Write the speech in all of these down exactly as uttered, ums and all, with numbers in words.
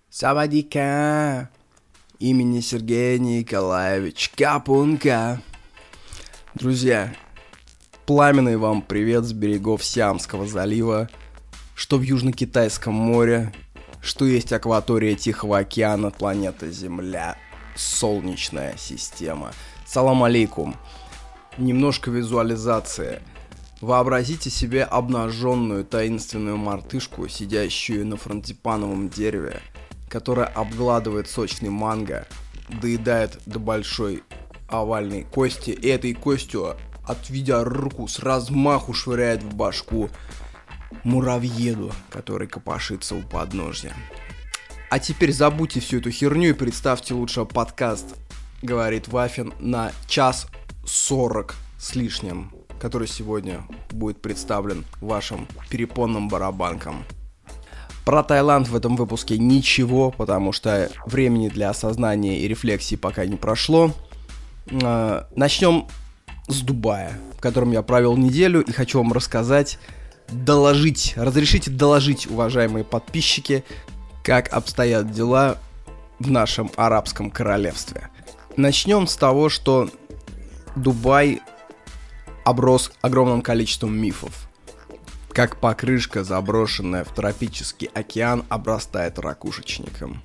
Савадика, имени Сергея Николаевича Капунка. Друзья, пламенный вам привет с берегов Сиамского залива, что в Южно-Китайском море, что есть акватория Тихого океана, планета Земля, Солнечная система. Салам алейкум. Немножко визуализации. Вообразите себе обнаженную таинственную мартышку, сидящую на франтипановом дереве, которая обгладывает сочный манго, доедает до большой овальной кости, и этой костью, отведя руку, с размаху швыряет в башку муравьеду, который копошится у подножья. А теперь забудьте всю эту херню и представьте лучше подкаст «Говорит Вафин» на час сорок с лишним, который сегодня будет представлен вашим перепонным барабанкам. Про Таиланд в этом выпуске ничего, потому что времени для осознания и рефлексии пока не прошло. Э, начнем с Дубая, в котором я провел неделю, и хочу вам рассказать, доложить, разрешите доложить, уважаемые подписчики, как обстоят дела в нашем арабском королевстве. Начнем с того, что Дубай оброс огромным количеством мифов. Как покрышка, заброшенная в тропический океан, обрастает ракушечником.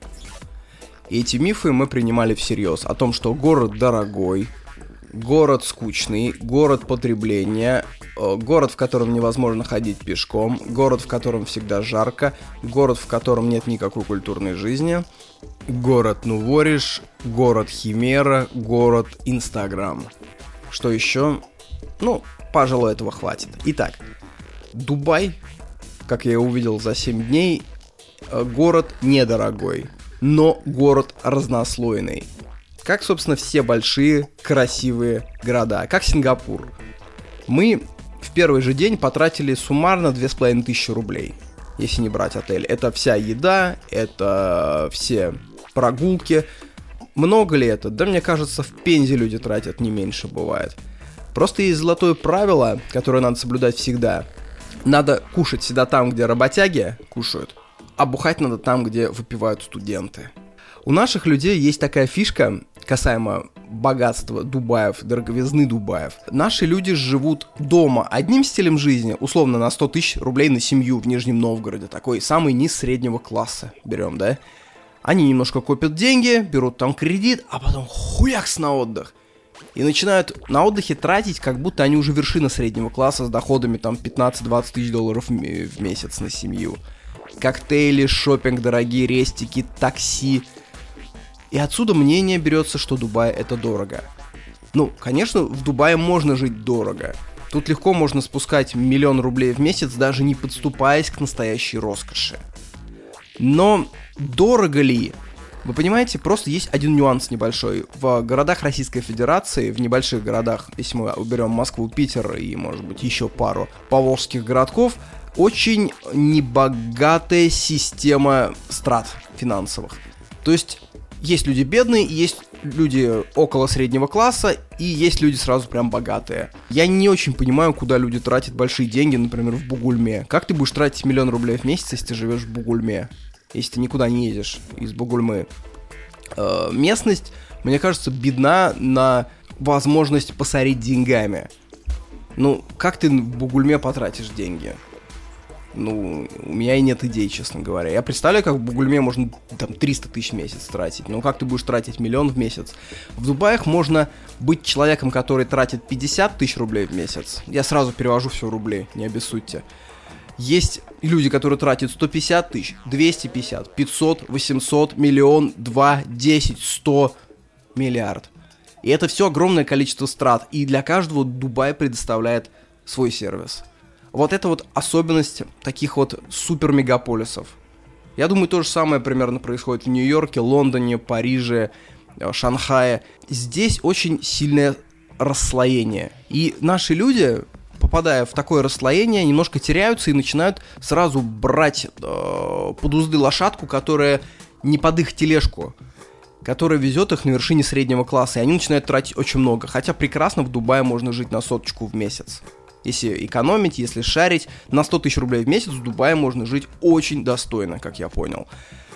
И эти мифы мы принимали всерьез. О том, что город дорогой, город скучный, город потребления, город, в котором невозможно ходить пешком, город, в котором всегда жарко, город, в котором нет никакой культурной жизни, город Нувориш, город Химера, город Инстаграм. Что еще? Ну, пожалуй, этого хватит. Итак, Дубай, как я увидел за семь дней, город недорогой, но город разнослойный. Как, собственно, все большие, красивые города, как Сингапур. Мы в первый же день потратили суммарно две с половиной тысячи рублей, если не брать отель. Это вся еда, это все прогулки. Много ли это? Да, мне кажется, в Пензе люди тратят не меньше, бывает. Просто есть золотое правило, которое надо соблюдать всегда. Надо кушать всегда там, где работяги кушают, а бухать надо там, где выпивают студенты. У наших людей есть такая фишка, касаемо богатства Дубаев, дороговизны Дубаев. Наши люди живут дома одним стилем жизни, условно на сто тысяч рублей на семью в Нижнем Новгороде. Такой самый низ среднего класса берем, да? Они немножко копят деньги, берут там кредит, а потом хуякс на отдых. И начинают на отдыхе тратить, как будто они уже вершина среднего класса с доходами там пятнадцать-двадцать тысяч долларов в месяц на семью. Коктейли, шопинг, дорогие рестики, такси. И отсюда мнение берется, что Дубай это дорого. Ну, конечно, в Дубае можно жить дорого. Тут легко можно спускать миллион рублей в месяц, даже не подступаясь к настоящей роскоши. Но дорого ли? Вы понимаете, просто есть один нюанс небольшой. В городах Российской Федерации, в небольших городах, если мы уберем Москву, Питер и, может быть, еще пару поволжских городков, очень небогатая система страт финансовых. То есть, есть люди бедные, есть люди около среднего класса, и есть люди сразу прям богатые. Я не очень понимаю, куда люди тратят большие деньги, например, в Бугульме. Как ты будешь тратить миллион рублей в месяц, если ты живешь в Бугульме? Если ты никуда не едешь из Бугульмы. Э, местность, мне кажется, бедна на возможность посорить деньгами. Ну, как ты в Бугульме потратишь деньги? Ну, у меня и нет идей, честно говоря. Я представляю, как в Бугульме можно там триста тысяч в месяц тратить. Но как ты будешь тратить миллион в месяц? В Дубаях можно быть человеком, который тратит пятьдесят тысяч рублей в месяц. Я сразу перевожу все в рубли, не обессудьте. Есть люди, которые тратят сто пятьдесят тысяч, двести пятьдесят, пятьсот, восемьсот, миллион, два, десять, сто, миллиард. И это все огромное количество страт. И для каждого Дубай предоставляет свой сервис. Вот это вот особенность таких вот супер-мегаполисов. Я думаю, то же самое примерно происходит в Нью-Йорке, Лондоне, Париже, Шанхае. Здесь очень сильное расслоение. И наши люди, попадая в такое расслоение, немножко теряются и начинают сразу брать э, под узды лошадку, которая не под их тележку, которая везет их на вершине среднего класса. И они начинают тратить очень много. Хотя прекрасно в Дубае можно жить на соточку в месяц. Если экономить, если шарить, на сто тысяч рублей в месяц в Дубае можно жить очень достойно, как я понял.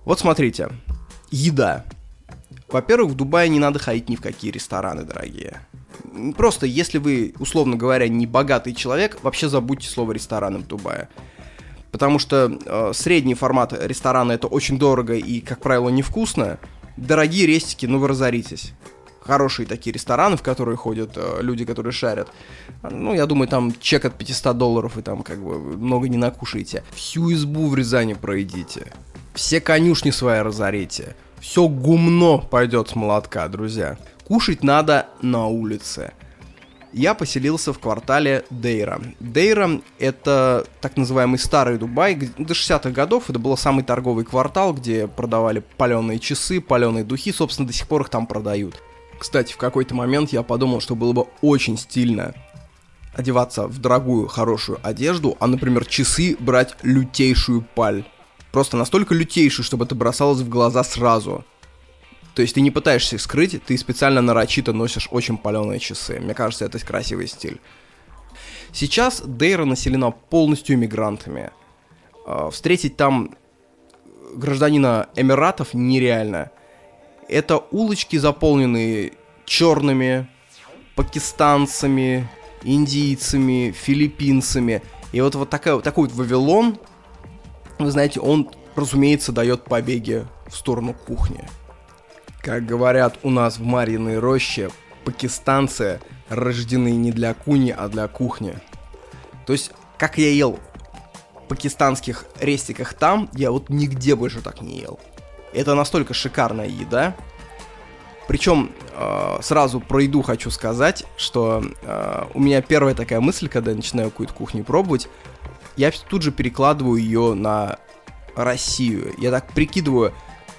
Вот смотрите, еда. Во-первых, в Дубае не надо ходить ни в какие рестораны дорогие. Просто, если вы, условно говоря, не богатый человек, вообще забудьте слово «рестораны» в Дубае. Потому что э, средний формат ресторана — это очень дорого и, как правило, невкусно. Дорогие рестики, ну вы разоритесь. Хорошие такие рестораны, в которые ходят э, люди, которые шарят. Ну, я думаю, там чек от пятьсот долларов, и там как бы много не накушаете. Всю избу в Рязани проедите. Все конюшни свои разорите. Все гумно пойдет с молотка, друзья. Кушать надо на улице. Я поселился в квартале Дейра. Дейра — это так называемый старый Дубай. До шестидесятых годов это был самый торговый квартал, где продавали паленые часы, паленые духи. Собственно, до сих пор их там продают. Кстати, в какой-то момент я подумал, что было бы очень стильно одеваться в дорогую, хорошую одежду, а, например, часы брать лютейшую паль. Просто настолько лютейшую, чтобы это бросалось в глаза сразу. То есть ты не пытаешься их скрыть, ты специально нарочито носишь очень паленые часы. Мне кажется, это красивый стиль. Сейчас Дейра населена полностью иммигрантами. Встретить там гражданина Эмиратов нереально. Это улочки, заполненные черными, пакистанцами, индийцами, филиппинцами. И вот, вот такая, такой вот Вавилон, вы знаете, он, разумеется, дает побеги в сторону кухни. Как говорят у нас в Марьиной роще, пакистанцы рождены не для куни, а для кухни. То есть, как я ел в пакистанских рестиках там, я вот нигде больше так не ел. Это настолько шикарная еда. Причем э, сразу про еду хочу сказать, что э, у меня первая такая мысль, когда я начинаю какую-то кухню пробовать, я тут же перекладываю ее на Россию. Я так прикидываю,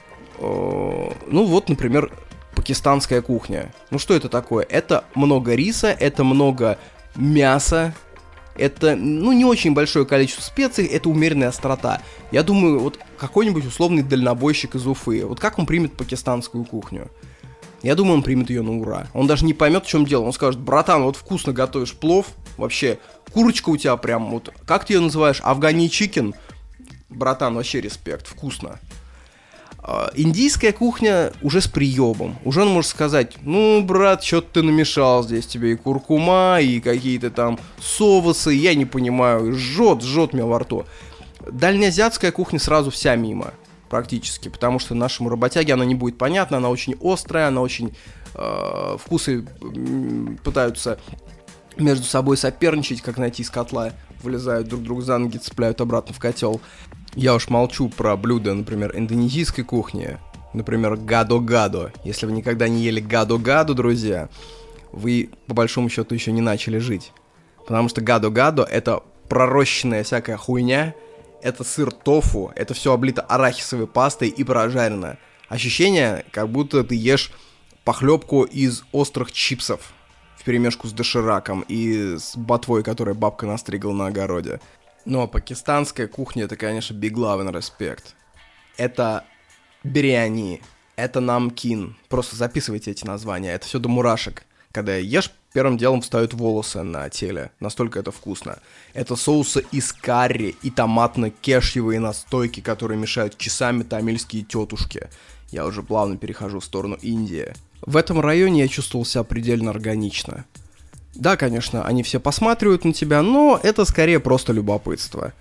э, ну вот, например, пакистанская кухня. Ну что это такое? Это много риса, это много мяса, это, ну, не очень большое количество специй, это умеренная острота. Я думаю, вот какой-нибудь условный дальнобойщик из Уфы, вот как он примет пакистанскую кухню? Я думаю, он примет ее на ура. Он даже не поймет, в чем дело. Он скажет: братан, вот вкусно готовишь плов, вообще, курочка у тебя прям, вот, как ты ее называешь, афгани чикен? Братан, вообще респект, вкусно. А, индийская кухня уже с приемом. Уже он может сказать: ну, брат, что-то ты намешал здесь, тебе и куркума, и какие-то там соусы, я не понимаю, жжет, жжет меня во рту. Дальнеазиатская кухня сразу вся мимо. Практически, потому что нашему работяге она не будет понятна, она очень острая, она очень э, вкусы э, пытаются между собой соперничать, как найти из котла, вылезают друг другу за ноги, цепляют обратно в котел. Я уж молчу про блюда, например, индонезийской кухни, например, гадо-гадо. Если вы никогда не ели гадо-гадо, друзья, вы по большому счету еще не начали жить, потому что гадо-гадо — это пророщенная всякая хуйня. Это сыр тофу, это все облито арахисовой пастой и прожарено. Ощущение, как будто ты ешь похлебку из острых чипсов вперемешку с дошираком и с ботвой, которую бабка настригла на огороде. Но пакистанская кухня — это, конечно, big love and respect. Это биряни, это намкин. Просто записывайте эти названия, это все до мурашек. Когда ешь, первым делом встают волосы на теле. Настолько это вкусно. Это соусы из карри и томатно-кешьевые настойки, которые мешают часами тамильские тетушки. Я уже плавно перехожу в сторону Индии. В этом районе я чувствовал себя предельно органично. Да, конечно, они все посматривают на тебя, но это скорее просто любопытство.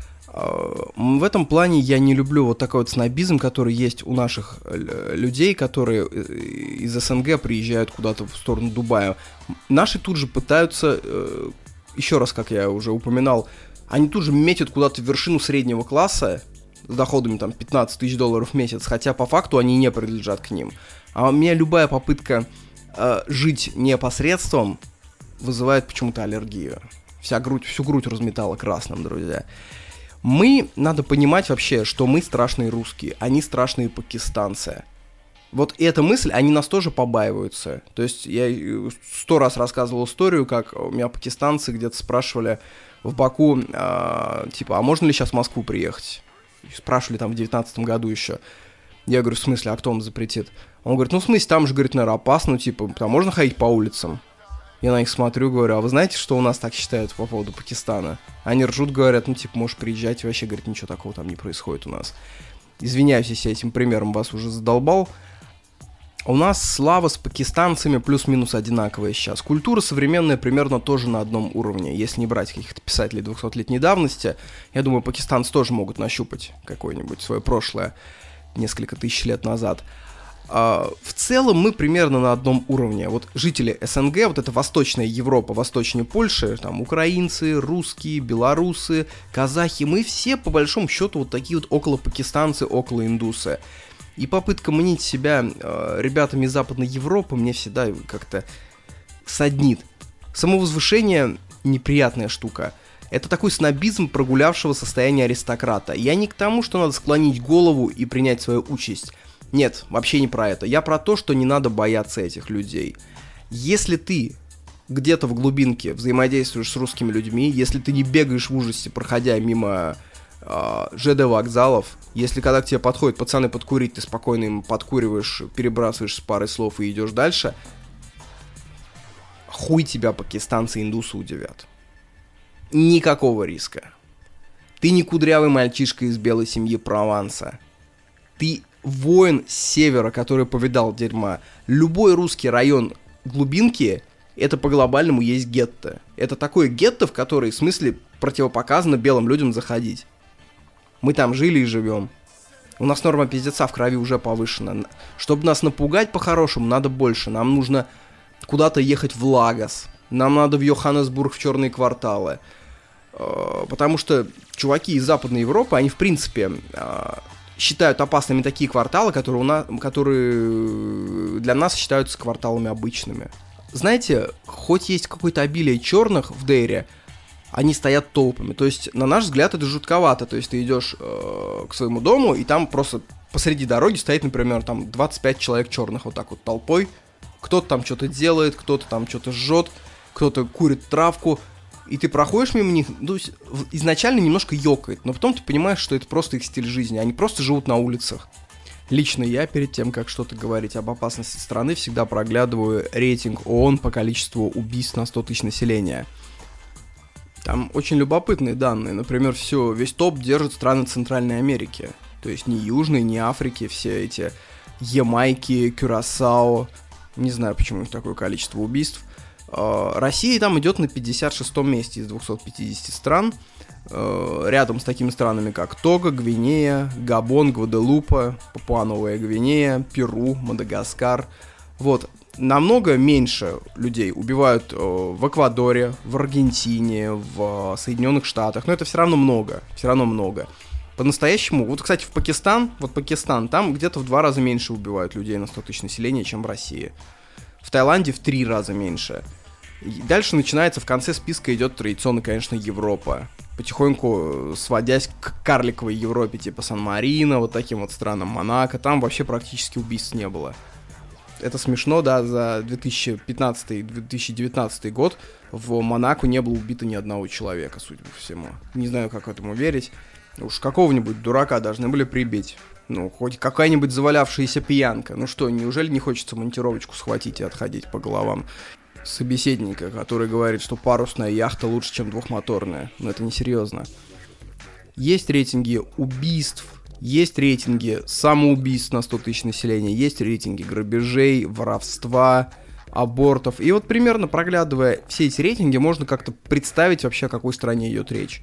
В этом плане я не люблю вот такой вот снобизм, который есть у наших людей, которые из СНГ приезжают куда-то в сторону Дубая. Наши тут же пытаются, еще раз, как я уже упоминал, они тут же метят куда-то в вершину среднего класса с доходами там пятнадцать тысяч долларов в месяц, хотя по факту они не принадлежат к ним. А у меня любая попытка э, жить непосредством вызывает почему-то аллергию. Вся грудь, всю грудь разметала красным, друзья. Мы, надо понимать вообще, что мы страшные русские, они страшные пакистанцы. Вот эта мысль, они нас тоже побаиваются. То есть я сто раз рассказывал историю, как у меня пакистанцы где-то спрашивали в Баку, э, типа, а можно ли сейчас в Москву приехать? Спрашивали там в девятнадцатом году еще. Я говорю: в смысле, а кто вам запретит? Он говорит: ну в смысле, там же, говорит, наверное, опасно, типа, там можно ходить по улицам? Я на них смотрю, говорю: а вы знаете, что у нас так считают по поводу Пакистана? Они ржут, говорят: ну, типа, можешь приезжать, вообще, говорит, ничего такого там не происходит у нас. Извиняюсь, если я этим примером вас уже задолбал. У нас слава с пакистанцами плюс-минус одинаковая сейчас. Культура современная примерно тоже на одном уровне. Если не брать каких-то писателей двухсотлетней давности, я думаю, пакистанцы тоже могут нащупать какое-нибудь свое прошлое несколько тысяч лет назад. А, в целом мы примерно на одном уровне. Вот жители СНГ, вот это Восточная Европа, восточнее Польши, там украинцы, русские, белорусы, казахи, мы все по большому счету вот такие вот около пакистанцы, около индусы. И попытка мнить себя э, ребятами из Западной Европы мне всегда как-то саднит. Самовозвышение — неприятная штука. Это такой снобизм прогулявшего состояния аристократа. Я не к тому, что надо склонить голову и принять свою участь. Нет, вообще не про это. Я про то, что не надо бояться этих людей. Если ты где-то в глубинке взаимодействуешь с русскими людьми, если ты не бегаешь в ужасе, проходя мимо ЖД вокзалов, если когда к тебе подходят пацаны подкурить, ты спокойно им подкуриваешь, перебрасываешь с парой слов и идешь дальше, хуй тебя пакистанцы и индусы удивят. Никакого риска. Ты не кудрявый мальчишка из белой семьи Прованса. Ты воин с севера, который повидал дерьма. Любой русский район глубинки — это по-глобальному есть гетто. Это такое гетто, в которое, в смысле, противопоказано белым людям заходить. Мы там жили и живем. У нас норма пиздеца в крови уже повышена. Чтобы нас напугать по-хорошему, надо больше. Нам нужно куда-то ехать в Лагос. Нам надо в Йоханнесбург, в черные кварталы. Потому что чуваки из Западной Европы, они в принципе считают опасными такие кварталы, которые, у нас, которые для нас считаются кварталами обычными. Знаете, хоть есть какое-то обилие черных в Дейре, они стоят толпами. То есть, на наш взгляд, это жутковато. То есть, ты идешь э, к своему дому, и там просто посреди дороги стоит, например, там двадцать пять человек черных вот так вот толпой. Кто-то там что-то делает, кто-то там что-то жжет, кто-то курит травку. И ты проходишь мимо них, ну, изначально немножко ёкает, но потом ты понимаешь, что это просто их стиль жизни. Они просто живут на улицах. Лично я, перед тем, как что-то говорить об опасности страны, всегда проглядываю рейтинг ООН по количеству убийств на сто тысяч населения. Там очень любопытные данные. Например, все, весь топ держат страны Центральной Америки. То есть ни Южной, ни Африки, все эти Ямайки, Кюрасао. Не знаю, почему у них такое количество убийств. Россия там идет на пятьдесят шестом месте из двухсот пятидесяти стран. Рядом с такими странами, как Того, Гвинея, Габон, Гваделупа, Папуа-Новая Гвинея, Перу, Мадагаскар. Вот. Намного меньше людей убивают э, в Эквадоре, в Аргентине, в Соединенных Штатах, но это все равно много, все равно много. По-настоящему, вот, кстати, в Пакистан, вот Пакистан, там где-то в два раза меньше убивают людей на сто тысяч населения, чем в России. В Таиланде в три раза меньше. И дальше начинается, в конце списка идет традиционно, конечно, Европа. Потихоньку сводясь к карликовой Европе, типа Сан-Марино, вот таким вот странам, Монако, там вообще практически убийств не было. Это смешно, да, за две тысячи пятнадцатый - две тысячи девятнадцатый год в Монако не было убито ни одного человека, судя по всему. Не знаю, как этому верить. Уж какого-нибудь дурака должны были прибить. Ну, хоть какая-нибудь завалявшаяся пьянка. Ну что, неужели не хочется монтировочку схватить и отходить по головам собеседника, который говорит, что парусная яхта лучше, чем двухмоторная? Но это несерьезно. Есть рейтинги убийств, есть рейтинги самоубийств на сто тысяч населения, есть рейтинги грабежей, воровства, абортов. И вот примерно проглядывая все эти рейтинги, можно как-то представить вообще, о какой стране идет речь.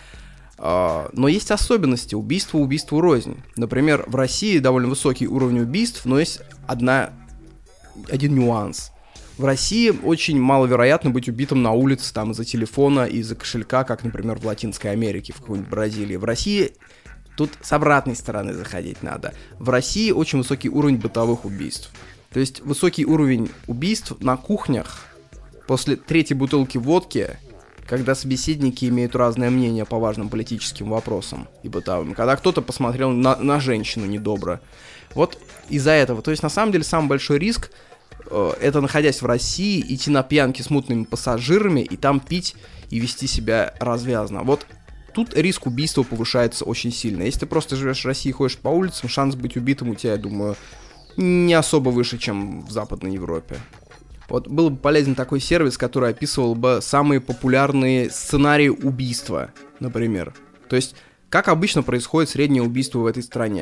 Но есть особенности. Убийство убийству рознь. Например, в России довольно высокий уровень убийств, но есть одна, один нюанс. В России очень маловероятно быть убитым на улице там, из-за телефона и из-за кошелька, как, например, в Латинской Америке, в какой-нибудь Бразилии. В России тут с обратной стороны заходить надо. В России очень высокий уровень бытовых убийств. То есть высокий уровень убийств на кухнях после третьей бутылки водки, когда собеседники имеют разное мнение по важным политическим вопросам и бытовым. Когда кто-то посмотрел на, на женщину недобро. Вот из-за этого. То есть на самом деле самый большой риск э, это, находясь в России, идти на пьянки с мутными пассажирами и там пить и вести себя развязно. Вот тут риск убийства повышается очень сильно. Если ты просто живешь в России и ходишь по улицам, шанс быть убитым у тебя, я думаю, не особо выше, чем в Западной Европе. Вот был бы полезен такой сервис, который описывал бы самые популярные сценарии убийства, например. То есть, как обычно происходит среднее убийство в этой стране.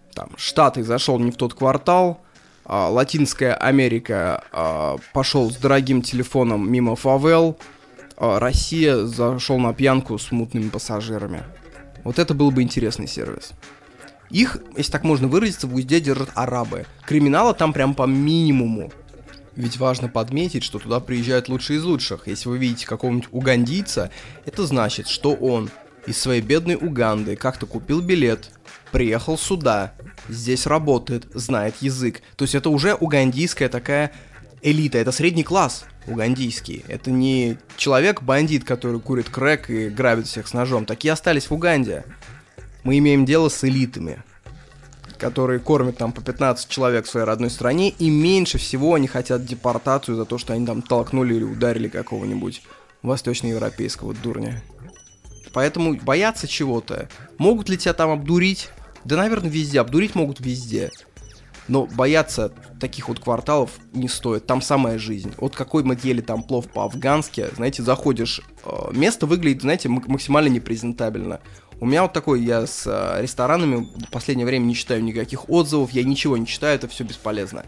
там, Штаты зашел не в тот квартал, а, Латинская Америка а, пошел с дорогим телефоном мимо фавел, а, Россия зашел на пьянку с мутными пассажирами. Вот это был бы интересный сервис. Их, если так можно выразиться, в узде держат арабы. Криминала там прям по минимуму. Ведь важно подметить, что туда приезжают лучшие из лучших. Если вы видите какого-нибудь угандийца, это значит, что он из своей бедной Уганды как-то купил билет, приехал сюда, здесь работает, знает язык. То есть это уже угандийская такая элита, это средний класс угандийский. Это не человек-бандит, который курит крэк и грабит всех с ножом. Такие остались в Уганде. Мы имеем дело с элитами, которые кормят там по пятнадцать человек в своей родной стране, и меньше всего они хотят депортацию за то, что они там толкнули или ударили какого-нибудь восточноевропейского дурня. Поэтому боятся чего-то. Могут ли тебя там обдурить? Да, наверное, везде. Обдурить могут везде. Но бояться таких вот кварталов не стоит. Там самая жизнь. Вот какой мы ели там плов по-афгански. Знаете, заходишь, э, место выглядит, знаете, м- максимально непрезентабельно. У меня вот такой, я с э, ресторанами в последнее время не читаю никаких отзывов, я ничего не читаю, это все бесполезно.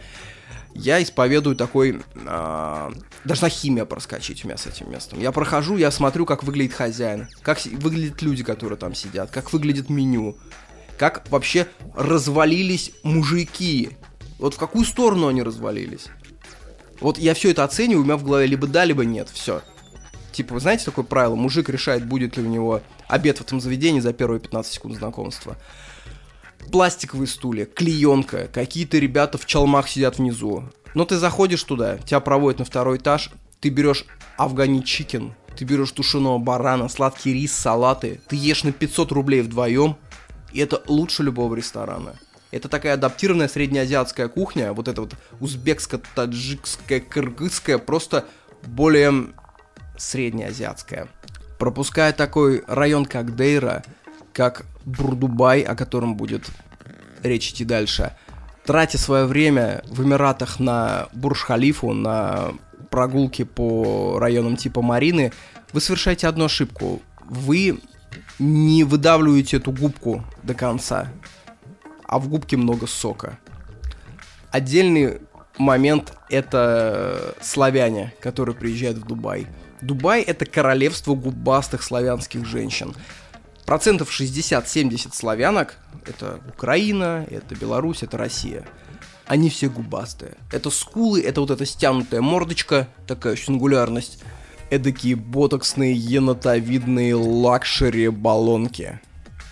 Я исповедую такой... Э, должна химия проскочить у меня с этим местом. Я прохожу, я смотрю, как выглядит хозяин, как си- выглядят люди, которые там сидят, как выглядит меню, как вообще развалились мужики. Вот в какую сторону они развалились. Вот я все это оцениваю, у меня в голове либо да, либо нет, все. Типа, вы знаете такое правило? Мужик решает, будет ли у него обед в этом заведении за первые пятнадцать секунд знакомства. Пластиковые стулья, клеенка, какие-то ребята в чалмах сидят внизу. Но ты заходишь туда, тебя проводят на второй этаж, ты берешь афгани чикен, ты берешь тушеного барана, сладкий рис, салаты, ты ешь на пятьсот рублей вдвоем, и это лучше любого ресторана. Это такая адаптированная среднеазиатская кухня, вот эта вот узбекская, таджикская, кыргызская, просто более среднеазиатская. Пропуская такой район, как Дейра, как Бурдубай, о котором будет речь идти дальше, тратя свое время в Эмиратах на Бурдж-Халифу, на прогулки по районам типа Марины, вы совершаете одну ошибку. Вы не выдавливаете эту губку до конца, а в губке много сока. Отдельный момент — это славяне, которые приезжают в Дубай. Дубай — это королевство губастых славянских женщин. Процентов шестьдесят-семьдесят славянок — это Украина, это Беларусь, это Россия. Они все губастые. Это скулы, это вот эта стянутая мордочка, такая сингулярность. Эдакие ботоксные, енотовидные лакшери-баллонки.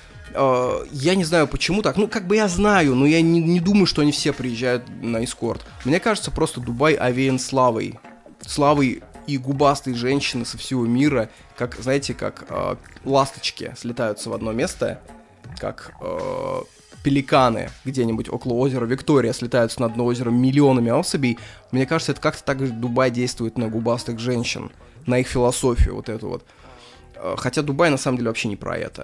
Uh, я не знаю, почему так. Ну, как бы я знаю, но я не, не думаю, что они все приезжают на эскорт. Мне кажется, просто Дубай овеян славой. Славой и губастой женщины со всего мира. Как, знаете, как uh, ласточки слетаются в одно место. Как uh, пеликаны где-нибудь около озера Виктория слетаются на одно озеро миллионами особей. Мне кажется, это как-то так же Дубай действует на губастых женщин. На их философию вот эту вот. Uh, хотя Дубай на самом деле вообще не про это.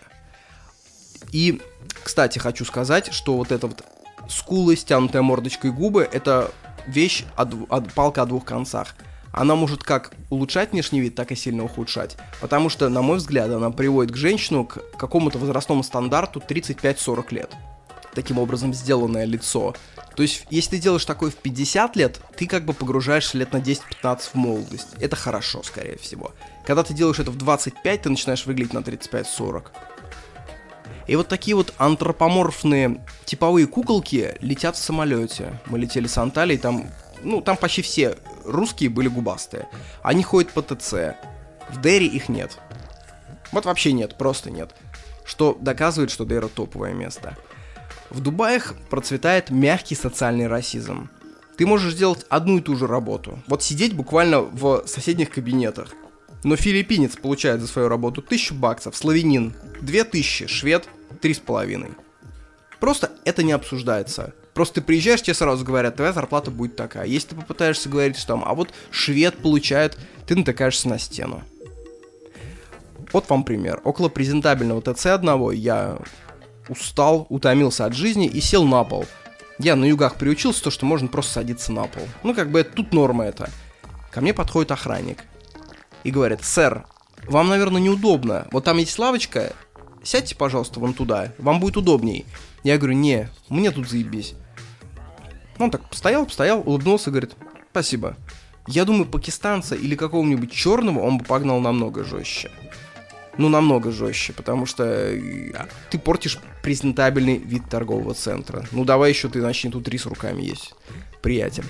И, кстати, хочу сказать, что вот эта вот скулы, стянутая мордочкой губы — это вещь, от, от, палка о двух концах. Она может как улучшать внешний вид, так и сильно ухудшать. Потому что, на мой взгляд, она приводит к женщину к какому-то возрастному стандарту тридцать пять сорок лет. Таким образом, сделанное лицо. То есть, если ты делаешь такое в пятьдесят лет, ты как бы погружаешься лет на десять-пятнадцать в молодость. Это хорошо, скорее всего. Когда ты делаешь это в двадцать пять, ты начинаешь выглядеть на тридцать пять сорок. И вот такие вот антропоморфные типовые куколки летят в самолете. Мы летели с Анталией, там, ну, там почти все русские были губастые. Они ходят по ТЦ. В Дейре их нет. Вот вообще нет, просто нет. Что доказывает, что Дейра топовое место. В Дубаях процветает мягкий социальный расизм. Ты можешь делать одну и ту же работу. Вот сидеть буквально в соседних кабинетах. Но филиппинец получает за свою работу тысячу баксов, славянин две тысячи, швед три с половиной. Просто это не обсуждается. Просто ты приезжаешь, тебе сразу говорят, твоя зарплата будет такая. Если ты попытаешься говорить, что там, а вот швед получает, ты натыкаешься на стену. Вот вам пример. Около презентабельного ТЦ одного я устал, утомился от жизни и сел на пол. Я на югах приучился, то, что можно просто садиться на пол. Ну, как бы это, тут норма это. Ко мне подходит охранник и говорит: сэр, вам, наверное, неудобно. Вот там есть лавочка, сядьте, пожалуйста, вон туда, вам будет удобней. Я говорю, не, мне тут заебись. Он так постоял, постоял, улыбнулся, говорит, спасибо. Я думаю, пакистанца или какого-нибудь черного он бы погнал намного жестче. Ну, намного жестче, потому что ты портишь презентабельный вид торгового центра. Ну, давай еще ты начни тут рис руками есть, приятель.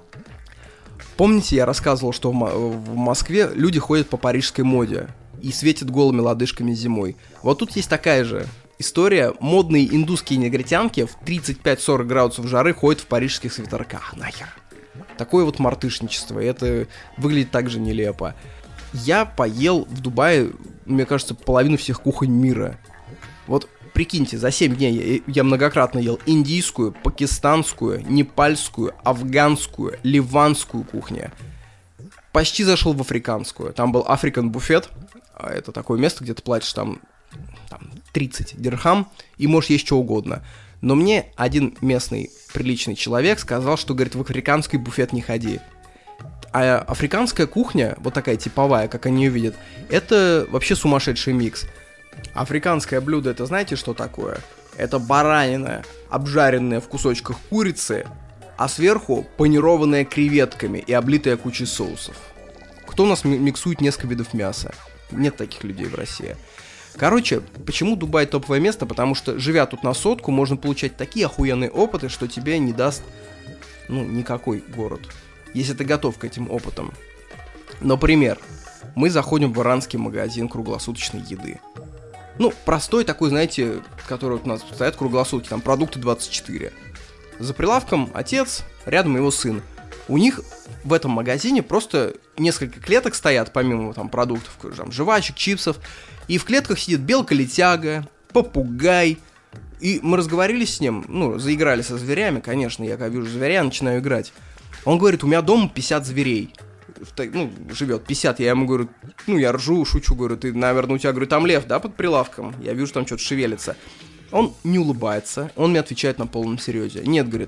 Помните, я рассказывал, что в, М- в Москве люди ходят по парижской моде и светят голыми лодыжками зимой. Вот тут есть такая же история. Модные индусские негритянки в тридцать пять сорок градусов жары ходят в парижских свитерках. Нахер. Такое вот мартышничество. И это выглядит так же нелепо. Я поел в Дубае, мне кажется, половину всех кухонь мира. Вот прикиньте, за семь дней я, я многократно ел индийскую, пакистанскую, непальскую, афганскую, ливанскую кухню. Почти зашел в африканскую. Там был African буфет. Это такое место, где ты платишь там, там тридцать дирхам и можешь есть что угодно. Но мне один местный приличный человек сказал, что, говорит, в африканский буфет не ходи. А африканская кухня, вот такая типовая, как они ее видят, это вообще сумасшедший микс. Африканское блюдо, это знаете, что такое? Это баранина, обжаренная в кусочках курицы, а сверху панированная креветками и облитая кучей соусов. Кто у нас миксует несколько видов мяса? Нет таких людей в России. Короче, почему Дубай топовое место? Потому что, живя тут на сотку, можно получать такие охуенные опыты, что тебе не даст, ну, никакой город. Если ты готов к этим опытам. Например, мы заходим в иранский магазин круглосуточной еды. Ну, простой такой, знаете, который вот у нас стоят круглосутки, там продукты двадцать четыре. За прилавком отец, рядом его сын. У них в этом магазине просто несколько клеток стоят, помимо там продуктов, там, жвачек, чипсов. И в клетках сидит белка-летяга, попугай. И мы разговорились с ним, ну, заиграли со зверями, конечно, я как вижу зверя, начинаю играть. Он говорит, у меня дома пятьдесят зверей. Ну, живет пятьдесят, я ему говорю, ну, я ржу, шучу, говорю, ты, наверное, у тебя, говорю, там лев, да, под прилавком? Я вижу, там что-то шевелится. Он не улыбается, он мне отвечает на полном серьезе. Нет, говорит,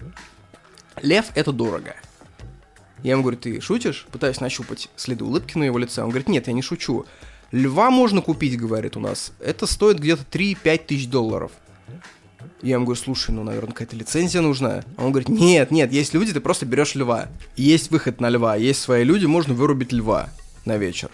лев — это дорого. Я ему говорю, ты шутишь? Пытаюсь нащупать следы улыбки на его лице. Он говорит, нет, я не шучу. Льва можно купить, говорит, у нас. Это стоит где-то три-пять тысяч долларов. Я ему говорю, слушай, ну, наверное, какая-то лицензия нужна. А он говорит, нет, нет, есть люди, ты просто берешь льва. Есть выход на льва, есть свои люди, можно вырубить льва на вечер.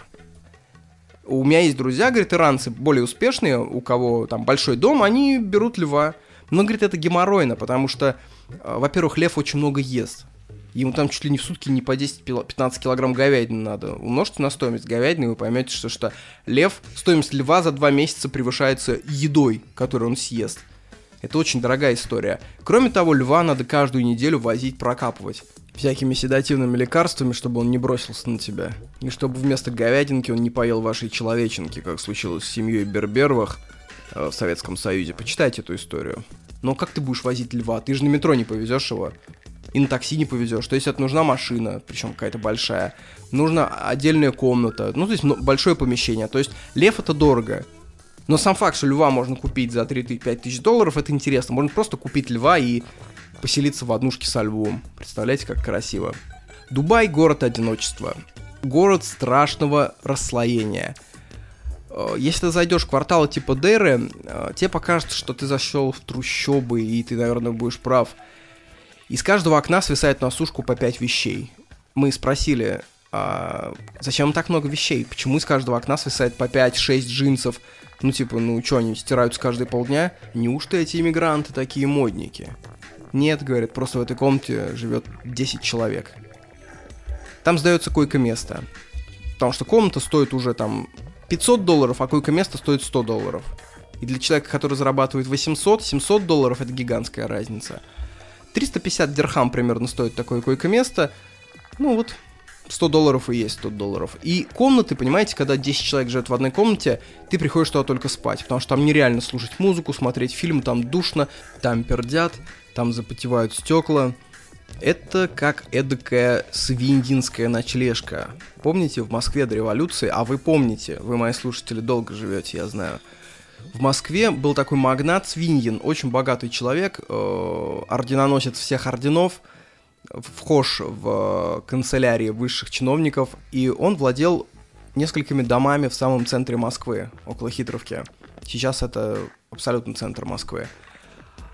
У меня есть друзья, говорит, иранцы более успешные, у кого там большой дом, они берут льва. Но, говорит, это геморройно, потому что, во-первых, лев очень много ест. Ему там чуть ли не в сутки не по десять-пятнадцать килограмм говядины надо. Умножьте на стоимость говядины, и вы поймете, что, что лев, стоимость льва за два месяца превышается едой, которую он съест. Это очень дорогая история. Кроме того, льва надо каждую неделю возить, прокапывать всякими седативными лекарствами, чтобы он не бросился на тебя. И чтобы вместо говядинки он не поел вашей человеченки, как случилось с семьей Берберовых э, в Советском Союзе. Почитайте эту историю. Но как ты будешь возить льва? Ты же на метро не повезешь его. И на такси не повезешь. То есть это нужна машина, причем какая-то большая. Нужна отдельная комната. Ну, то есть большое помещение. То есть лев — это дорого. Но сам факт, что льва можно купить за три-пять тысяч долларов, это интересно. Можно просто купить льва и поселиться в однушке со львом. Представляете, как красиво. Дубай — город одиночества. Город страшного расслоения. Если ты зайдешь в кварталы типа Дейры, тебе покажется, что ты зашел в трущобы, и ты, наверное, будешь прав. Из каждого окна свисает на сушку по пять вещей. Мы спросили, а зачем так много вещей? Почему из каждого окна свисает по пять-шесть джинсов? Ну, типа, ну что, они стираются каждые полдня? Неужто эти иммигранты такие модники? Нет, говорят, просто в этой комнате живет десять человек. Там сдается койко-место. Потому что комната стоит уже там пятьсот долларов, а койко-место стоит сто долларов. И для человека, который зарабатывает восемьсот-семьсот долларов, это гигантская разница. триста пятьдесят дирхам примерно стоит такое койко-место. Ну вот, сто долларов и есть сто долларов. И комнаты, понимаете, когда десять человек живет в одной комнате, ты приходишь туда только спать, потому что там нереально слушать музыку, смотреть фильм, там душно, там пердят, там запотевают стекла. Это как эдакая свиндинская ночлежка. Помните, в Москве до революции, а вы помните, вы, мои слушатели, долго живете, я знаю. В Москве был такой магнат Свиньин, очень богатый человек, э, орденоносец всех орденов, вхож в канцелярии высших чиновников, и он владел несколькими домами в самом центре Москвы, около Хитровки. Сейчас это абсолютно центр Москвы.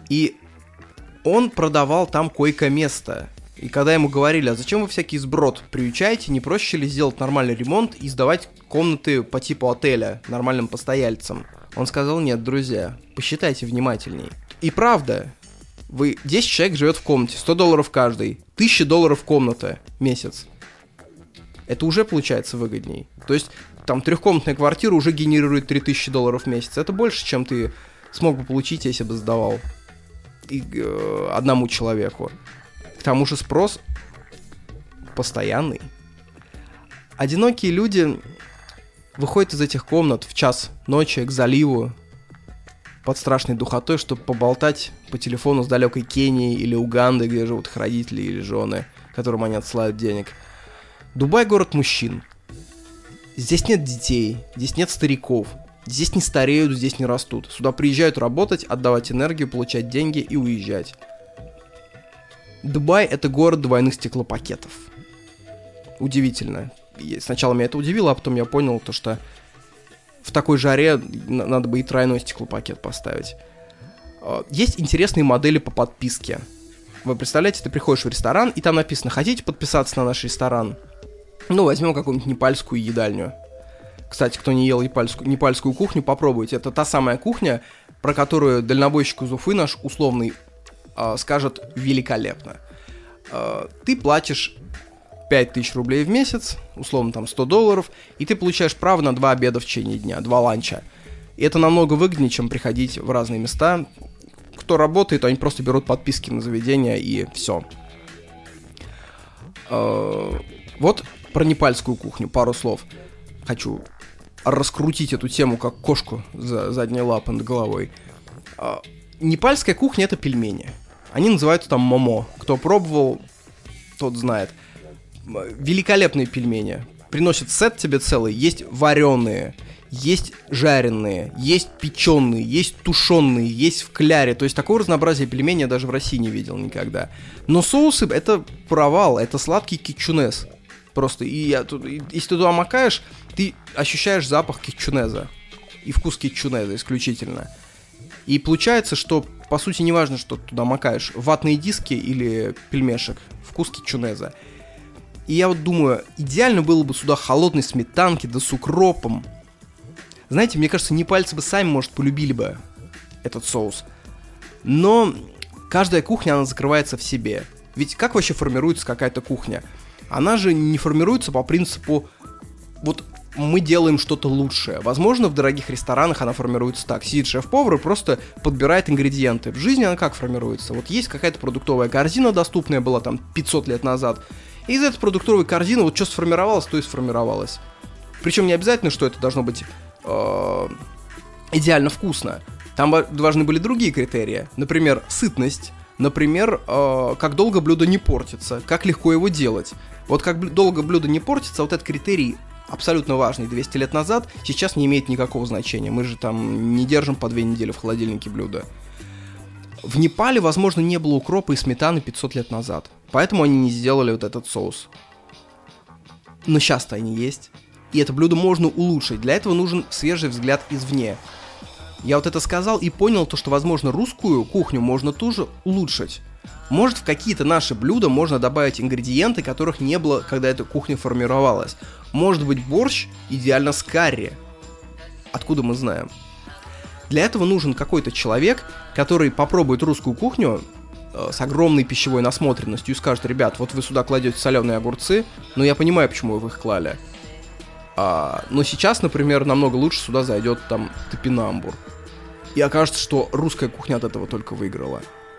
И он продавал там койко-место. И когда ему говорили, а зачем вы всякий сброд приучаете, не проще ли сделать нормальный ремонт и сдавать комнаты по типу отеля нормальным постояльцам? Он сказал, нет, друзья, посчитайте внимательней. И правда, вы десять человек живет в комнате, сто долларов каждый, тысяча долларов комната месяц. Это уже получается выгодней. То есть там трехкомнатная квартира уже генерирует три тысячи долларов в месяц. Это больше, чем ты смог бы получить, если бы сдавал и, э, одному человеку. К тому же спрос постоянный. Одинокие люди выходят из этих комнат в час ночи к заливу под страшной духотой, чтобы поболтать по телефону с далекой Кенией или Угандой, где живут их родители или жены, которым они отсылают денег. Дубай — город мужчин. Здесь нет детей, здесь нет стариков, здесь не стареют, здесь не растут. Сюда приезжают работать, отдавать энергию, получать деньги и уезжать. Дубай — это город двойных стеклопакетов. Удивительно. И сначала меня это удивило, а потом я понял, то, что в такой жаре надо бы и тройной стеклопакет поставить. Есть интересные модели по подписке. Вы представляете, ты приходишь в ресторан, и там написано, хотите подписаться на наш ресторан? Ну, возьмем какую-нибудь непальскую едальню. Кстати, кто не ел непальскую, непальскую кухню, попробуйте. Это та самая кухня, про которую дальнобойщик из Уфы наш условный э, скажет великолепно. Э, ты платишь пять тысяч рублей в месяц, условно там сто долларов, и ты получаешь право на два обеда в течение дня, два ланча. И это намного выгоднее, чем приходить в разные места. Кто работает, они просто берут подписки на заведения и все. Э, вот про непальскую кухню пару слов. Хочу раскрутить эту тему, как кошку за задней лапой над головой. Э, непальская кухня — это пельмени. Они называются там момо. Кто пробовал, тот знает. Великолепные пельмени. Приносят сет тебе целый. Есть вареные, есть жареные, есть печеные, есть тушеные, есть в кляре. То есть такого разнообразия пельменей я даже в России не видел никогда. Но соусы — это провал, это сладкий кетчунез. Просто, и, я, тут, и если ты туда макаешь, ты ощущаешь запах кетчунеза. И вкус кетчунеза исключительно. И получается, что, по сути, не важно, что ты туда макаешь. Ватные диски или пельмешек. Вкус кетчунеза. И я вот думаю, идеально было бы сюда холодной сметанки, да с укропом. Знаете, мне кажется, непальцы бы сами, может, полюбили бы этот соус. Но каждая кухня, она закрывается в себе. Ведь как вообще формируется какая-то кухня? Она же не формируется по принципу, вот мы делаем что-то лучшее. Возможно, в дорогих ресторанах она формируется так. Сидит шеф-повар и просто подбирает ингредиенты. В жизни она как формируется? Вот есть какая-то продуктовая корзина доступная была там пятьсот лет назад. И из этой продуктовой корзины вот что сформировалось, то и сформировалось. Причем не обязательно, что это должно быть э, идеально вкусно. Там важны были другие критерии. Например, сытность. Например, э, как долго блюдо не портится. Как легко его делать. Вот как долго блюдо не портится, вот этот критерий абсолютно важный двести лет назад, сейчас не имеет никакого значения. Мы же там не держим по две недели в холодильнике блюда. В Непале, возможно, не было укропа и сметаны пятьсот лет назад. Поэтому они не сделали вот этот соус. Но сейчас-то они есть. И это блюдо можно улучшить. Для этого нужен свежий взгляд извне. Я вот это сказал и понял то, что, возможно, русскую кухню можно тоже улучшить. Может, в какие-то наши блюда можно добавить ингредиенты, которых не было, когда эта кухня формировалась. Может быть, борщ идеально с карри. Откуда мы знаем? Для этого нужен какой-то человек, который попробует русскую кухню э, с огромной пищевой насмотренностью и скажет: ребят, вот вы сюда кладете соленые огурцы, но я понимаю, почему вы их клали. А, но сейчас, например, намного лучше сюда зайдет там топинамбур. И окажется, что русская кухня от этого только выиграла.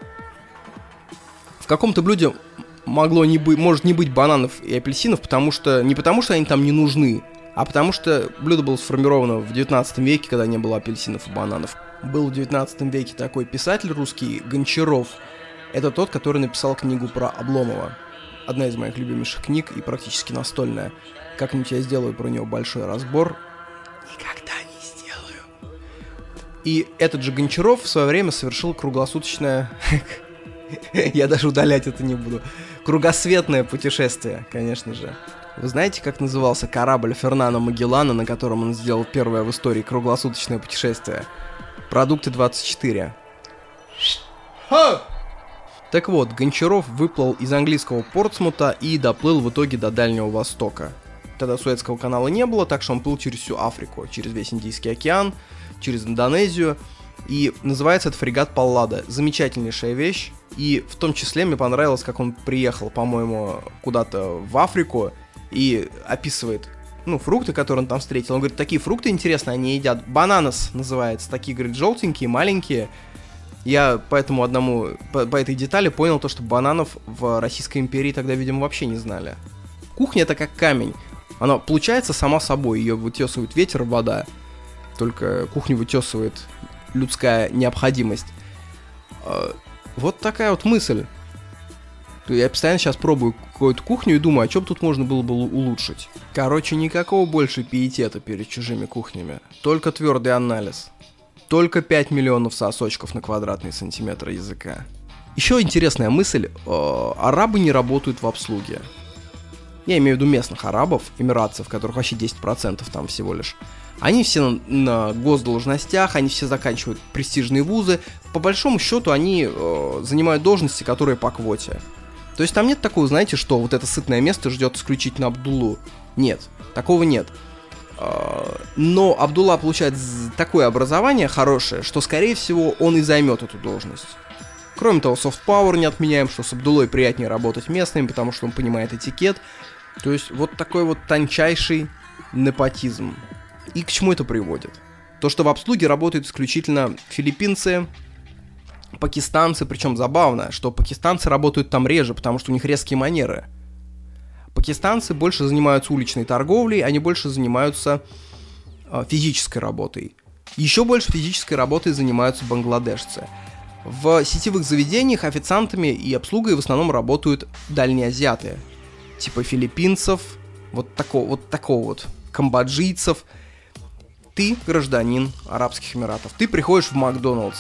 В каком-то блюде могло не быть, может не быть бананов и апельсинов, потому что не потому, что они там не нужны, а потому что блюдо было сформировано в девятнадцатом веке, когда не было апельсинов и бананов. Был в девятнадцатом веке такой писатель русский, Гончаров. Это тот, который написал книгу про Обломова. Одна из моих любимейших книг и практически настольная. Как-нибудь я сделаю про него большой разбор. Никогда не сделаю. И этот же Гончаров в свое время совершил круглосуточное... Я даже удалять это не буду. Кругосветное путешествие, конечно же. Вы знаете, как назывался корабль Фернана Магеллана, на котором он сделал первое в истории круглосуточное путешествие? Продукты двадцать четыре. Ха! Так вот, Гончаров выплыл из английского Портсмута и доплыл в итоге до Дальнего Востока. Тогда Суэцкого канала не было, так что он плыл через всю Африку, через весь Индийский океан, через Индонезию. И называется этот фрегат Паллада. Замечательнейшая вещь. И в том числе мне понравилось, как он приехал, по-моему, куда-то в Африку и описывает, ну, фрукты, которые он там встретил. Он говорит, такие фрукты интересные, они едят. Бананас называется. Такие, говорит, желтенькие, маленькие. Я по этому одному, по, по этой детали понял то, что бананов в Российской империи тогда, видимо, вообще не знали. Кухня — это как камень. Она получается сама собой. Ее вытесывает ветер, вода. Только кухню вытесывает людская необходимость. Вот такая вот мысль. Я постоянно сейчас пробую какую-то кухню и думаю, а что бы тут можно было бы улучшить. Короче, никакого больше пиетета перед чужими кухнями. Только твердый анализ. Только пять миллионов сосочков на квадратный сантиметр языка. Еще интересная мысль. Арабы не работают в обслуге. Я имею в виду местных арабов, эмиратцев, которых вообще десять процентов там всего лишь. Они все на, на госдолжностях, они все заканчивают престижные вузы. По большому счету они э, занимают должности, которые по квоте. То есть там нет такого, знаете, что вот это сытное место ждет исключительно Абдуллу. Нет, такого нет. Э, но Абдулла получает такое образование хорошее, что, скорее всего, он и займет эту должность. Кроме того, soft power не отменяем, что с Абдуллой приятнее работать местными, потому что он понимает этикет. То есть вот такой вот тончайший непотизм. И к чему это приводит? То, что в обслуге работают исключительно филиппинцы, пакистанцы, причем забавно, что пакистанцы работают там реже, потому что у них резкие манеры. Пакистанцы больше занимаются уличной торговлей, они больше занимаются э, физической работой. Еще больше физической работой занимаются бангладешцы. В сетевых заведениях официантами и обслугой в основном работают дальние азиаты, типа филиппинцев, вот такого вот, такого вот камбоджийцев. Ты гражданин Арабских Эмиратов, ты приходишь в Макдоналдс,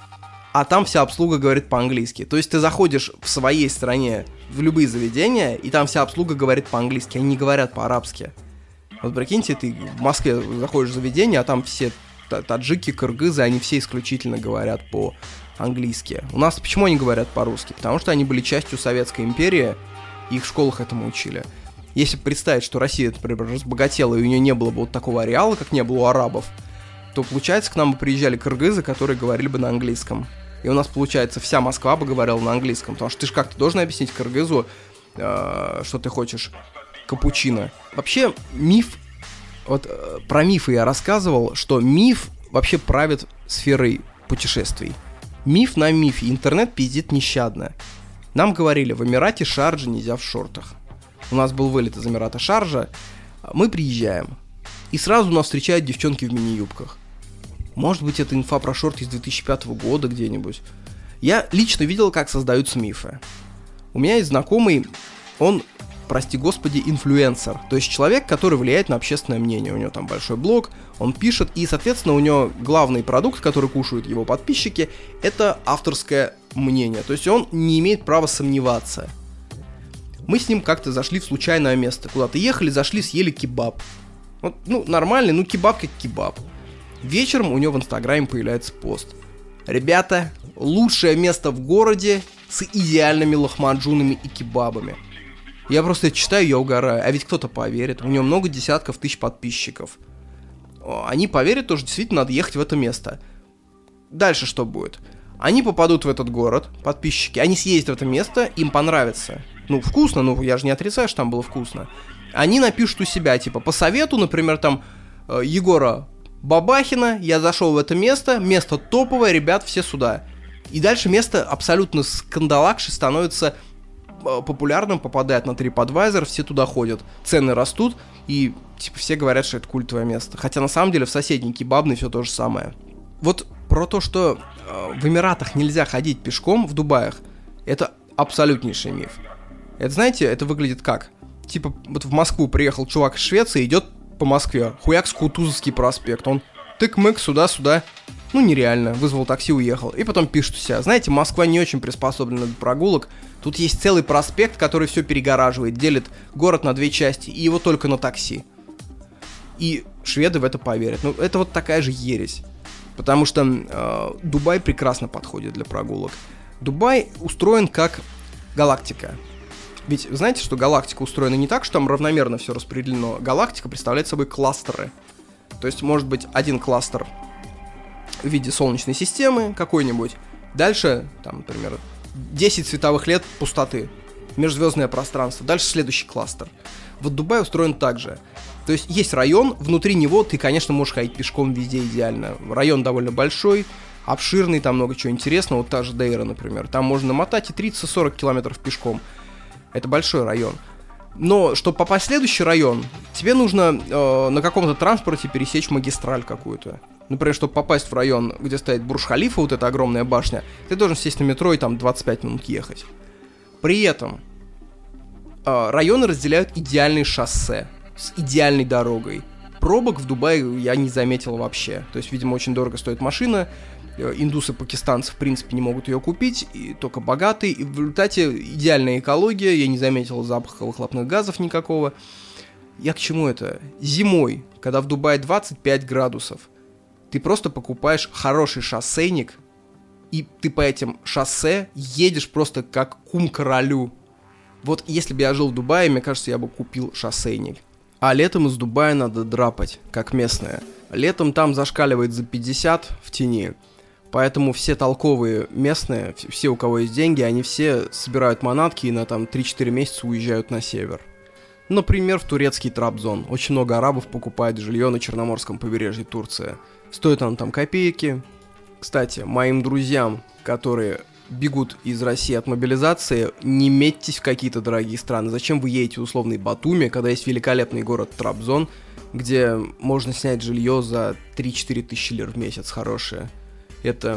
а там вся обслуга говорит по-английски. То есть ты заходишь в своей стране в любые заведения, и там вся обслуга говорит по-английски, они не говорят по-арабски. Вот прикиньте, ты в Москве заходишь в заведение, а там все таджики, кыргызы, они все исключительно говорят по-английски. У нас почему они говорят по-русски? Потому что они были частью Советской империи, и их в школах этому учили. Если представить, что Россия, например, разбогатела, и у нее не было бы вот такого ареала, как не было у арабов, то, получается, к нам бы приезжали кыргызы, которые говорили бы на английском. И у нас, получается, вся Москва бы говорила на английском. Потому что ты же как-то должен объяснить кыргызу, э, что ты хочешь капучино. Вообще, миф... Вот э, про мифы я рассказывал, что миф вообще правит сферой путешествий. Миф на мифе. Интернет пиздит нещадно. Нам говорили, в Эмирате Шардже нельзя в шортах. У нас был вылет из Эмирата Шарджа, мы приезжаем, и сразу нас встречают девчонки в мини-юбках. Может быть, это инфа про шорты из две тысячи пятого года где-нибудь. Я лично видел, как создаются мифы. У меня есть знакомый, он, прости господи, инфлюенсер, то есть человек, который влияет на общественное мнение. У него там большой блог, он пишет, и, соответственно, у него главный продукт, который кушают его подписчики, это авторское мнение. То есть он не имеет права сомневаться. Мы с ним как-то зашли в случайное место. Куда-то ехали, зашли, съели кебаб. Вот, ну, нормальный, ну, кебаб как кебаб. Вечером у него в Инстаграме появляется пост. Ребята, лучшее место в городе с идеальными лохмаджунами и кебабами. Я просто это читаю, я угораю. А ведь кто-то поверит. У него много десятков тысяч подписчиков. Они поверят, тоже действительно надо ехать в это место. Дальше что будет? Они попадут в этот город, подписчики, они съездят в это место, им понравится. Ну, вкусно, ну, я же не отрицаю, что там было вкусно. Они напишут у себя, типа, по совету, например, там, э, Егора Бабахина, я зашел в это место, место топовое, ребят, все сюда. И дальше место абсолютно скандалакши становится э, популярным, попадает на TripAdvisor, все туда ходят, цены растут, и, типа, все говорят, что это культовое место. Хотя, на самом деле, в соседней кебабной все то же самое. Вот про то, что э, в Эмиратах нельзя ходить пешком в Дубаях, это абсолютнейший миф. Это, знаете, это выглядит как? Типа, вот в Москву приехал чувак из Швеции, идет по Москве, хуякс Кутузовский проспект, он тык-мык, сюда-сюда, ну нереально, вызвал такси, уехал, и потом пишет у себя, знаете, Москва не очень приспособлена для прогулок, тут есть целый проспект, который все перегораживает, делит город на две части, и его только на такси. И шведы в это поверят, ну это вот такая же ересь, потому что э, Дубай прекрасно подходит для прогулок. Дубай устроен как галактика. Ведь знаете, что галактика устроена не так, что там равномерно все распределено. Галактика представляет собой кластеры. То есть может быть один кластер в виде Солнечной системы какой-нибудь. Дальше, там, например, десять световых лет пустоты. Межзвездное пространство. Дальше следующий кластер. Вот Дубай устроен так же. То есть есть район, внутри него ты, конечно, можешь ходить пешком везде идеально. Район довольно большой, обширный, там много чего интересного. Вот та же Дейра, например. Там можно мотать и тридцать-сорок километров пешком. Это большой район. Но, чтобы попасть в следующий район, тебе нужно э, на каком-то транспорте пересечь магистраль какую-то. Например, чтобы попасть в район, где стоит Бурдж-Халифа, вот эта огромная башня, ты должен сесть на метро и там двадцать пять минут ехать. При этом э, районы разделяют идеальные шоссе с идеальной дорогой. Пробок в Дубае я не заметил вообще. То есть, видимо, очень дорого стоит машина. Индусы, пакистанцы, в принципе, не могут ее купить, и только богатые. И в результате идеальная экология, я не заметил запаха выхлопных газов никакого. Я к чему это? Зимой, когда в Дубае двадцать пять градусов, ты просто покупаешь хороший шоссейник, и ты по этим шоссе едешь просто как кум королю. Вот если бы я жил в Дубае, мне кажется, я бы купил шоссейник. А летом из Дубая надо драпать, как местное. Летом там зашкаливает за пятьдесят в тени. Поэтому все толковые местные, все, у кого есть деньги, они все собирают манатки и на там три-четыре месяца уезжают на север. Например, в турецкий Трабзон. Очень много арабов покупает жилье на Черноморском побережье Турции. Стоит оно там копейки. Кстати, моим друзьям, которые бегут из России от мобилизации, не метьтесь в какие-то дорогие страны. Зачем вы едете в условный Батуми, когда есть великолепный город Трабзон, где можно снять жилье за три-четыре тысячи лир в месяц хорошее. Это,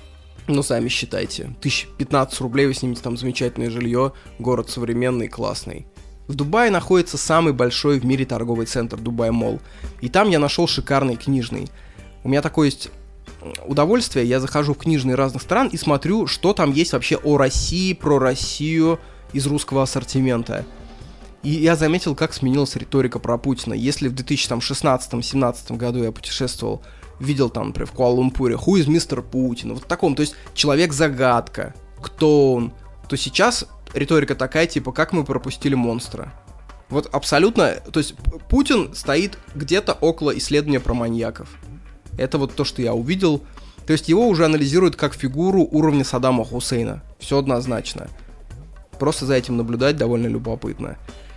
ну, сами считайте. Тысяч пятнадцать рублей вы снимете там замечательное жилье, город современный, классный. В Дубае находится самый большой в мире торговый центр Дубай Молл. И там я нашел шикарный книжный. У меня такое есть удовольствие, я захожу в книжные разных стран и смотрю, что там есть вообще о России, про Россию из русского ассортимента. И я заметил, как сменилась риторика про Путина. Если в две тысячи шестнадцатом-семнадцатом году я путешествовал, видел там, например, в Куала-Лумпуре «Who is мистер Путин?» Вот в таком, то есть человек-загадка, кто он, то сейчас риторика такая, типа, как мы пропустили монстра. Вот абсолютно, то есть Путин стоит где-то около исследования про маньяков. Это вот то, что я увидел. То есть его уже анализируют как фигуру уровня Саддама Хусейна. Все однозначно. Просто за этим наблюдать довольно любопытно.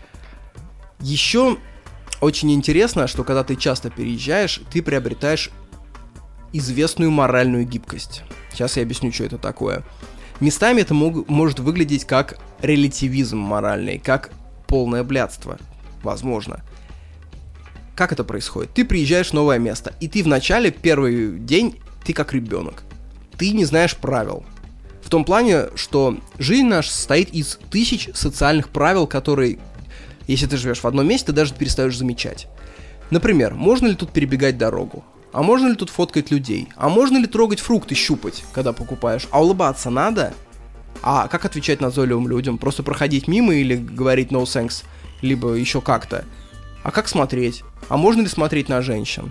Еще очень интересно, что когда ты часто переезжаешь, ты приобретаешь известную моральную гибкость. Сейчас я объясню, что это такое. Местами это мог, может выглядеть как релятивизм моральный, как полное блядство. Возможно. Как это происходит? Ты приезжаешь в новое место, и ты вначале, первый день, ты как ребенок. Ты не знаешь правил. В том плане, что жизнь наша состоит из тысяч социальных правил, которые, если ты живешь в одном месте, ты даже перестаешь замечать. Например, можно ли тут перебегать дорогу? А можно ли тут фоткать людей? А можно ли трогать фрукты, щупать, когда покупаешь? А улыбаться надо? А как отвечать назойливым людям? Просто проходить мимо или говорить no thanks? Либо еще как-то? А как смотреть? А можно ли смотреть на женщин?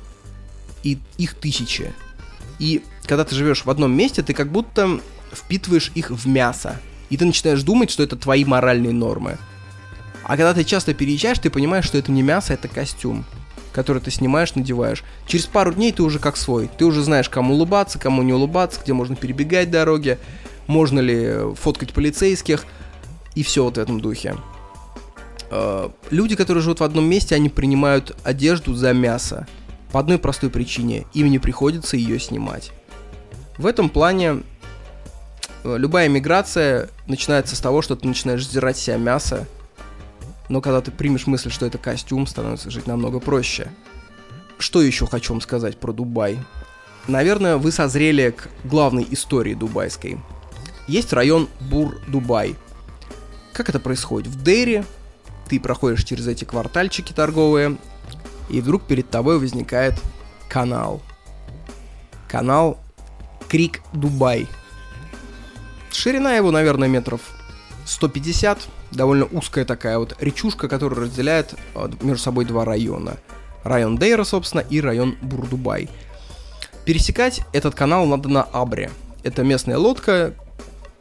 И их тысячи. И когда ты живешь в одном месте, ты как будто впитываешь их в мясо. И ты начинаешь думать, что это твои моральные нормы. А когда ты часто переезжаешь, ты понимаешь, что это не мясо, это костюм, который ты снимаешь, надеваешь. Через пару дней ты уже как свой. Ты уже знаешь, кому улыбаться, кому не улыбаться, где можно перебегать дороги, можно ли фоткать полицейских, и все вот в этом духе. Люди, которые живут в одном месте, они принимают одежду за мясо. По одной простой причине. Им не приходится ее снимать. В этом плане любая миграция начинается с того, что ты начинаешь сдирать с себя мясо. Но когда ты примешь мысль, что это костюм, становится жить намного проще. Что еще хочу вам сказать про Дубай? Наверное, вы созрели к главной истории дубайской. Есть район Бур-Дубай. Как это происходит? В Дейре ты проходишь через эти квартальчики торговые, и вдруг перед тобой возникает канал. Канал Крик-Дубай. Ширина его, наверное, метров сто пятьдесят. Довольно узкая такая вот речушка, которая разделяет между собой два района. Район Дейра, собственно, и район Бур-Дубай. Пересекать этот канал надо на Абре. Это местная лодка,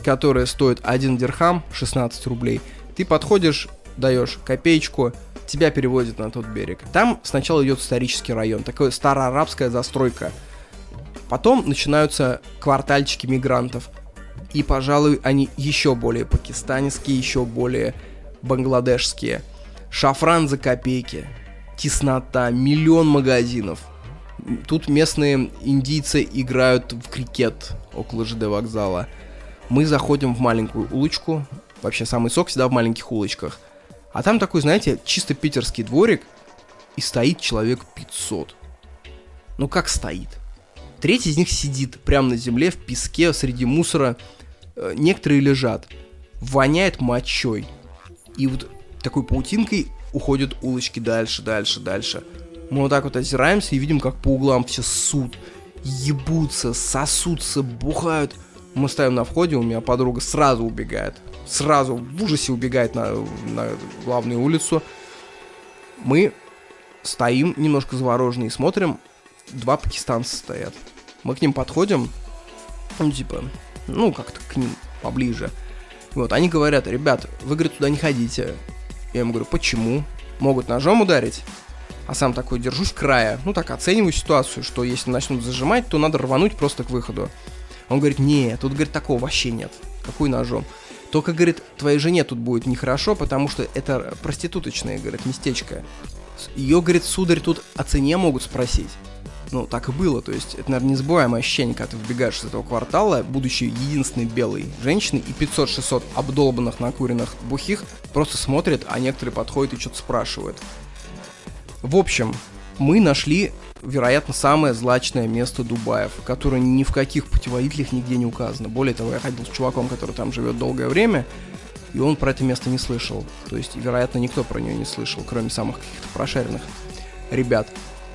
которая стоит один дирхам, шестнадцать рублей. Ты подходишь, даешь копеечку, тебя переводят на тот берег. Там сначала идет исторический район, такая староарабская застройка. Потом начинаются квартальчики мигрантов. И, пожалуй, они еще более пакистанские, еще более бангладешские. Шафран за копейки, теснота, миллион магазинов. Тут местные индийцы играют в крикет около ЖД вокзала. Мы заходим в маленькую улочку. Вообще, самый сок всегда в маленьких улочках. А там такой, знаете, чисто питерский дворик. И стоит человек пятьсот. Ну как стоит? Третий из них сидит прямо на земле, в песке, среди мусора. Некоторые лежат. Воняет мочой. И вот такой паутинкой уходят улочки дальше, дальше, дальше. Мы вот так вот озираемся и видим, как по углам все ссут, ебутся, сосутся, бухают. Мы ставим на входе, у меня подруга сразу убегает. Сразу в ужасе убегает на, на главную улицу. Мы стоим немножко завороженные и смотрим. Два пакистанца стоят. Мы к ним подходим. Ну, типа, ну, как-то к ним поближе. Вот, они говорят: ребят, вы, говорит, туда не ходите. Я им говорю: почему? Могут ножом ударить. А сам такой, держусь края. Ну, так, оцениваю ситуацию, что если начнут зажимать, то надо рвануть просто к выходу. Он говорит: не, тут, говорит, такого вообще нет. Какой ножом? Только, говорит, твоей жене тут будет нехорошо, потому что это проституточное, говорит, местечко. Ее, говорит, сударь, тут о цене могут спросить. Ну, так и было, то есть это, наверное, незабываемое ощущение, когда ты вбегаешь из этого квартала, будучи единственной белой женщиной, и пятьсот-шестьсот обдолбанных, накуренных, бухих просто смотрят, а некоторые подходят и что-то спрашивают. В общем, мы нашли, вероятно, самое злачное место Дубаев, которое ни в каких путеводителях нигде не указано. Более того, я ходил с чуваком, который там живет долгое время, и он про это место не слышал. То есть, вероятно, никто про нее не слышал, кроме самых каких-то прошаренных ребят.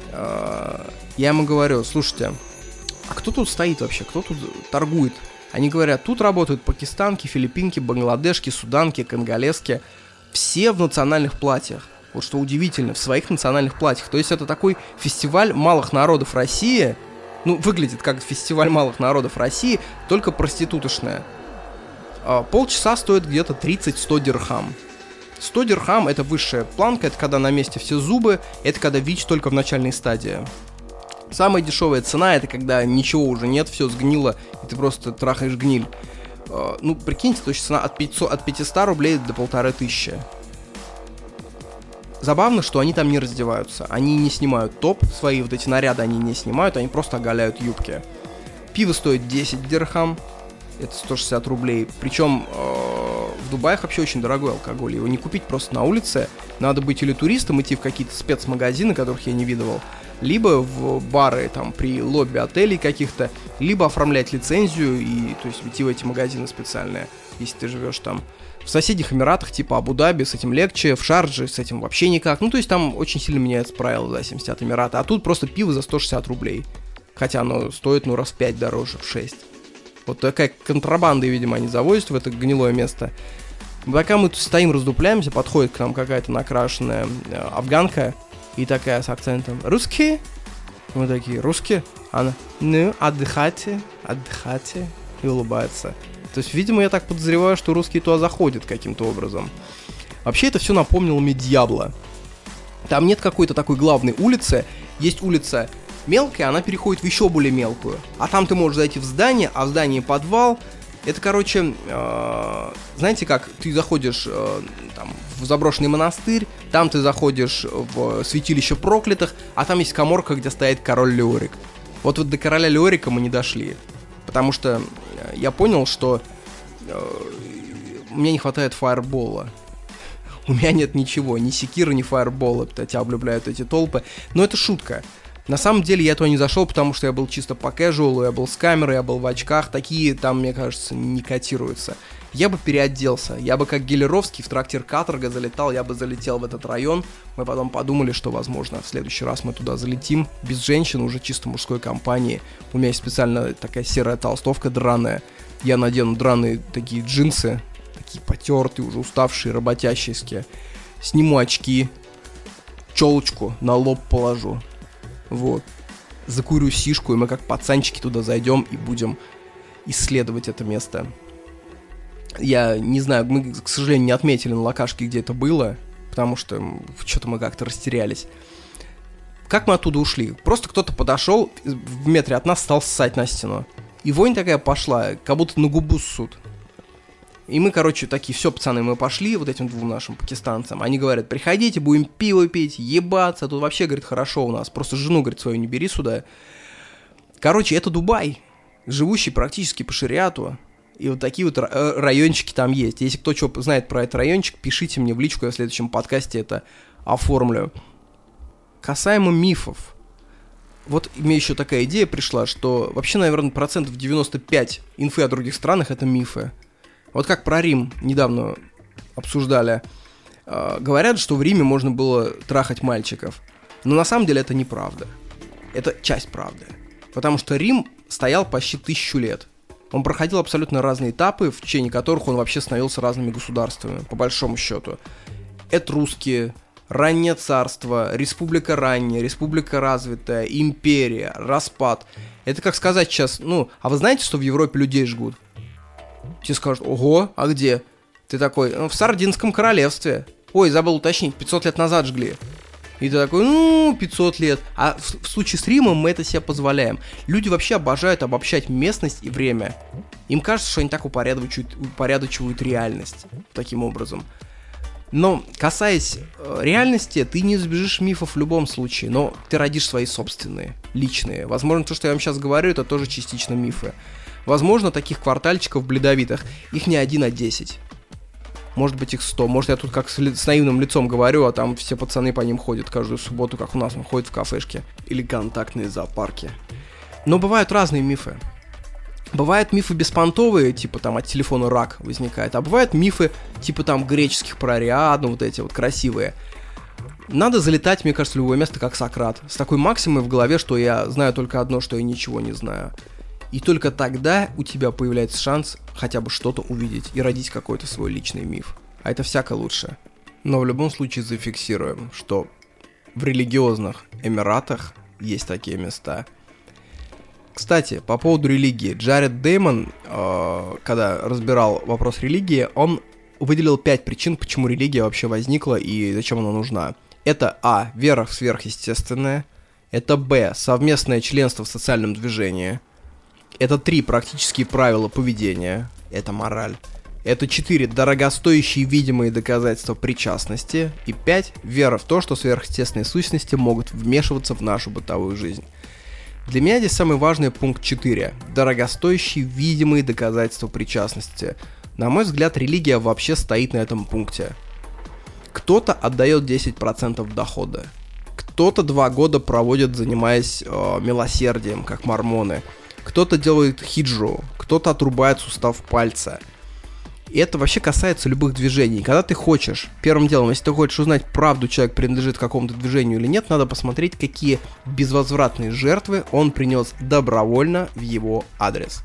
Я ему говорю: слушайте, а кто тут стоит вообще, кто тут торгует? Они говорят: тут работают пакистанки, филиппинки, бангладешки, суданки, конголезки. Все в национальных платьях. Вот что удивительно, в своих национальных платьях. То есть это такой фестиваль малых народов России. Ну, выглядит как фестиваль малых народов России, только проститутошная. А, полчаса стоит где-то тридцать-сто дирхам. сто дирхам — это высшая планка, это когда на месте все зубы, это когда ВИЧ только в начальной стадии. Самая дешевая цена — это когда ничего уже нет, все сгнило, и ты просто трахаешь гниль. А, ну, прикиньте, то есть цена от, пятисот, от пятисот рублей до полторы тысячи. Забавно, что они там не раздеваются. Они не снимают топ, свои вот эти наряды они не снимают, они просто оголяют юбки. Пиво стоит десять дирхам, это сто шестьдесят рублей. Причем э, в Дубаях вообще очень дорогой алкоголь. Его не купить просто на улице. Надо быть или туристом, идти в какие-то спецмагазины, которых я не видывал, либо в бары там при лобби отелей каких-то, либо оформлять лицензию и, то есть, идти в эти магазины специальные, если ты живешь там. В соседних Эмиратах, типа Абу-Даби, с этим легче, в Шардже с этим вообще никак. Ну, то есть там очень сильно меняются правила, да, семьдесят Эмираты. А тут просто пиво за сто шестьдесят рублей. Хотя оно стоит, ну, раз в пять дороже, в шесть. Вот такая контрабанда, видимо, они завозят в это гнилое место. Пока мы тут стоим, раздупляемся, подходит к нам какая-то накрашенная э, афганка и такая с акцентом: русские? Мы такие: русские? Она: ну, отдыхайте, отдыхайте. И улыбается. То есть, видимо, я так подозреваю, что русские туда заходят каким-то образом. Вообще, это все напомнило мне Дьябло. Там нет какой-то такой главной улицы. Есть улица мелкая, она переходит в еще более мелкую. А там ты можешь зайти в здание, а в здании подвал. Это, короче, э, знаете как, ты заходишь э, там, в заброшенный монастырь, там ты заходишь в святилище проклятых, а там есть каморка, где стоит король Леорик. Вот вот до короля Леорика мы не дошли. Потому что я понял, что э, мне не хватает фаербола. У меня нет ничего, ни секира, ни фаербола. Тебя облюбляют эти толпы. Но это шутка. На самом деле я туда не зашел, потому что я был чисто по casual, я был с камерой, я был в очках. Такие там, мне кажется, не котируются. Я бы переоделся. Я бы как Гелеровский в трактир Каторга залетал, я бы залетел в этот район. Мы потом подумали, что, возможно, в следующий раз мы туда залетим. Без женщин, уже чисто мужской компании. У меня есть специально такая серая толстовка драная. Я надену драные такие джинсы, такие потертые, уже уставшие, работящие. Сниму очки, челочку на лоб положу. Вот. Закурю сишку, и мы как пацанчики туда зайдем и будем исследовать это место. Я не знаю, мы, к сожалению, не отметили на локашке, где это было, потому что что-то мы как-то растерялись. Как мы оттуда ушли? Просто кто-то подошел в метре от нас, стал ссать на стену. И вонь такая пошла, как будто на губу ссут. И мы, короче, такие, все, пацаны, мы пошли вот этим двум нашим пакистанцам. Они говорят, приходите, будем пиво пить, ебаться. Тут вообще, говорит, хорошо у нас. Просто жену, говорит, свою не бери сюда. Короче, это Дубай, живущий практически по шариату. И вот такие вот райончики там есть. Если кто что знает про этот райончик, пишите мне в личку, я в следующем подкасте это оформлю. Касаемо мифов. Вот мне еще такая идея пришла, что вообще, наверное, процентов девяносто пять инфы о других странах это мифы. Вот как про Рим недавно обсуждали. Э, говорят, что в Риме можно было трахать мальчиков. Но на самом деле это неправда. Это часть правды. Потому что Рим стоял почти тысячу лет. Он проходил абсолютно разные этапы, в течение которых он вообще становился разными государствами, по большому счету. Этрусские, раннее царство, республика ранняя, республика развитая, империя, распад. Это как сказать сейчас, ну, а вы знаете, что в Европе людей жгут? Тебе скажут, ого, а где? Ты такой, ну, в Сардинском королевстве. Ой, забыл уточнить, пятьсот лет назад жгли. И ты такой, ну, пятьсот лет. А в, в случае с Римом мы это себе позволяем. Люди вообще обожают обобщать местность и время. Им кажется, что они так упорядочивают, упорядочивают реальность таким образом. Но, касаясь э, реальности, ты не избежишь мифов в любом случае, но ты родишь свои собственные, личные. Возможно, то, что я вам сейчас говорю, это тоже частично мифы. Возможно, таких квартальчиков бледовитых, их не один, а десять. Может быть, их сто. Может, я тут как с, ли- с наивным лицом говорю, а там все пацаны по ним ходят каждую субботу, как у нас он ходит в кафешке. Или контактные зоопарки. Но бывают разные мифы. Бывают мифы беспонтовые, типа там от телефона рак возникает. А бывают мифы типа там греческих про Ариадну, вот эти вот красивые. Надо залетать, мне кажется, в любое место, как Сократ. С такой максимой в голове, что я знаю только одно, что я ничего не знаю. И только тогда у тебя появляется шанс хотя бы что-то увидеть и родить какой-то свой личный миф. А это всяко лучше. Но в любом случае зафиксируем, что в религиозных эмиратах есть такие места. Кстати, по поводу религии. Джаред Деймон, э, когда разбирал вопрос религии, он выделил пять причин, почему религия вообще возникла и зачем она нужна. Это а. Вера в сверхъестественное. Это б. Совместное членство в социальном движении. Это три. Практические правила поведения. Это мораль. Это четыре. Дорогостоящие видимые доказательства причастности. И пять. Вера в то, что сверхъестественные сущности могут вмешиваться в нашу бытовую жизнь. Для меня здесь самый важный пункт четыре. Дорогостоящие видимые доказательства причастности. На мой взгляд, религия вообще стоит на этом пункте. Кто-то отдает десять процентов дохода. Кто-то два года проводит, занимаясь э, милосердием, как мормоны. Кто-то делает хиджру, кто-то отрубает сустав пальца. И это вообще касается любых движений. Когда ты хочешь, первым делом, если ты хочешь узнать, правду человек принадлежит какому-то движению или нет, надо посмотреть, какие безвозвратные жертвы он принес добровольно в его адрес.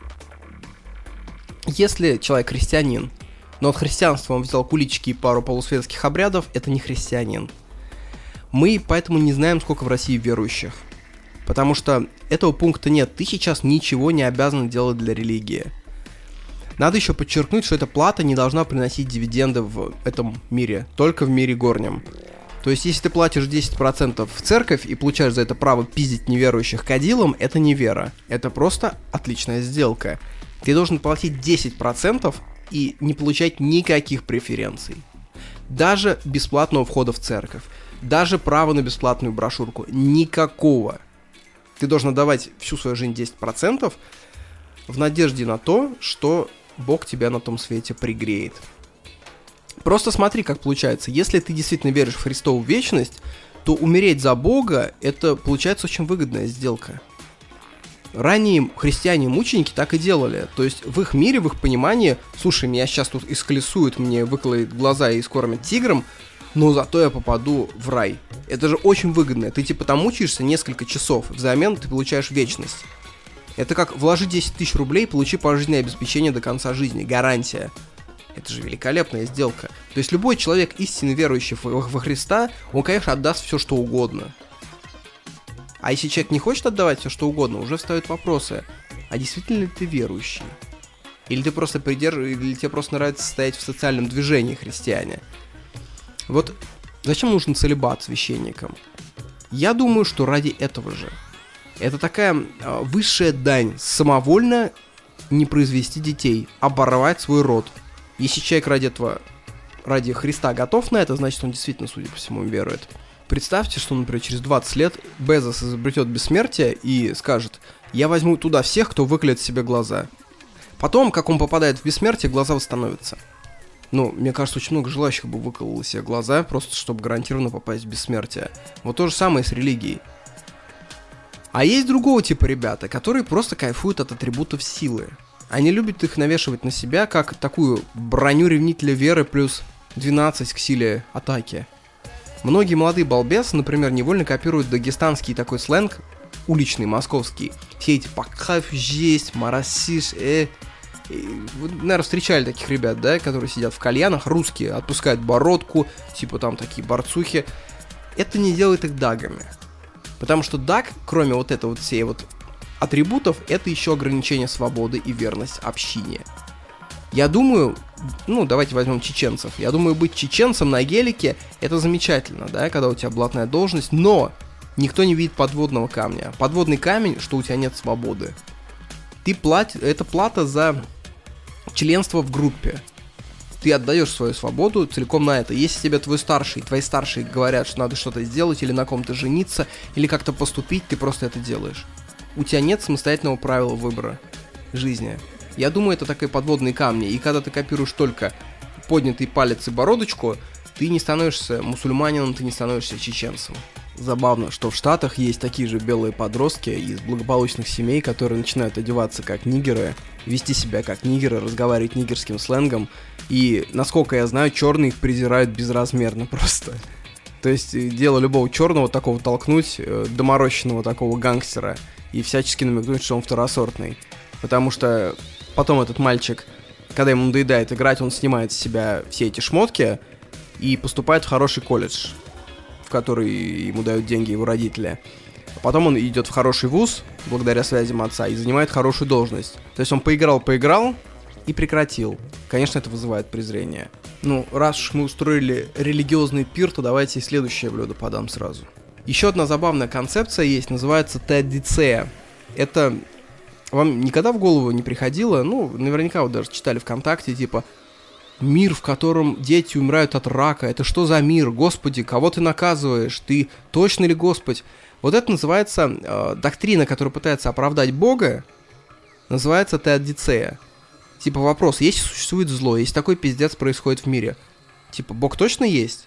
Если человек христианин, но от христианства он взял куличики и пару полусветских обрядов, это не христианин. Мы поэтому не знаем, сколько в России верующих. Потому что этого пункта нет. Ты сейчас ничего не обязан делать для религии. Надо еще подчеркнуть, что эта плата не должна приносить дивиденды в этом мире, только в мире горнем. То есть, если ты платишь десять процентов в церковь и получаешь за это право пиздить неверующих кадилом, это не вера. Это просто отличная сделка. Ты должен платить десять процентов и не получать никаких преференций. Даже бесплатного входа в церковь. Даже право на бесплатную брошюрку. Никакого. Ты должен отдавать всю свою жизнь десять процентов в надежде на то, что Бог тебя на том свете пригреет. Просто смотри, как получается. Если ты действительно веришь в Христову вечность, то умереть за Бога — это, получается, очень выгодная сделка. Ранние христиане-мученики так и делали. То есть в их мире, в их понимании, слушай, меня сейчас тут исколесуют, мне выколоют глаза и скормят тигром, но зато я попаду в рай. Это же очень выгодно. Ты типа там мучаешься несколько часов, взамен ты получаешь вечность. Это как вложи десять тысяч рублей, получи пожизненное обеспечение до конца жизни. Гарантия. Это же великолепная сделка. То есть любой человек, истинно верующий во Христа, он, конечно, отдаст все, что угодно. А если человек не хочет отдавать все, что угодно, уже встают вопросы. А действительно ли ты верующий? Или ты просто придерживаешь, или тебе просто нравится стоять в социальном движении, христиане. Вот зачем нужен целибат священникам? Я думаю, что ради этого же. Это такая э, высшая дань самовольно не произвести детей, оборвать свой род. Если человек ради этого, ради Христа готов на это, значит он действительно, судя по всему, верует. Представьте, что, например, через двадцать лет Безос изобретет бессмертие и скажет: я возьму туда всех, кто выколет себе глаза. Потом, как он попадает в бессмертие, глаза восстановятся. Ну, мне кажется, очень много желающих бы выкололо себе глаза, просто чтобы гарантированно попасть в бессмертие. Вот то же самое с религией. А есть другого типа ребята, которые просто кайфуют от атрибутов силы. Они любят их навешивать на себя, как такую броню ревнителя веры плюс двенадцать к силе атаки. Многие молодые балбесы, например, невольно копируют дагестанский такой сленг, уличный, московский. Все эти «покайф, жесть», «марасиш», «э». Вы, наверное, встречали таких ребят, да, которые сидят в кальянах, русские, отпускают бородку, типа там такие борцухи. Это не делает их дагами. Потому что даг, кроме вот этого вот всей вот атрибутов, это еще ограничение свободы и верность общине. Я думаю, ну, давайте возьмем чеченцев. Я думаю, быть чеченцем на гелике — это замечательно, да, когда у тебя блатная должность, но никто не видит подводного камня. Подводный камень, что у тебя нет свободы. Ты платишь, это плата за членство в группе. Ты отдаешь свою свободу целиком на это. Если тебе твой старший, твои старшие говорят, что надо что-то сделать, или на ком-то жениться, или как-то поступить, ты просто это делаешь. У тебя нет самостоятельного правила выбора жизни. Я думаю, это такие подводные камни. И когда ты копируешь только поднятый палец и бородочку, ты не становишься мусульманином, ты не становишься чеченцем. Забавно, что в Штатах есть такие же белые подростки из благополучных семей, которые начинают одеваться как нигеры, вести себя как нигеры, разговаривать нигерским сленгом. И, насколько я знаю, черные их презирают безразмерно просто. То есть дело любого черного такого толкнуть, доморощенного такого гангстера, и всячески намекнуть, что он второсортный. Потому что потом этот мальчик, когда ему надоедает играть, он снимает с себя все эти шмотки и поступает в хороший колледж, в который ему дают деньги его родители. Потом он идет в хороший вуз, благодаря связям отца, и занимает хорошую должность. То есть он поиграл-поиграл и прекратил. Конечно, это вызывает презрение. Ну, раз уж мы устроили религиозный пир, то давайте и следующее блюдо подам сразу. Еще одна забавная концепция есть, называется теодицея. Это вам никогда в голову не приходило? Ну, наверняка вы даже читали ВКонтакте, типа: мир, в котором дети умирают от рака, это что за мир? Господи, кого ты наказываешь? Ты точно ли Господь? Вот это называется, э, доктрина, которая пытается оправдать Бога, называется теодицея. Типа вопрос: если существует зло, если такой пиздец происходит в мире, типа Бог точно есть?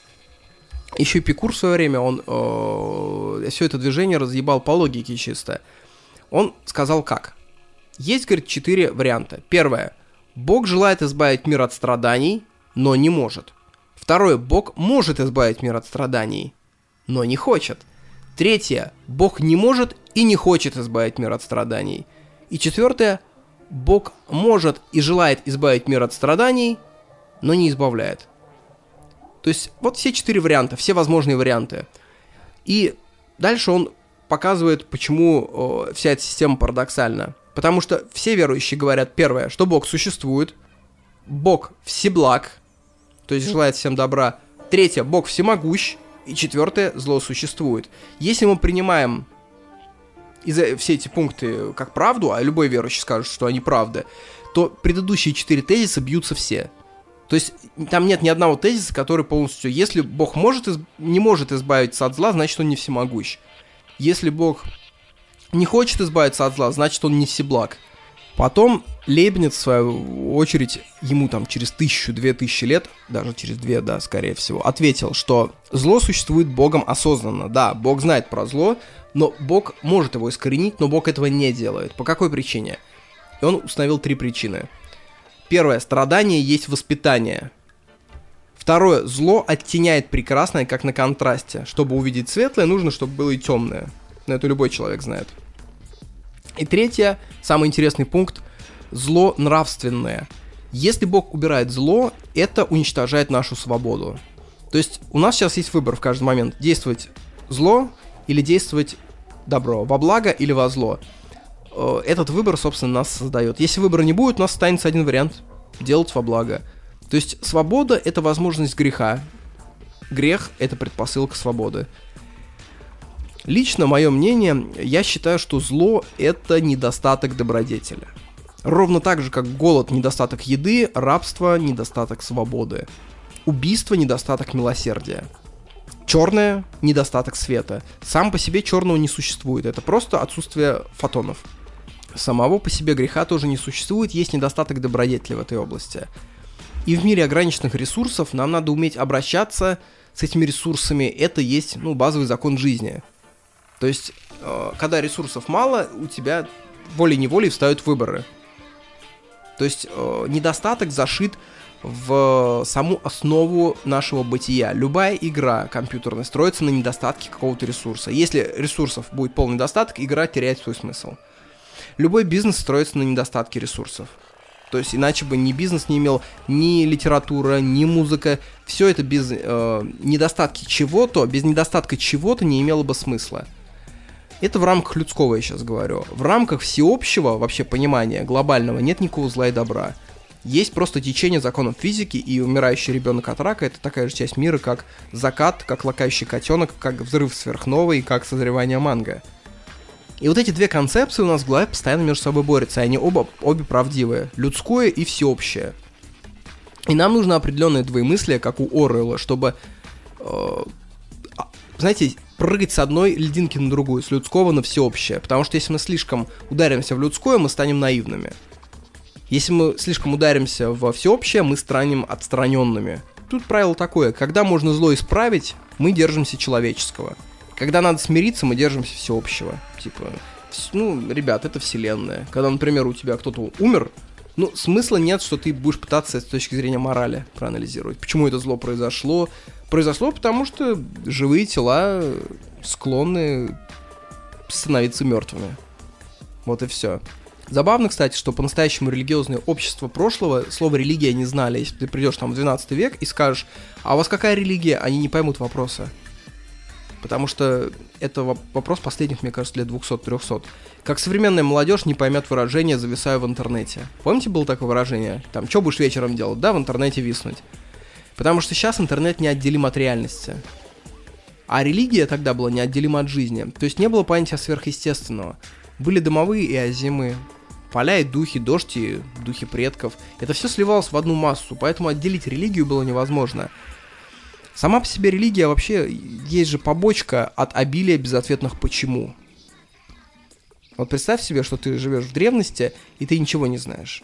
Еще Эпикур в свое время, он э, все это движение разъебал по логике чисто. Он сказал как? Есть, говорит, четыре варианта. Первое. Бог желает избавить мир от страданий, но не может. Второе. Бог может избавить мир от страданий, но не хочет. Третье. Бог не может и не хочет избавить мир от страданий. И четвертое. Бог может и желает избавить мир от страданий, но не избавляет. То есть вот все четыре варианта, все возможные варианты. И дальше он показывает, почему э, вся эта система парадоксальна. Потому что все верующие говорят, первое, что Бог существует, Бог всеблаг, то есть желает всем добра. Третье, Бог всемогущ. И четвертое, зло существует. Если мы принимаем из- все эти пункты как правду, а любой верующий скажет, что они правда, то предыдущие четыре тезиса бьются все. То есть там нет ни одного тезиса, который полностью... Если Бог может из... не может избавиться от зла, значит он не всемогущ. Если Бог не хочет избавиться от зла, значит он не всеблаг. Потом Лейбниц, в свою очередь, ему там через тысячу-две тысячи лет, даже через две, да, скорее всего, ответил, что зло существует Богом осознанно. Да, Бог знает про зло, но Бог может его искоренить, но Бог этого не делает. По какой причине? И он установил три причины. Первое. Страдание есть воспитание. Второе. Зло оттеняет прекрасное, как на контрасте. Чтобы увидеть светлое, нужно, чтобы было и темное. Но это любой человек знает. И третье. Самый интересный пункт. Зло нравственное. Если Бог убирает зло, это уничтожает нашу свободу. То есть у нас сейчас есть выбор в каждый момент. Действовать зло или действовать добро. Во благо или во зло. э, этот выбор, собственно, нас создает. Если выбора не будет, у нас останется один вариант – делать во благо. То есть свобода – это возможность греха. Грех – это предпосылка свободы. Лично, мое мнение, я считаю, что зло – это недостаток добродетеля. Ровно так же, как голод – недостаток еды, рабство – недостаток свободы, убийство – недостаток милосердия. Черное – недостаток света. Сам по себе черного не существует, это просто отсутствие фотонов. Самого по себе греха тоже не существует, есть недостаток добродетеля в этой области. И в мире ограниченных ресурсов нам надо уметь обращаться с этими ресурсами, это есть, ну, базовый закон жизни. То есть, э, когда ресурсов мало, у тебя волей-неволей встают выборы. То есть, э, недостаток зашит в саму основу нашего бытия. Любая игра компьютерная строится на недостатке какого-то ресурса. Если ресурсов будет полный достаток, игра теряет свой смысл. Любой бизнес строится на недостатке ресурсов. То есть, иначе бы ни бизнес не имел, ни литература, ни музыка. Все это без э, недостатки чего-то, без недостатка чего-то не имело бы смысла. Это в рамках людского, я сейчас говорю. В рамках всеобщего вообще понимания, глобального, нет никакого зла и добра. Есть просто течение законов физики, и умирающий ребенок от рака — это такая же часть мира, как закат, как лакающий котенок, как взрыв сверхновой, как созревание манго. И вот эти две концепции у нас в голове постоянно между собой борются, и они оба, обе правдивые. Людское и всеобщее. И нам нужно определенное двоемыслие, как у Оруэлла, чтобы, э, знаете, прыгать с одной льдинки на другую, с людского на всеобщее. Потому что если мы слишком ударимся в людское, мы станем наивными. Если мы слишком ударимся во всеобщее, мы станем отстраненными. Тут правило такое: когда можно зло исправить, мы держимся человеческого. Когда надо смириться, мы держимся всеобщего. Типа, ну, ребят, это вселенная. Когда, например, у тебя кто-то умер, ну, смысла нет, что ты будешь пытаться с точки зрения морали проанализировать. Почему это зло произошло? Произошло потому, что живые тела склонны становиться мертвыми. Вот и все. Забавно, кстати, что по-настоящему религиозные общества прошлого слово «религия» не знали. Если ты придешь там в двенадцатый век и скажешь: а у вас какая религия? Они не поймут вопроса. Потому что это вопрос последних, мне кажется, лет двухсот-трехсот. Как современная молодежь не поймет выражение «зависаю в интернете». Помните, было такое выражение? Там, что будешь вечером делать? Да, в интернете виснуть. Потому что сейчас интернет неотделим от реальности. А религия тогда была неотделима от жизни. То есть не было понятия сверхъестественного. Были домовые и азимы, поля и духи, дождь и духи предков. Это все сливалось в одну массу, поэтому отделить религию было невозможно. Сама по себе религия вообще есть же побочка от обилия безответных «почему». Вот представь себе, что ты живешь в древности, и ты ничего не знаешь.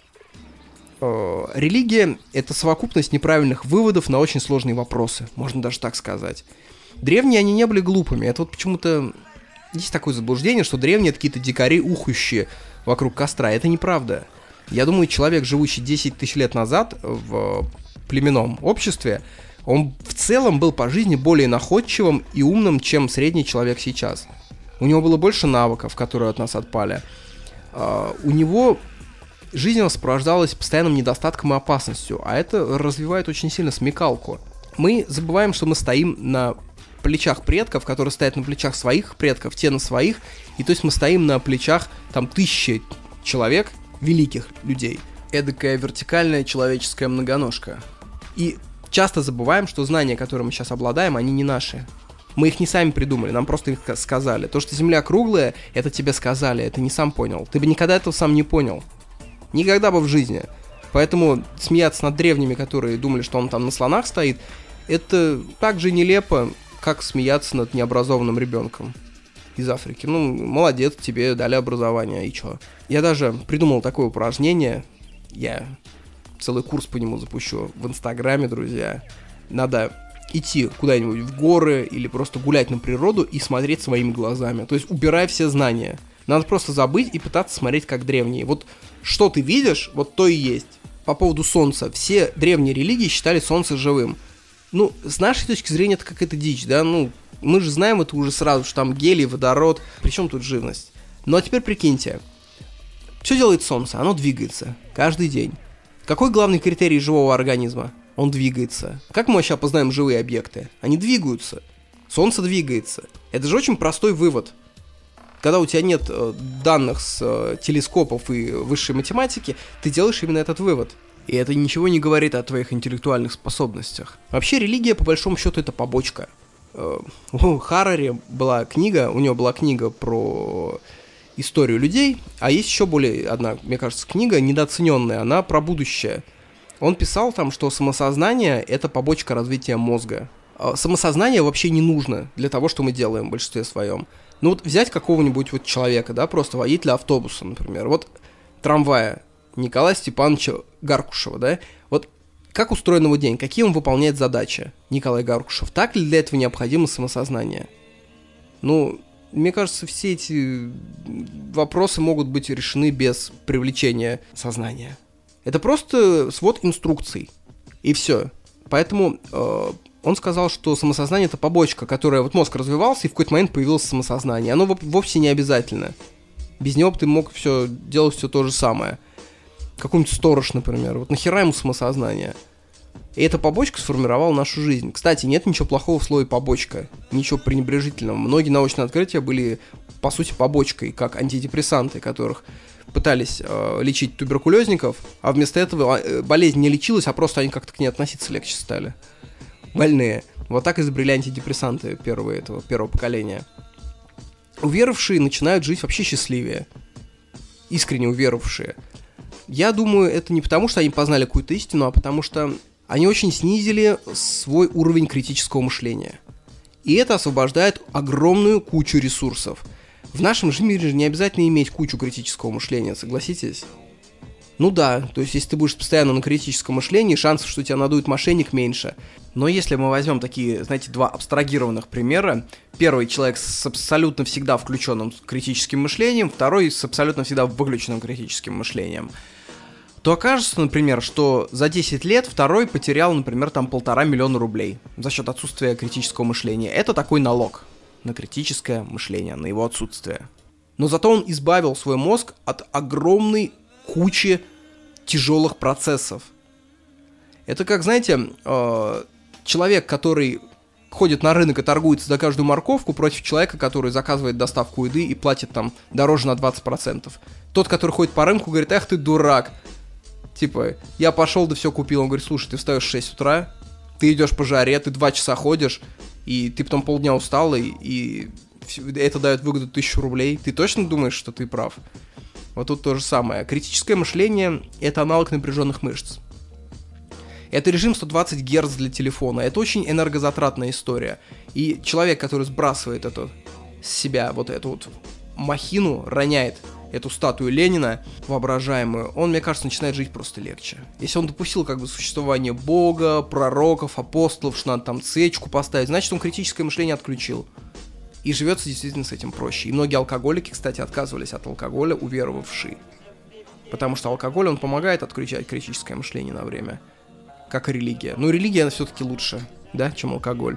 Религия — это совокупность неправильных выводов на очень сложные вопросы, можно даже так сказать. Древние, они не были глупыми. Это вот почему-то есть такое заблуждение, что древние — это какие-то дикари, ухающие вокруг костра. Это неправда. Я думаю, человек, живущий десять тысяч лет назад в племенном обществе, он в целом был по жизни более находчивым и умным, чем средний человек сейчас. У него было больше навыков, которые от нас отпали. У него жизнь сопровождалась постоянным недостатком и опасностью, а это развивает очень сильно смекалку. Мы забываем, что мы стоим на плечах предков, которые стоят на плечах своих предков, те на своих, и то есть мы стоим на плечах там тысячи человек, великих людей. Эдакая вертикальная человеческая многоножка. И часто забываем, что знания, которые мы сейчас обладаем, они не наши. Мы их не сами придумали, нам просто их сказали. То, что Земля круглая, это тебе сказали, это не сам понял. Ты бы никогда этого сам не понял. Никогда бы в жизни. Поэтому смеяться над древними, которые думали, что он там на слонах стоит, это так же нелепо, как смеяться над необразованным ребенком из Африки. Ну, молодец, тебе дали образование, и чё? Я даже придумал такое упражнение, я целый курс по нему запущу в Инстаграме, друзья. Надо идти куда-нибудь в горы или просто гулять на природу и смотреть своими глазами. То есть убирай все знания. Надо просто забыть и пытаться смотреть как древние. Вот что ты видишь, вот то и есть. По поводу Солнца. Все древние религии считали Солнце живым. Ну, с нашей точки зрения, это какая-то дичь, да? Ну, мы же знаем это уже сразу, что там гелий, водород. Причем тут живность? Ну, а теперь прикиньте. Что делает Солнце? Оно двигается каждый день. Какой главный критерий живого организма? Он двигается. Как мы вообще опознаем живые объекты? Они двигаются. Солнце двигается. Это же очень простой вывод. когда у тебя нет э, данных с э, телескопов и высшей математики, ты делаешь именно этот вывод. И это ничего не говорит о твоих интеллектуальных способностях. Вообще религия, по большому счету, это побочка. Э, у Харари была книга, у него была книга про историю людей, а есть еще более одна, мне кажется, книга недооцененная, она про будущее. Он писал там, что самосознание — это побочка развития мозга. Самосознание вообще не нужно для того, что мы делаем в большинстве своем. Ну вот взять какого-нибудь вот человека, да, просто водителя автобуса, например, вот трамвая Николая Степановича Гаркушева, да, вот как устроен его день, какие он выполняет задачи, Николай Гаркушев, так ли для этого необходимо самосознание? Ну, мне кажется, все эти вопросы могут быть решены без привлечения сознания. Это просто свод инструкций, и все. Поэтому э, он сказал, что самосознание — это побочка, которая вот мозг развивался, и в какой-то момент появилось самосознание. Оно вовсе не обязательно. Без него ты мог все делать все то же самое. Какой-нибудь сторож, например. Вот нахера ему самосознание? И эта побочка сформировала нашу жизнь. Кстати, нет ничего плохого в слове «побочка». Ничего пренебрежительного. Многие научные открытия были, по сути, побочкой, как антидепрессанты, которых пытались э, лечить туберкулезников, а вместо этого э, болезнь не лечилась, а просто они как-то к ней относиться легче стали. Больные. Вот так изобрели антидепрессанты первого, этого, первого поколения. Уверовавшие начинают жить вообще счастливее. Искренне уверовавшие. Я думаю, это не потому, что они познали какую-то истину, а потому что они очень снизили свой уровень критического мышления. И это освобождает огромную кучу ресурсов. В нашем же мире же не обязательно иметь кучу критического мышления, согласитесь? Ну да, то есть если ты будешь постоянно на критическом мышлении, шансов, что тебя надует мошенник, меньше. Но если мы возьмем такие, знаете, два абстрагированных примера. Первый человек с абсолютно всегда включенным критическим мышлением, второй с абсолютно всегда выключенным критическим мышлением. То окажется, например, что за десять лет второй потерял, например, там полтора миллиона рублей за счет отсутствия критического мышления. Это такой налог на критическое мышление, на его отсутствие. Но зато он избавил свой мозг от огромной кучи тяжелых процессов. Это как, знаете, э, человек, который ходит на рынок и торгуется за каждую морковку, против человека, который заказывает доставку еды и платит там дороже на двадцать процентов. Тот, который ходит по рынку, говорит: эх ты дурак. Типа, я пошел да все купил. Он говорит: слушай, ты встаешь в шесть утра, ты идешь по жаре, ты два часа ходишь, и ты потом полдня устал, и, и это дает выгоду тысячу рублей. Ты точно думаешь, что ты прав? Вот тут то же самое. Критическое мышление — это аналог напряженных мышц. Это режим сто двадцать герц для телефона. Это очень энергозатратная история. И человек, который сбрасывает это с себя, вот эту вот махину, роняет эту статую Ленина воображаемую, он, мне кажется, начинает жить просто легче. Если он допустил как бы существование Бога, пророков, апостолов, что надо там свечку поставить, значит, он критическое мышление отключил. И живется действительно с этим проще. И многие алкоголики, кстати, отказывались от алкоголя, уверовавшие. Потому что алкоголь, он помогает отключать критическое мышление на время. Как и религия. Но религия, она все-таки лучше, да, чем алкоголь.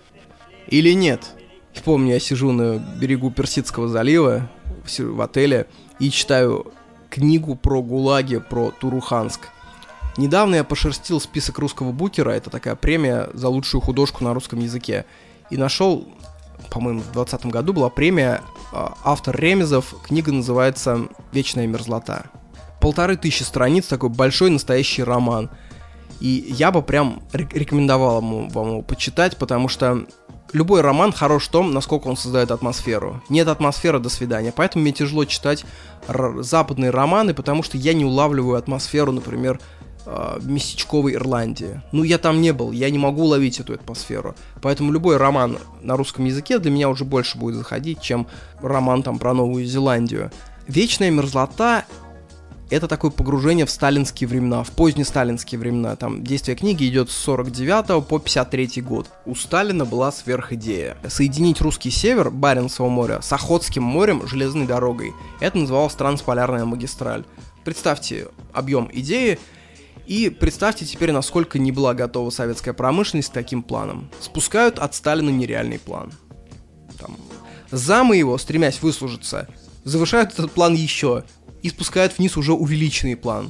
Или нет? Помню, я сижу на берегу Персидского залива в отеле и читаю книгу про ГУЛАГи, про Туруханск. Недавно я пошерстил список русского букера, это такая премия за лучшую художку на русском языке, и нашел, по-моему, в двадцатом году была премия, автор Ремезов, книга называется «Вечная мерзлота». Полторы тысячи страниц, такой большой настоящий роман. И я бы прям рекомендовал ему, вам его почитать, потому что любой роман хорош в том, насколько он создает атмосферу. Нет атмосферы — до свидания. Поэтому мне тяжело читать р- западные романы, потому что я не улавливаю атмосферу, например, э, местечковой Ирландии. Ну, я там не был, я не могу уловить эту атмосферу. Поэтому любой роман на русском языке для меня уже больше будет заходить, чем роман там про Новую Зеландию. «Вечная мерзлота» — это такое погружение в сталинские времена, в позднесталинские времена. Там действие книги идет с сорок девятого по пятьдесят третий год. У Сталина была сверхидея. Соединить русский север, Баренцево море, с Охотским морем железной дорогой. Это называлось трансполярная магистраль. Представьте объем идеи и представьте теперь, насколько не была готова советская промышленность к таким планам. Спускают от Сталина нереальный план. Там, замы его, стремясь выслужиться, завышают этот план еще и спускают вниз уже увеличенный план.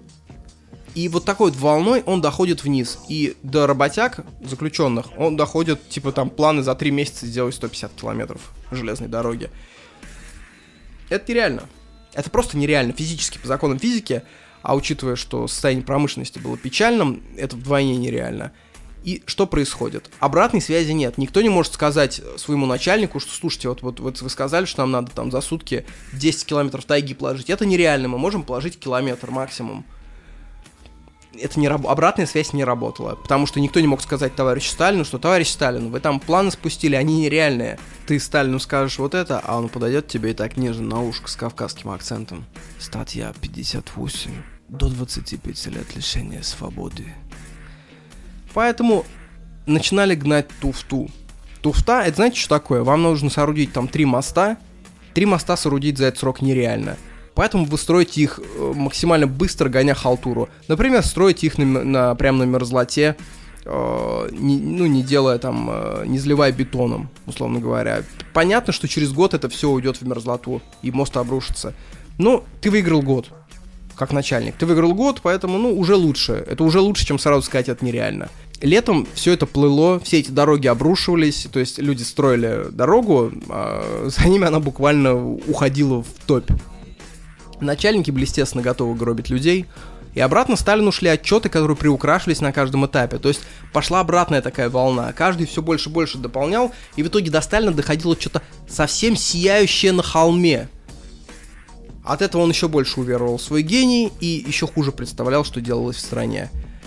И вот такой вот волной он доходит вниз. И до работяг, заключенных, он доходит, типа там планы за три месяца сделать сто пятьдесят километров железной дороги. Это нереально. Это просто нереально физически, по законам физики, а учитывая, что состояние промышленности было печальным, это вдвойне нереально. И что происходит? Обратной связи нет. Никто не может сказать своему начальнику, что, слушайте, вот, вот, вот вы сказали, что нам надо там за сутки десять километров тайги положить. Это нереально, мы можем положить километр максимум. Это не раб... Обратная связь не работала, потому что никто не мог сказать товарищу Сталину, что товарищ Сталин, вы там планы спустили, они нереальные. Ты Сталину скажешь вот это, а он подойдет тебе и так нежно на ушко с кавказским акцентом. Статья пятьдесят восемь. До двадцати пяти лет лишения свободы. Поэтому начинали гнать туфту. Туфта, это знаете, что такое? Вам нужно соорудить там три моста. Три моста соорудить за этот срок нереально. Поэтому вы строите их максимально быстро, гоня халтуру. Например, строите их на, на, прямо на мерзлоте, э, не, ну, не делая там, э, не заливая бетоном, условно говоря. Понятно, что через год это все уйдет в мерзлоту, и мост обрушится. Но ты выиграл год, как начальник. Ты выиграл год, поэтому, ну, уже лучше. Это уже лучше, чем сразу сказать, это нереально. Летом все это плыло, все эти дороги обрушивались, то есть люди строили дорогу, а за ними она буквально уходила в топь. Начальники были, естественно, готовы гробить людей. И обратно Сталину шли отчеты, которые приукрашивались на каждом этапе. То есть пошла обратная такая волна. Каждый все больше и больше дополнял. И в итоге до Сталина доходило что-то совсем сияющее на холме. От этого он еще больше уверовал в свой гений и еще хуже представлял, что делалось в стране.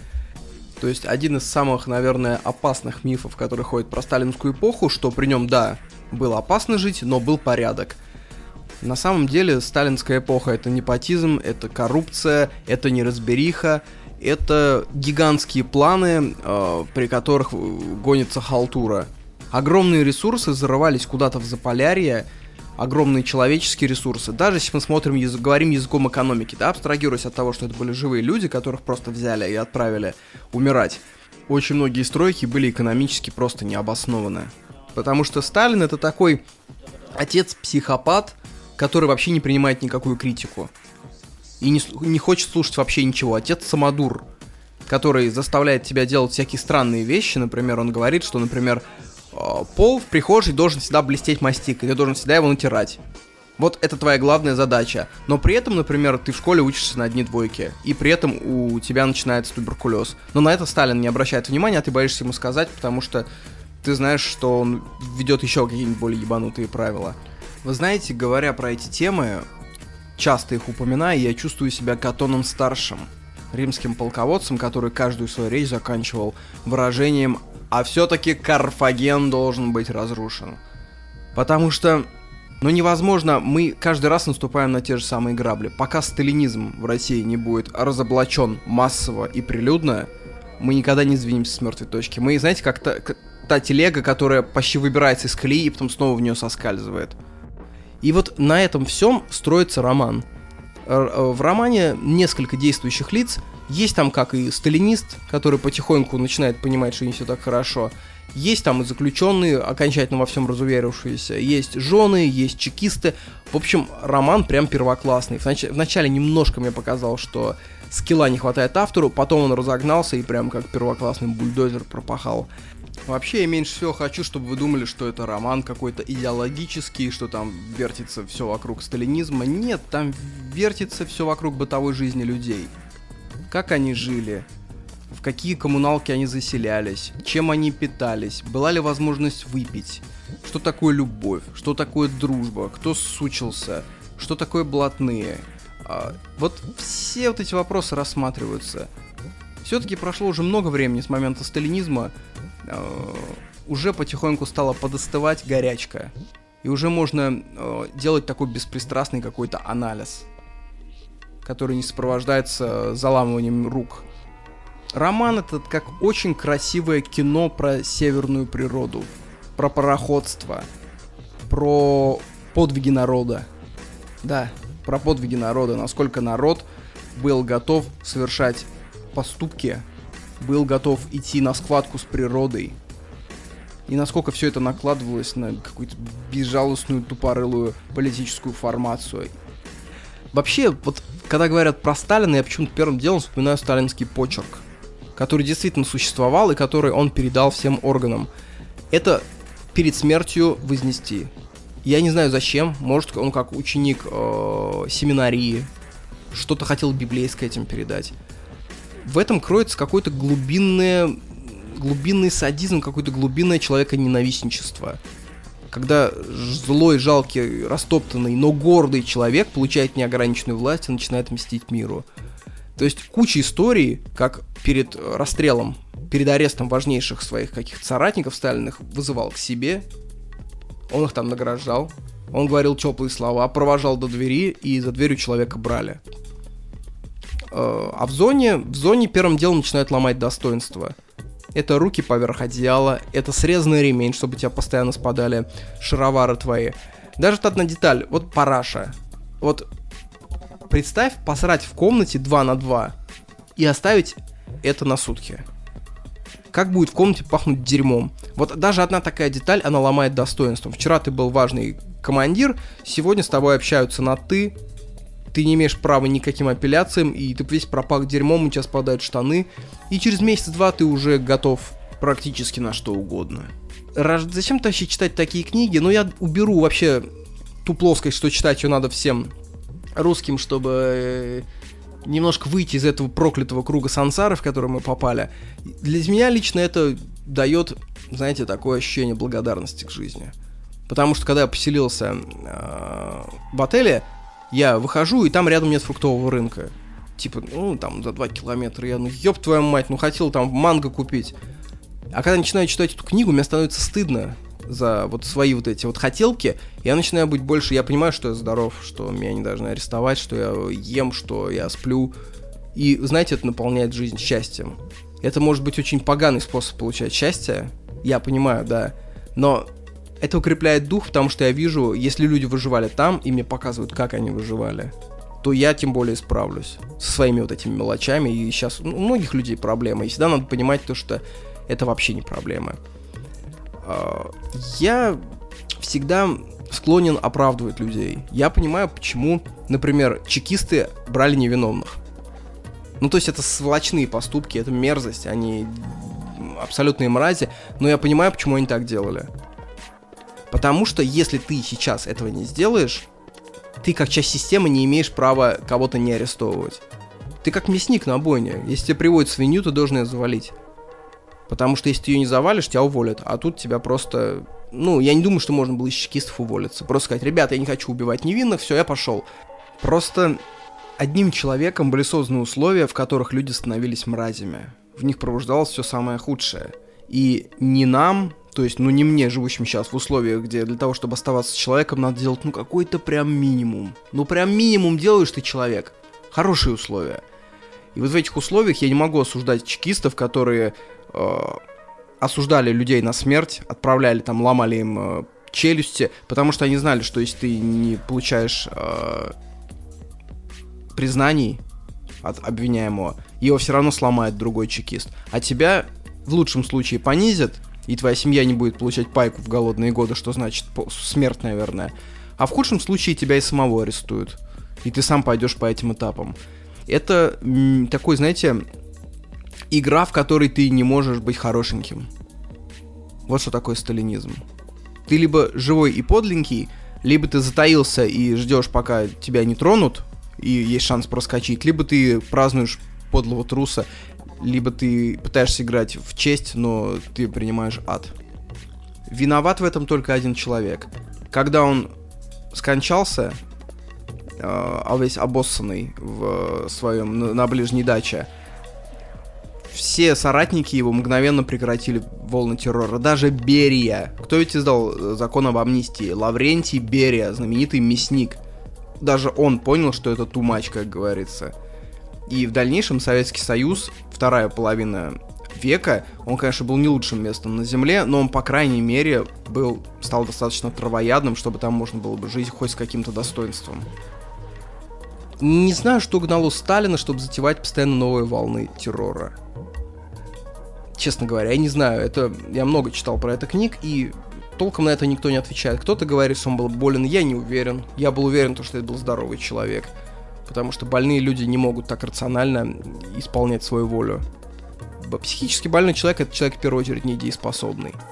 То есть один из самых, наверное, опасных мифов, который ходит про сталинскую эпоху, что при нем, да, было опасно жить, но был порядок. На самом деле сталинская эпоха — это непотизм, это коррупция, это неразбериха, это гигантские планы, э, при которых гонится халтура. Огромные ресурсы зарывались куда-то в Заполярье, огромные человеческие ресурсы. Даже если мы смотрим, язык, говорим языком экономики, да, абстрагируясь от того, что это были живые люди, которых просто взяли и отправили умирать, очень многие стройки были экономически просто необоснованы. Потому что Сталин — это такой отец-психопат, который вообще не принимает никакую критику. И не, не хочет слушать вообще ничего. Отец-самодур, который заставляет тебя делать всякие странные вещи. Например, он говорит, что, например, пол в прихожей должен всегда блестеть мастикой, ты должен всегда его натирать. Вот это твоя главная задача. Но при этом, например, ты в школе учишься на одни двойки, и при этом у тебя начинается туберкулез. Но на это Сталин не обращает внимания, а ты боишься ему сказать, потому что ты знаешь, что он ведет еще какие-нибудь более ебанутые правила. Вы знаете, говоря про эти темы, часто их упоминая, я чувствую себя Катоном Старшим, римским полководцем, который каждую свою речь заканчивал выражением «А все-таки Карфаген должен быть разрушен». Потому что, ну, невозможно, мы каждый раз наступаем на те же самые грабли. Пока сталинизм в России не будет разоблачен массово и прилюдно, мы никогда не сдвинемся с мертвой точки. Мы, знаете, как та, как та телега, которая почти выбирается из колеи и потом снова в нее соскальзывает. И вот на этом всем строится роман. В романе несколько действующих лиц. Есть там как и сталинист, который потихоньку начинает понимать, что не все так хорошо. Есть там и заключенные, окончательно во всем разуверившиеся. Есть жены, есть чекисты. В общем, роман прям первоклассный. Внач- вначале немножко мне показалось, что скилла не хватает автору, потом он разогнался и прям как первоклассный бульдозер пропахал. Вообще, я меньше всего хочу, чтобы вы думали, что это роман какой-то идеологический, что там вертится все вокруг сталинизма. Нет, там вертится все вокруг бытовой жизни людей. Как они жили, в какие коммуналки они заселялись, чем они питались, была ли возможность выпить, что такое любовь, что такое дружба, кто сучился, что такое блатные. А, вот все вот эти вопросы рассматриваются. Все-таки прошло уже много времени с момента сталинизма, э, уже потихоньку стала подостывать горячка, и уже можно э, делать такой беспристрастный какой-то анализ, который не сопровождается заламыванием рук. Роман этот как очень красивое кино про северную природу, про пароходство, про подвиги народа. Да, про подвиги народа, насколько народ был готов совершать поступки, был готов идти на схватку с природой. И насколько все это накладывалось на какую-то безжалостную, тупорылую политическую формацию. Вообще, вот когда говорят про Сталина, я почему-то первым делом вспоминаю сталинский почерк, который действительно существовал и который он передал всем органам. Это перед смертью вознести. Я не знаю зачем, может он как ученик э, семинарии что-то хотел библейское этим передать. В этом кроется какой-то глубинное, глубинный садизм, какое-то глубинное человеконенавистничество. Когда злой, жалкий, растоптанный, но гордый человек получает неограниченную власть и начинает мстить миру. То есть куча историй, как перед расстрелом, перед арестом важнейших своих каких-то соратников Сталиных вызывал к себе, он их там награждал, он говорил теплые слова, провожал до двери, и за дверью человека брали. А в зоне, в зоне первым делом начинают ломать достоинство. Это руки поверх одеяла, это срезанный ремень, чтобы у тебя постоянно спадали шаровары твои. Даже вот одна деталь, вот параша. Вот представь посрать в комнате два на два и оставить это на сутки. Как будет в комнате пахнуть дерьмом? Вот даже одна такая деталь, она ломает достоинством. Вчера ты был важный командир, сегодня с тобой общаются на «ты», ты не имеешь права никаким апелляциям, и ты весь пропах дерьмом, у тебя спадают штаны, и через месяц-два ты уже готов практически на что угодно. Раз... Зачем-то вообще читать такие книги? Ну, я уберу вообще ту плоскость, что читать ее надо всем русским, чтобы немножко выйти из этого проклятого круга сансары, в который мы попали. Для меня лично это дает, знаете, такое ощущение благодарности к жизни. Потому что когда я поселился э, в отеле, я выхожу, и там рядом нет фруктового рынка. Типа, ну, там, за два километра. Я, ну, ёб твою мать, ну, хотел там манго купить. А когда начинаю читать эту книгу, мне становится стыдно за вот свои вот эти вот хотелки. Я начинаю быть больше, я понимаю, что я здоров, что меня не должны арестовать, что я ем, что я сплю. И, знаете, это наполняет жизнь счастьем. Это может быть очень поганый способ получать счастье, я понимаю, да. Но это укрепляет дух, потому что я вижу, если люди выживали там, и мне показывают, как они выживали, то я тем более справлюсь со своими вот этими мелочами. И сейчас у многих людей проблемы, и всегда надо понимать то, что это вообще не проблема. Я всегда склонен оправдывать людей. Я понимаю, почему, например, чекисты брали невиновных. Ну, то есть это сволочные поступки, это мерзость, они абсолютные мрази, но я понимаю, почему они так делали. Потому что если ты сейчас этого не сделаешь, ты как часть системы не имеешь права кого-то не арестовывать. Ты как мясник на бойне. Если тебе приводят свинью, ты должен ее завалить. Потому что если ты ее не завалишь, тебя уволят. А тут тебя просто... Ну, я не думаю, что можно было из чекистов уволиться. Просто сказать: ребята, я не хочу убивать невинных, все, я пошел. Просто одним человеком были созданы условия, в которых люди становились мразями. В них пробуждалось все самое худшее. И не нам... То есть, ну не мне, живущим сейчас в условиях, где для того, чтобы оставаться с человеком, надо делать, ну, какой-то прям минимум. Ну, прям минимум делаешь ты человек. Хорошие условия. И вот в этих условиях я не могу осуждать чекистов, которые э, осуждали людей на смерть, отправляли там, ломали им э, челюсти, потому что они знали, что если ты не получаешь э, признаний от обвиняемого, его все равно сломает другой чекист. А тебя в лучшем случае понизят, и твоя семья не будет получать пайку в голодные годы, что значит смерть, наверное. А в худшем случае тебя и самого арестуют. И ты сам пойдешь по этим этапам. Это м- такой, знаете, игра, в которой ты не можешь быть хорошеньким. Вот что такое сталинизм. Ты либо живой и подленький, либо ты затаился и ждешь, пока тебя не тронут, и есть шанс проскочить, либо ты празднуешь подлого труса, либо ты пытаешься играть в честь, но ты принимаешь ад. Виноват в этом только один человек. Когда он скончался, а весь обоссанный в своем, на, на ближней даче, все соратники его мгновенно прекратили волны террора. Даже Берия. Кто ведь издал закон об амнистии? Лаврентий Берия, знаменитый мясник. Даже он понял, что это too much, как говорится. И в дальнейшем Советский Союз, вторая половина века, он, конечно, был не лучшим местом на Земле, но он, по крайней мере, был, стал достаточно травоядным, чтобы там можно было бы жить хоть с каким-то достоинством. Не знаю, что гнало Сталина, чтобы затевать постоянно новые волны террора. Честно говоря, я не знаю, это я много читал про это книг, и толком на это никто не отвечает. Кто-то говорит, что он был болен, я не уверен. Я был уверен, что это был здоровый человек. Потому что больные люди не могут так рационально исполнять свою волю. Психически больной человек — это человек, в первую очередь, недееспособный.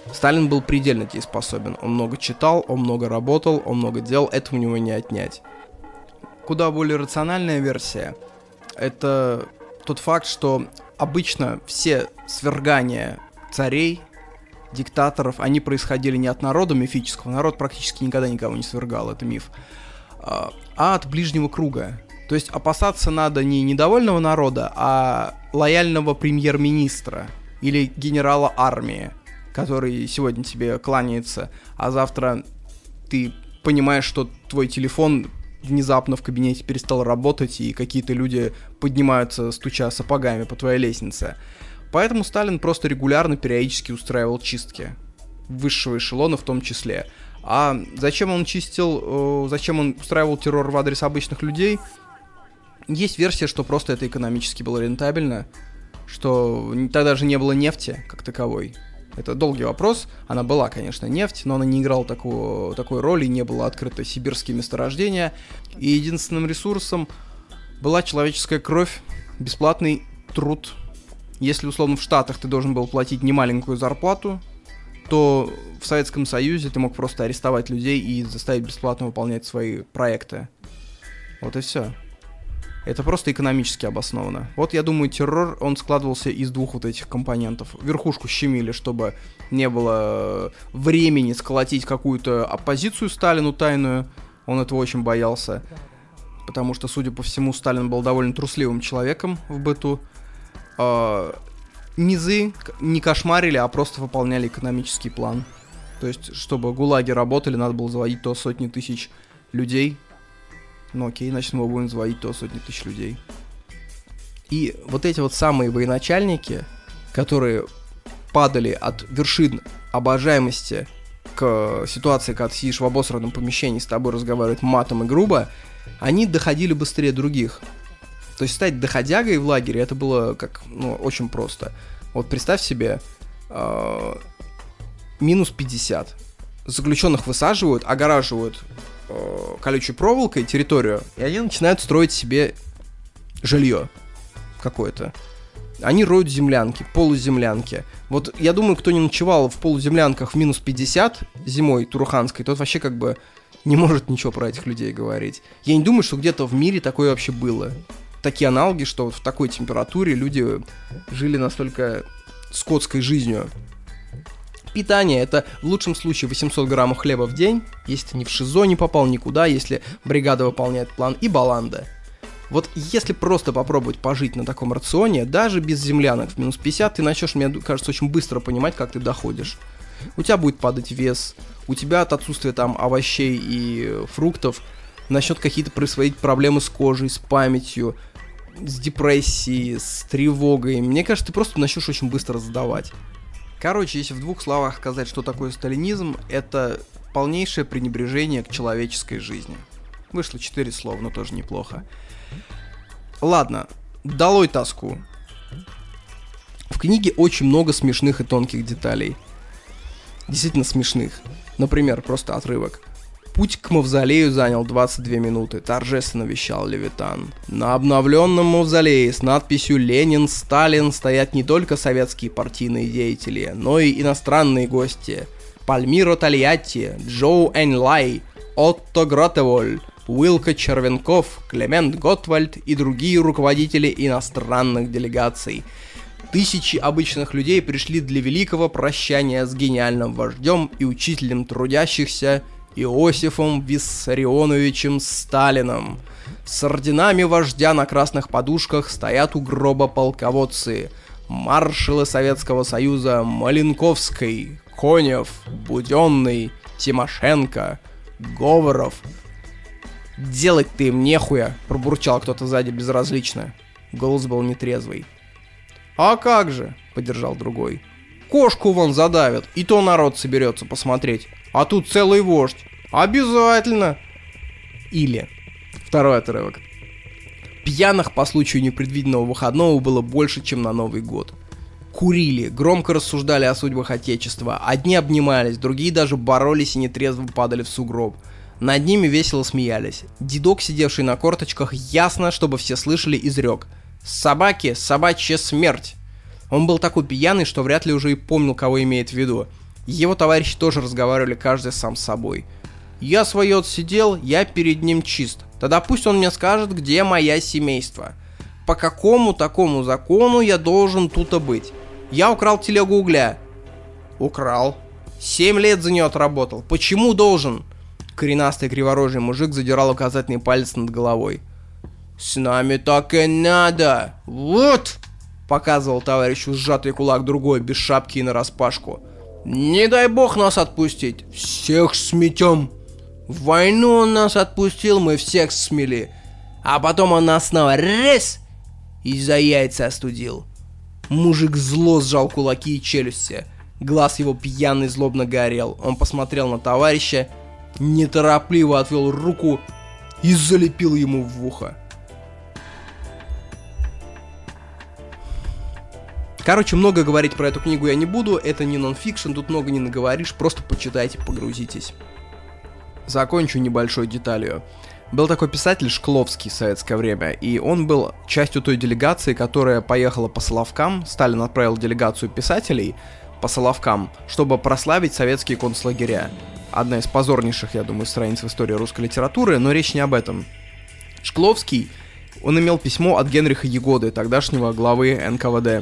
Сталин был предельно дееспособен. Он много читал, он много работал, он много делал, это у него не отнять. Куда более рациональная версия — это тот факт, что обычно все свергания царей, диктаторов, они происходили не от народа мифического, народ практически никогда никого не свергал, это миф, а от ближнего круга. То есть опасаться надо не недовольного народа, а лояльного премьер-министра или генерала армии, который сегодня тебе кланяется, а завтра ты понимаешь, что твой телефон внезапно в кабинете перестал работать, и какие-то люди поднимаются, стуча сапогами по твоей лестнице. Поэтому Сталин просто регулярно, периодически устраивал чистки. Высшего эшелона в том числе. А зачем он чистил, э, зачем он устраивал террор в адрес обычных людей? Есть версия, что просто это экономически было рентабельно, что тогда же не было нефти как таковой. Это долгий вопрос. Она была, конечно, нефть, но она не играла такого, такой роли, не было открыто сибирские месторождения. И единственным ресурсом была человеческая кровь, бесплатный труд. Если, условно, в Штатах ты должен был платить немаленькую зарплату, то в Советском Союзе ты мог просто арестовать людей и заставить бесплатно выполнять свои проекты. Вот и все. Это просто экономически обосновано. Вот, я думаю, террор, он складывался из двух вот этих компонентов. Верхушку щемили, чтобы не было времени сколотить какую-то оппозицию Сталину тайную. Он этого очень боялся. Потому что, судя по всему, Сталин был довольно трусливым человеком в быту. А, низы не кошмарили, а просто выполняли экономический план. То есть, чтобы гулаги работали, надо было заводить то сотни тысяч людей. Ну окей, значит, мы будем заводить то сотни тысяч людей. И вот эти вот самые военачальники, которые падали от вершин обожаемости к ситуации, когда ты сидишь в обосранном помещении, с тобой разговаривают матом и грубо, они доходили быстрее других. То есть стать доходягой в лагере, это было как, ну, очень просто. Вот представь себе, э, минус пятьдесят. Заключенных высаживают, огораживают э, колючей проволокой территорию, и они начинают строить себе жилье какое-то. Они роют землянки, полуземлянки. Вот я думаю, кто не ночевал в полуземлянках в минус пятьдесят зимой туруханской, тот вообще как бы не может ничего про этих людей говорить. Я не думаю, что где-то в мире такое вообще было. Такие аналоги, что вот в такой температуре люди жили настолько скотской жизнью. Питание — это в лучшем случае восемьсот граммов хлеба в день, если ты не в ШИЗО не попал никуда, если бригада выполняет план, и баланда. Вот если просто попробовать пожить на таком рационе, даже без землянок в минус пятьдесят, ты начнешь, мне кажется, очень быстро понимать, как ты доходишь. У тебя будет падать вес, у тебя от отсутствия там овощей и фруктов начнут какие-то происходить проблемы с кожей, с памятью, с депрессией, с тревогой. Мне кажется, ты просто начнешь очень быстро сдавать. Короче, если в двух словах сказать, что такое сталинизм, это полнейшее пренебрежение к человеческой жизни. Вышло четыре слова, но тоже неплохо. Ладно, долой тоску. В книге очень много смешных и тонких деталей. Действительно смешных. Например, просто отрывок. Путь к мавзолею занял двадцать две минуты, торжественно вещал Левитан. На обновленном мавзолее с надписью «Ленин, Сталин» стоят не только советские партийные деятели, но и иностранные гости. Пальмиро Тольятти, Джоу Энлай, Отто Гротеволь, Уилка Червенков, Клемент Готвальд и другие руководители иностранных делегаций. Тысячи обычных людей пришли для великого прощания с гениальным вождем и учителем трудящихся Иосифом Виссарионовичем Сталиным. С орденами вождя на красных подушках стоят у гроба полководцы, маршалы Советского Союза Маленковский, Конев, Буденный, Тимошенко, Говоров. «Делать-то им нехуя», — пробурчал кто-то сзади безразлично. Голос был нетрезвый. «А как же», — поддержал другой. «Кошку вон задавят, и то народ соберется посмотреть. А тут целый вождь. Обязательно!» Или второй отрывок. Пьяных по случаю непредвиденного выходного было больше, чем на Новый год. Курили, громко рассуждали о судьбах Отечества. Одни обнимались, другие даже боролись и нетрезво падали в сугроб. Над ними весело смеялись. Дедок, сидевший на корточках, ясно, чтобы все слышали, изрек: «Собаки, собачья смерть!» Он был такой пьяный, что вряд ли уже и помнил, кого имеет в виду. Его товарищи тоже разговаривали каждый сам с собой. «Я свое отсидел, я перед ним чист. Тогда пусть он мне скажет, где мое семейство. По какому такому закону я должен тут быть? Я украл телегу угля». «Украл. Семь лет за нее отработал. Почему должен?» Коренастый криворожий мужик задирал указательный палец над головой. «С нами так и надо. Вот!» Показывал товарищу сжатый кулак другой, без шапки и нараспашку. «Не дай бог нас отпустить. Всех сметем. В войну он нас отпустил, мы всех смели. А потом он нас снова раз и за яйца остудил». Мужик зло сжал кулаки и челюсти. Глаз его пьяный злобно горел. Он посмотрел на товарища, неторопливо отвел руку и залепил ему в ухо. Короче, много говорить про эту книгу я не буду, это не нонфикшн, тут много не наговоришь, просто почитайте, погрузитесь. Закончу небольшой деталью. Был такой писатель Шкловский в советское время, и он был частью той делегации, которая поехала по Соловкам. Сталин отправил делегацию писателей по Соловкам, чтобы прославить советские концлагеря. Одна из позорнейших, я думаю, страниц в истории русской литературы, но речь не об этом. Шкловский, он имел письмо от Генриха Ягоды, тогдашнего главы эн ка вэ дэ.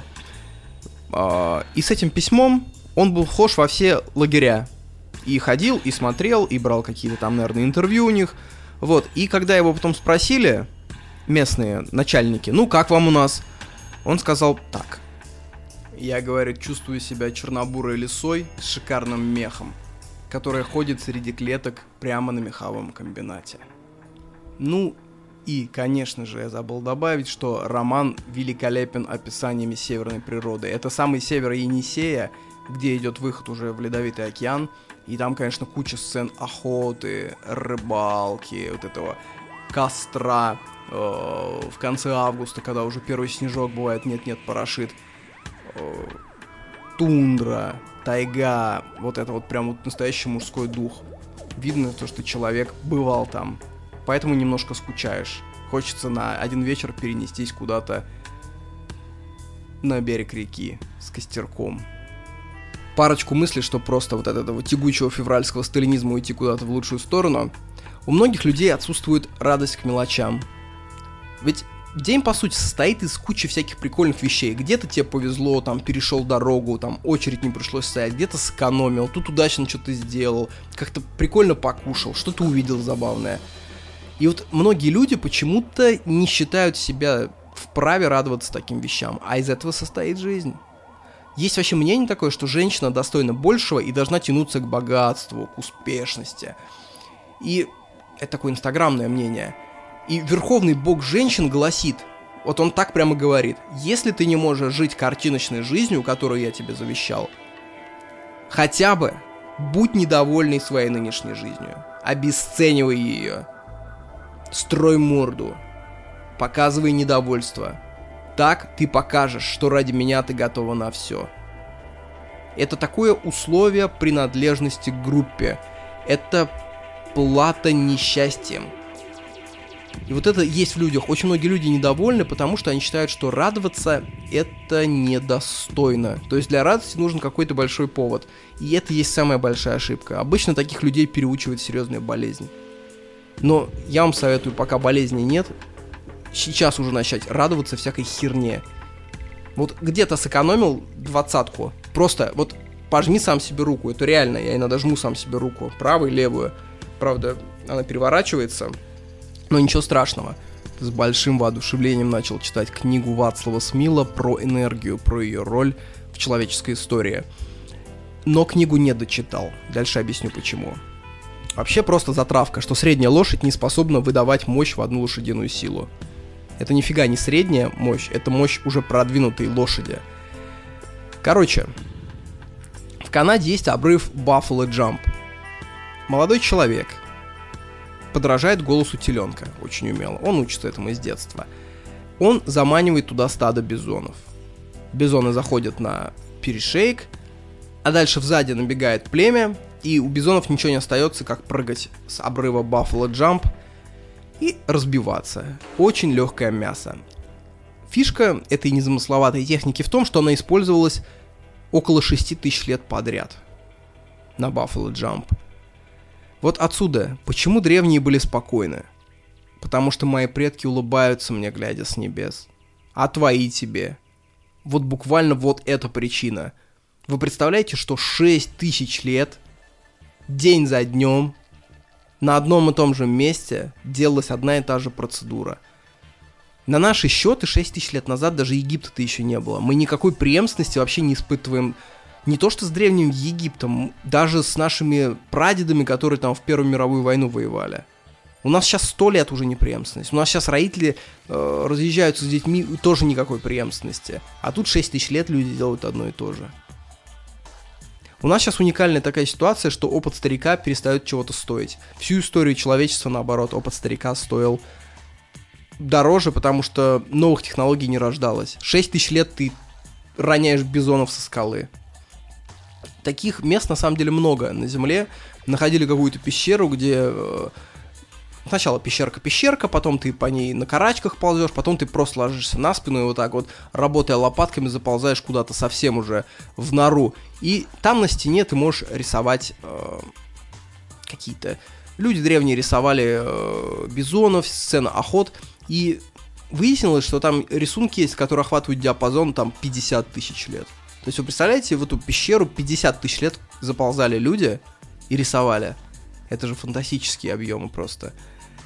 И с этим письмом он был вхож во все лагеря. И ходил, и смотрел, и брал какие-то там, наверное, интервью у них. Вот, и когда его потом спросили, местные начальники, ну как вам у нас? Он сказал так. Я, говорит, чувствую себя чернобурой лисой с шикарным мехом, которая ходит среди клеток прямо на меховом комбинате. Ну, и, конечно же, я забыл добавить, что роман великолепен описаниями северной природы. Это самый север Енисея, где идет выход уже в Ледовитый океан. И там, конечно, куча сцен охоты, рыбалки, вот этого костра э, в конце августа, когда уже первый снежок бывает, нет-нет, порошит. Э, тундра, тайга, вот это вот прям вот настоящий мужской дух. Видно то, что человек бывал там. Поэтому немножко скучаешь. Хочется на один вечер перенестись куда-то на берег реки с костерком. Парочку мыслей, что просто вот от этого тягучего февральского сталинизма уйти куда-то в лучшую сторону. У многих людей отсутствует радость к мелочам. Ведь день, по сути, состоит из кучи всяких прикольных вещей. Где-то тебе повезло, там, перешел дорогу, там, очередь не пришлось стоять, где-то сэкономил, тут удачно что-то сделал, как-то прикольно покушал, что-то увидел забавное. И вот многие люди почему-то не считают себя вправе радоваться таким вещам, а из этого состоит жизнь. Есть вообще мнение такое, что женщина достойна большего и должна тянуться к богатству, к успешности. И это такое инстаграмное мнение. И верховный бог женщин гласит, вот он так прямо говорит: если ты не можешь жить картиночной жизнью, которую я тебе завещал, хотя бы будь недовольной своей нынешней жизнью, обесценивай ее, строй морду, показывай недовольство. Так ты покажешь, что ради меня ты готова на все. Это такое условие принадлежности к группе. Это плата несчастьем. И вот это есть в людях. Очень многие люди недовольны, потому что они считают, что радоваться это недостойно. То есть для радости нужен какой-то большой повод. И это есть самая большая ошибка. Обычно таких людей переучивает серьезная болезнь. Но я вам советую, пока болезни нет, сейчас уже начать радоваться всякой херне. Вот где-то сэкономил двадцатку. Просто вот пожми сам себе руку. Это реально, я иногда жму сам себе руку. Правую и левую. Правда, она переворачивается. Но ничего страшного. С большим воодушевлением начал читать книгу Вацлава Смила про энергию, про ее роль в человеческой истории. Но книгу не дочитал. Дальше объясню почему. Вообще просто затравка, что средняя лошадь не способна выдавать мощь в одну лошадиную силу. Это нифига не средняя мощь, это мощь уже продвинутой лошади. Короче, в Канаде есть обрыв Buffalo Jump. Молодой человек подражает голосу теленка, очень умело. Он учится этому с детства. Он заманивает туда стадо бизонов. Бизоны заходят на перешейк, а дальше сзади набегает племя, и у бизонов ничего не остается, как прыгать с обрыва Buffalo Jump и разбиваться. Очень легкое мясо. Фишка этой незамысловатой техники в том, что она использовалась около шести тысяч лет подряд. на Buffalo Jump. Вот отсюда, почему древние были спокойны? Потому что мои предки улыбаются мне, глядя с небес. А твои тебе? Вот буквально вот эта причина. Вы представляете, что шесть тысяч лет, день за днем, на одном и том же месте делалась одна и та же процедура. На наши счеты шесть тысяч лет назад даже Египта-то еще не было. Мы никакой преемственности вообще не испытываем. Не то что с древним Египтом, даже с нашими прадедами, которые там в Первую мировую войну воевали. У нас сейчас сто лет уже не преемственность. У нас сейчас родители э, разъезжаются с детьми, тоже никакой преемственности. А тут шесть тысяч лет люди делают одно и то же. У нас сейчас уникальная такая ситуация, что опыт старика перестает чего-то стоить. Всю историю человечества, наоборот, опыт старика стоил дороже, потому что новых технологий не рождалось. шесть тысяч лет ты роняешь бизонов со скалы. Таких мест на самом деле много на Земле. Находили какую-то пещеру, где э, сначала пещерка-пещерка, потом ты по ней на карачках ползешь, потом ты просто ложишься на спину и вот так вот, работая лопатками, заползаешь куда-то совсем уже в нору. И там на стене ты можешь рисовать э, какие-то... Люди древние рисовали э, бизонов, сцены охот, и выяснилось, что там рисунки есть, которые охватывают диапазон там пятьдесят тысяч лет. То есть вы представляете, в эту пещеру пятьдесят тысяч лет заползали люди и рисовали. Это же фантастические объемы просто.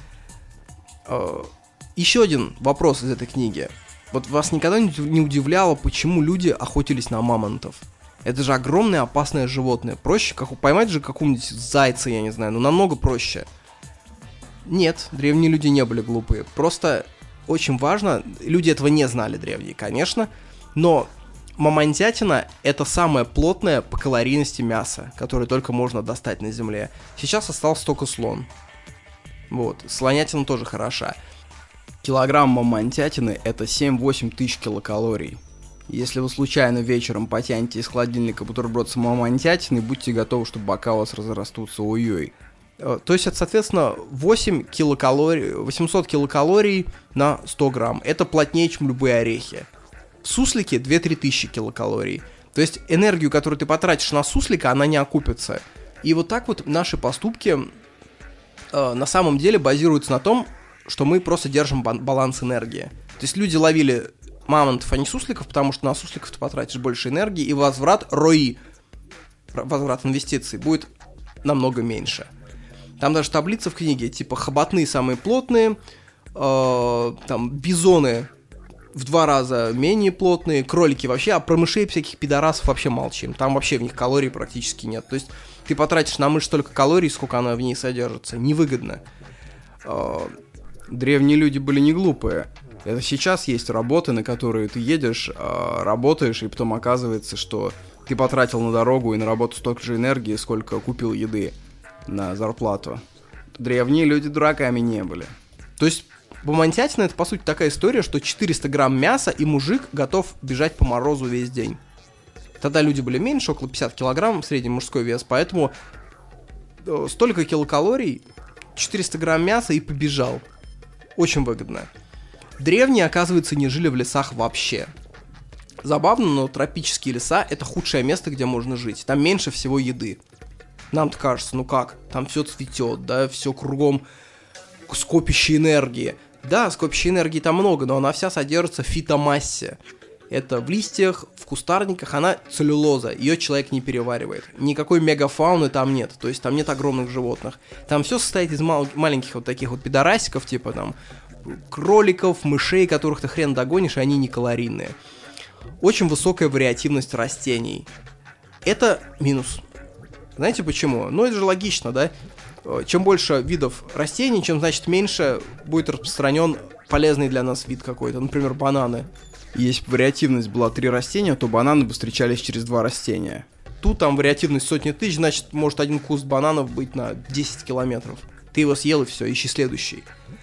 Еще один вопрос из этой книги. Вот вас никогда не удивляло, почему люди охотились на мамонтов? Это же огромное опасное животное. Проще как, поймать же какого-нибудь зайца, я не знаю, но намного проще. Нет, древние люди не были глупые. Просто очень важно, люди этого не знали, древние, конечно, но... Мамонтятина – это самое плотное по калорийности мясо, которое только можно достать на земле. Сейчас остался только слон. Вот, слонятина тоже хороша. Килограмм мамонтятины – это семь-восемь тысяч килокалорий. Если вы случайно вечером потянете из холодильника бутерброд с мамонтятиной, будьте готовы, что бока у вас разрастутся, ой-ой. То есть это, соответственно, восемь килокалорий, восемьсот килокалорий на сто грамм. Это плотнее, чем любые орехи. Суслики две-три тысячи килокалорий. То есть энергию, которую ты потратишь на суслика, она не окупится. И вот так вот наши поступки э, на самом деле базируются на том, что мы просто держим баланс энергии. То есть люди ловили мамонтов, а не сусликов, потому что на сусликов ты потратишь больше энергии, и возврат рои, возврат инвестиций, будет намного меньше. Там даже таблица в книге, типа хоботные самые плотные, э, там бизоны в два раза менее плотные, кролики вообще, а про мышей всяких пидорасов вообще молчим. Там вообще в них калорий практически нет. То есть ты потратишь на мышь столько калорий, сколько она в ней содержится. Невыгодно. Древние люди были не глупые. Это сейчас есть работы, на которые ты едешь, работаешь, и потом оказывается, что ты потратил на дорогу и на работу столько же энергии, сколько купил еды на зарплату. Древние люди дураками не были. То есть мамонтятина — это, по сути, такая история, что четыреста грамм мяса, и мужик готов бежать по морозу весь день. Тогда люди были меньше, около пятьдесят килограмм, средний мужской вес, поэтому столько килокалорий, четыреста грамм мяса и побежал. Очень выгодно. Древние, оказывается, не жили в лесах вообще. Забавно, но тропические леса — это худшее место, где можно жить. Там меньше всего еды. Нам-то кажется, ну как, там все цветет, да, все кругом скопище энергии. Да, скопище энергии там много, но она вся содержится в фитомассе. Это в листьях, в кустарниках, она целлюлоза, ее человек не переваривает. Никакой мегафауны там нет, то есть там нет огромных животных. Там все состоит из мал- маленьких вот таких вот пидорасиков, типа там кроликов, мышей, которых ты хрен догонишь, и они не калорийные. Очень высокая вариативность растений. Это минус. Знаете почему? Ну это же логично, да? Чем больше видов растений, чем, значит, меньше будет распространен полезный для нас вид какой-то. Например, бананы. Если бы вариативность была три растения, то бананы бы встречались через два растения. Тут там вариативность сотни тысяч, значит, может один куст бананов быть на десять километров. Ты его съел, и все, ищи следующий.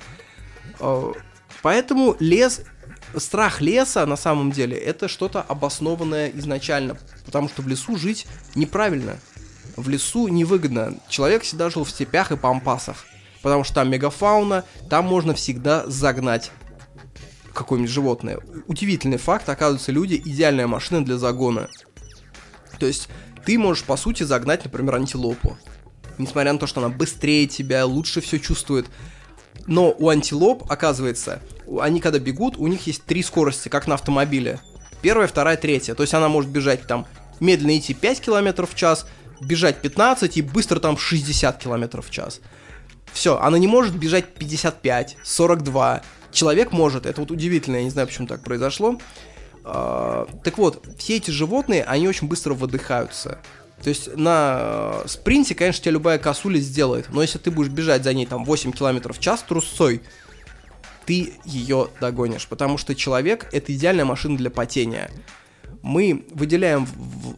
Поэтому лес, страх леса, на самом деле, это что-то обоснованное изначально. Потому что в лесу жить неправильно. В лесу невыгодно. Человек всегда жил в степях и пампасах, потому что там мегафауна, там можно всегда загнать какое-нибудь животное. Удивительный факт, оказывается, люди идеальная машина для загона. То есть ты можешь, по сути, загнать, например, антилопу. Несмотря на то, что она быстрее тебя, лучше все чувствует. Но у антилоп, оказывается, они когда бегут, у них есть три скорости, как на автомобиле. Первая, вторая, третья. То есть она может бежать там, медленно идти пять километров в час, бежать пятнадцать и быстро там шестьдесят километров в час. Все, она не может бежать пятьдесят пять, сорок два. Человек может, это вот удивительно, я не знаю, почему так произошло. Uh, так вот, все эти животные, они очень быстро выдыхаются. То есть на uh, спринте, конечно, тебя любая косуля сделает. Но если ты будешь бежать за ней там восемь километров в час трусцой, ты ее догонишь. Потому что человек — это идеальная машина для потения. Мы выделяем в,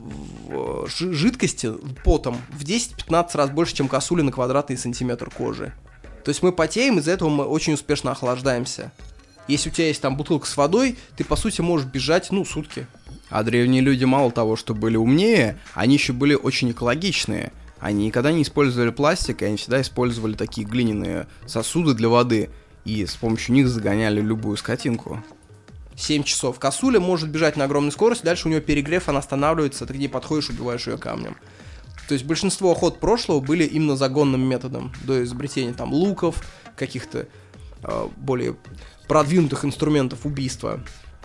в, в жидкости потом в десять-пятнадцать раз больше, чем косули на квадратный сантиметр кожи. То есть мы потеем, из-за этого мы очень успешно охлаждаемся. Если у тебя есть там бутылка с водой, ты, по сути, можешь бежать, ну, сутки. А древние люди мало того, что были умнее, они еще были очень экологичные. Они никогда не использовали пластик, и они всегда использовали такие глиняные сосуды для воды, и с помощью них загоняли любую скотинку. семь часов. Косуля может бежать на огромной скорости, дальше у нее перегрев, она останавливается, ты к ней подходишь, убиваешь ее камнем. То есть большинство охот прошлого были именно загонным методом, до изобретения там луков, каких-то э, более продвинутых инструментов убийства.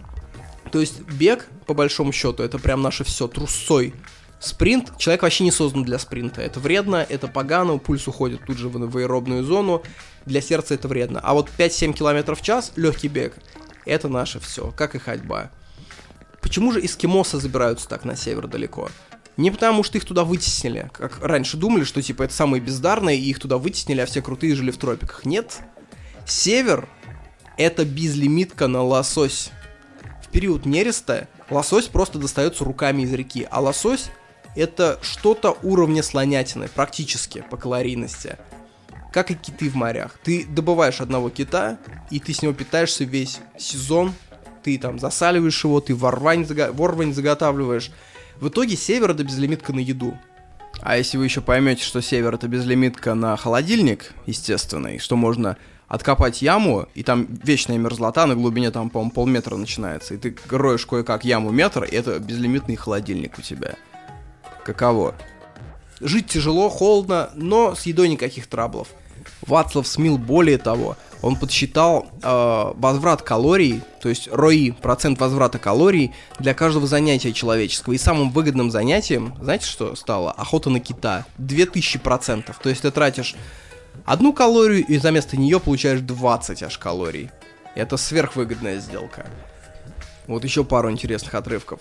То есть бег, по большому счету, это прям наше все, трусцой. Спринт, человек вообще не создан для спринта. Это вредно, это погано, пульс уходит тут же в аэробную зону, для сердца это вредно. А вот пять-семь километров в час, легкий бег, это наше все, как и ходьба. Почему же эскимосы забираются так на север далеко? Не потому, что их туда вытеснили, как раньше думали, что типа это самые бездарные, и их туда вытеснили, а все крутые жили в тропиках. Нет. Север — это безлимитка на лосось. В период нереста лосось просто достается руками из реки, а лосось — это что-то уровня слонятины, практически, по калорийности. Как и киты в морях. Ты добываешь одного кита, и ты с него питаешься весь сезон, ты там засаливаешь его, ты ворвань, зага... ворвань заготавливаешь. В итоге север — это безлимитка на еду. А если вы еще поймете, что север — это безлимитка на холодильник, естественный, что можно откопать яму, и там вечная мерзлота, на глубине там, по-моему, полметра начинается, и ты роешь кое-как яму метр, и это безлимитный холодильник у тебя. Каково? Жить тяжело, холодно, но с едой никаких траблов. Вацлав Смил, более того, он подсчитал э, возврат калорий, то есть РОИ, процент возврата калорий для каждого занятия человеческого. И самым выгодным занятием, знаете, что стало? Охота на кита. две тысячи процентов. То есть ты тратишь одну калорию и вместо нее получаешь двадцать аж калорий. Это сверхвыгодная сделка. Вот еще пару интересных отрывков.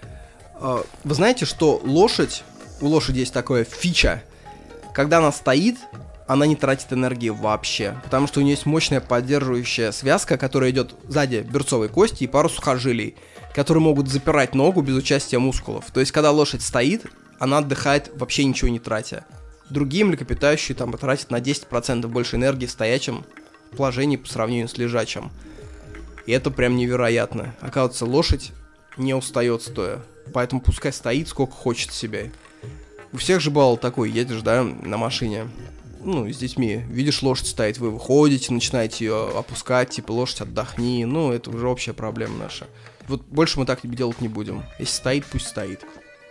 Э, вы знаете, что лошадь, у лошади есть такая фича, когда она стоит, она не тратит энергии вообще, потому что у нее есть мощная поддерживающая связка, которая идет сзади берцовой кости и пару сухожилий, которые могут запирать ногу без участия мускулов. То есть, когда лошадь стоит, она отдыхает вообще ничего не тратя. Другие млекопитающие там тратят на десять процентов больше энергии в стоячем положении по сравнению с лежачим. И это прям невероятно. Оказывается, лошадь не устает стоя, поэтому пускай стоит сколько хочет себе. У всех же бывало такое, едешь, да, на машине, ну, с детьми, видишь, лошадь стоит, вы выходите, начинаете ее опускать, типа, лошадь, отдохни, ну, это уже общая проблема наша. Вот больше мы так делать не будем. Если стоит, пусть стоит.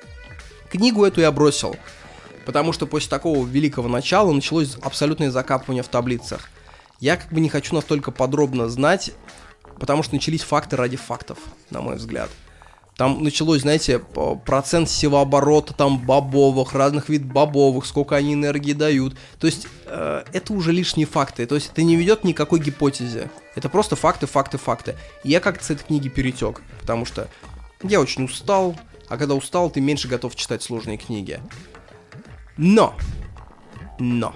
Книгу эту я бросил, потому что после такого великого начала началось абсолютное закапывание в таблицах. Я как бы не хочу настолько подробно знать, потому что начались факты ради фактов, на мой взгляд. Там началось, знаете, процент севооборота, там бобовых, разных видов бобовых, сколько они энергии дают. То есть э, это уже лишние факты. То есть это не ведет ни к какой гипотезе. Это просто факты, факты, факты. И я как-то с этой книги перетек, потому что я очень устал, а когда устал, ты меньше готов читать сложные книги. Но, но,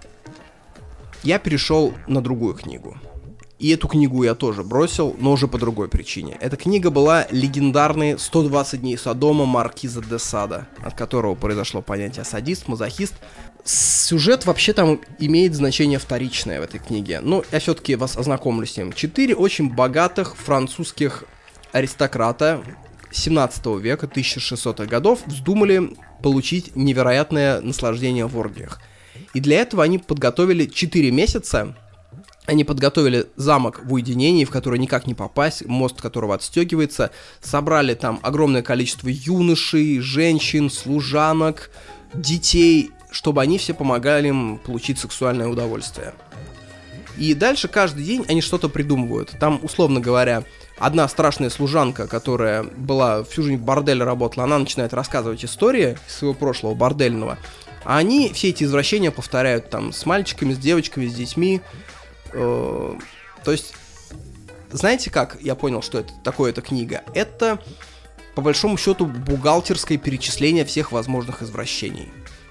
я перешел на другую книгу. И эту книгу я тоже бросил, но уже по другой причине. Эта книга была легендарные сто двадцать дней Содома Маркиза де Сада, от которого произошло понятие садист, мазохист. Сюжет вообще там имеет значение вторичное в этой книге, но я все-таки вас ознакомлю с ним. Четыре очень богатых французских аристократа семнадцатого века, тысяча шестисотых годов, вздумали получить невероятное наслаждение в оргиях. И для этого они подготовили четыре месяца Они подготовили замок в уединении, в который никак не попасть, мост которого отстегивается, собрали там огромное количество юношей, женщин, служанок, детей, чтобы они все помогали им получить сексуальное удовольствие. И дальше каждый день они что-то придумывают. Там, условно говоря, одна страшная служанка, которая была всю жизнь в борделе работала, она начинает рассказывать истории своего прошлого бордельного, а они все эти извращения повторяют там с мальчиками, с девочками, с детьми. То есть, знаете, как я понял, что это такое эта книга? Это, по большому счету, бухгалтерское перечисление всех возможных извращений.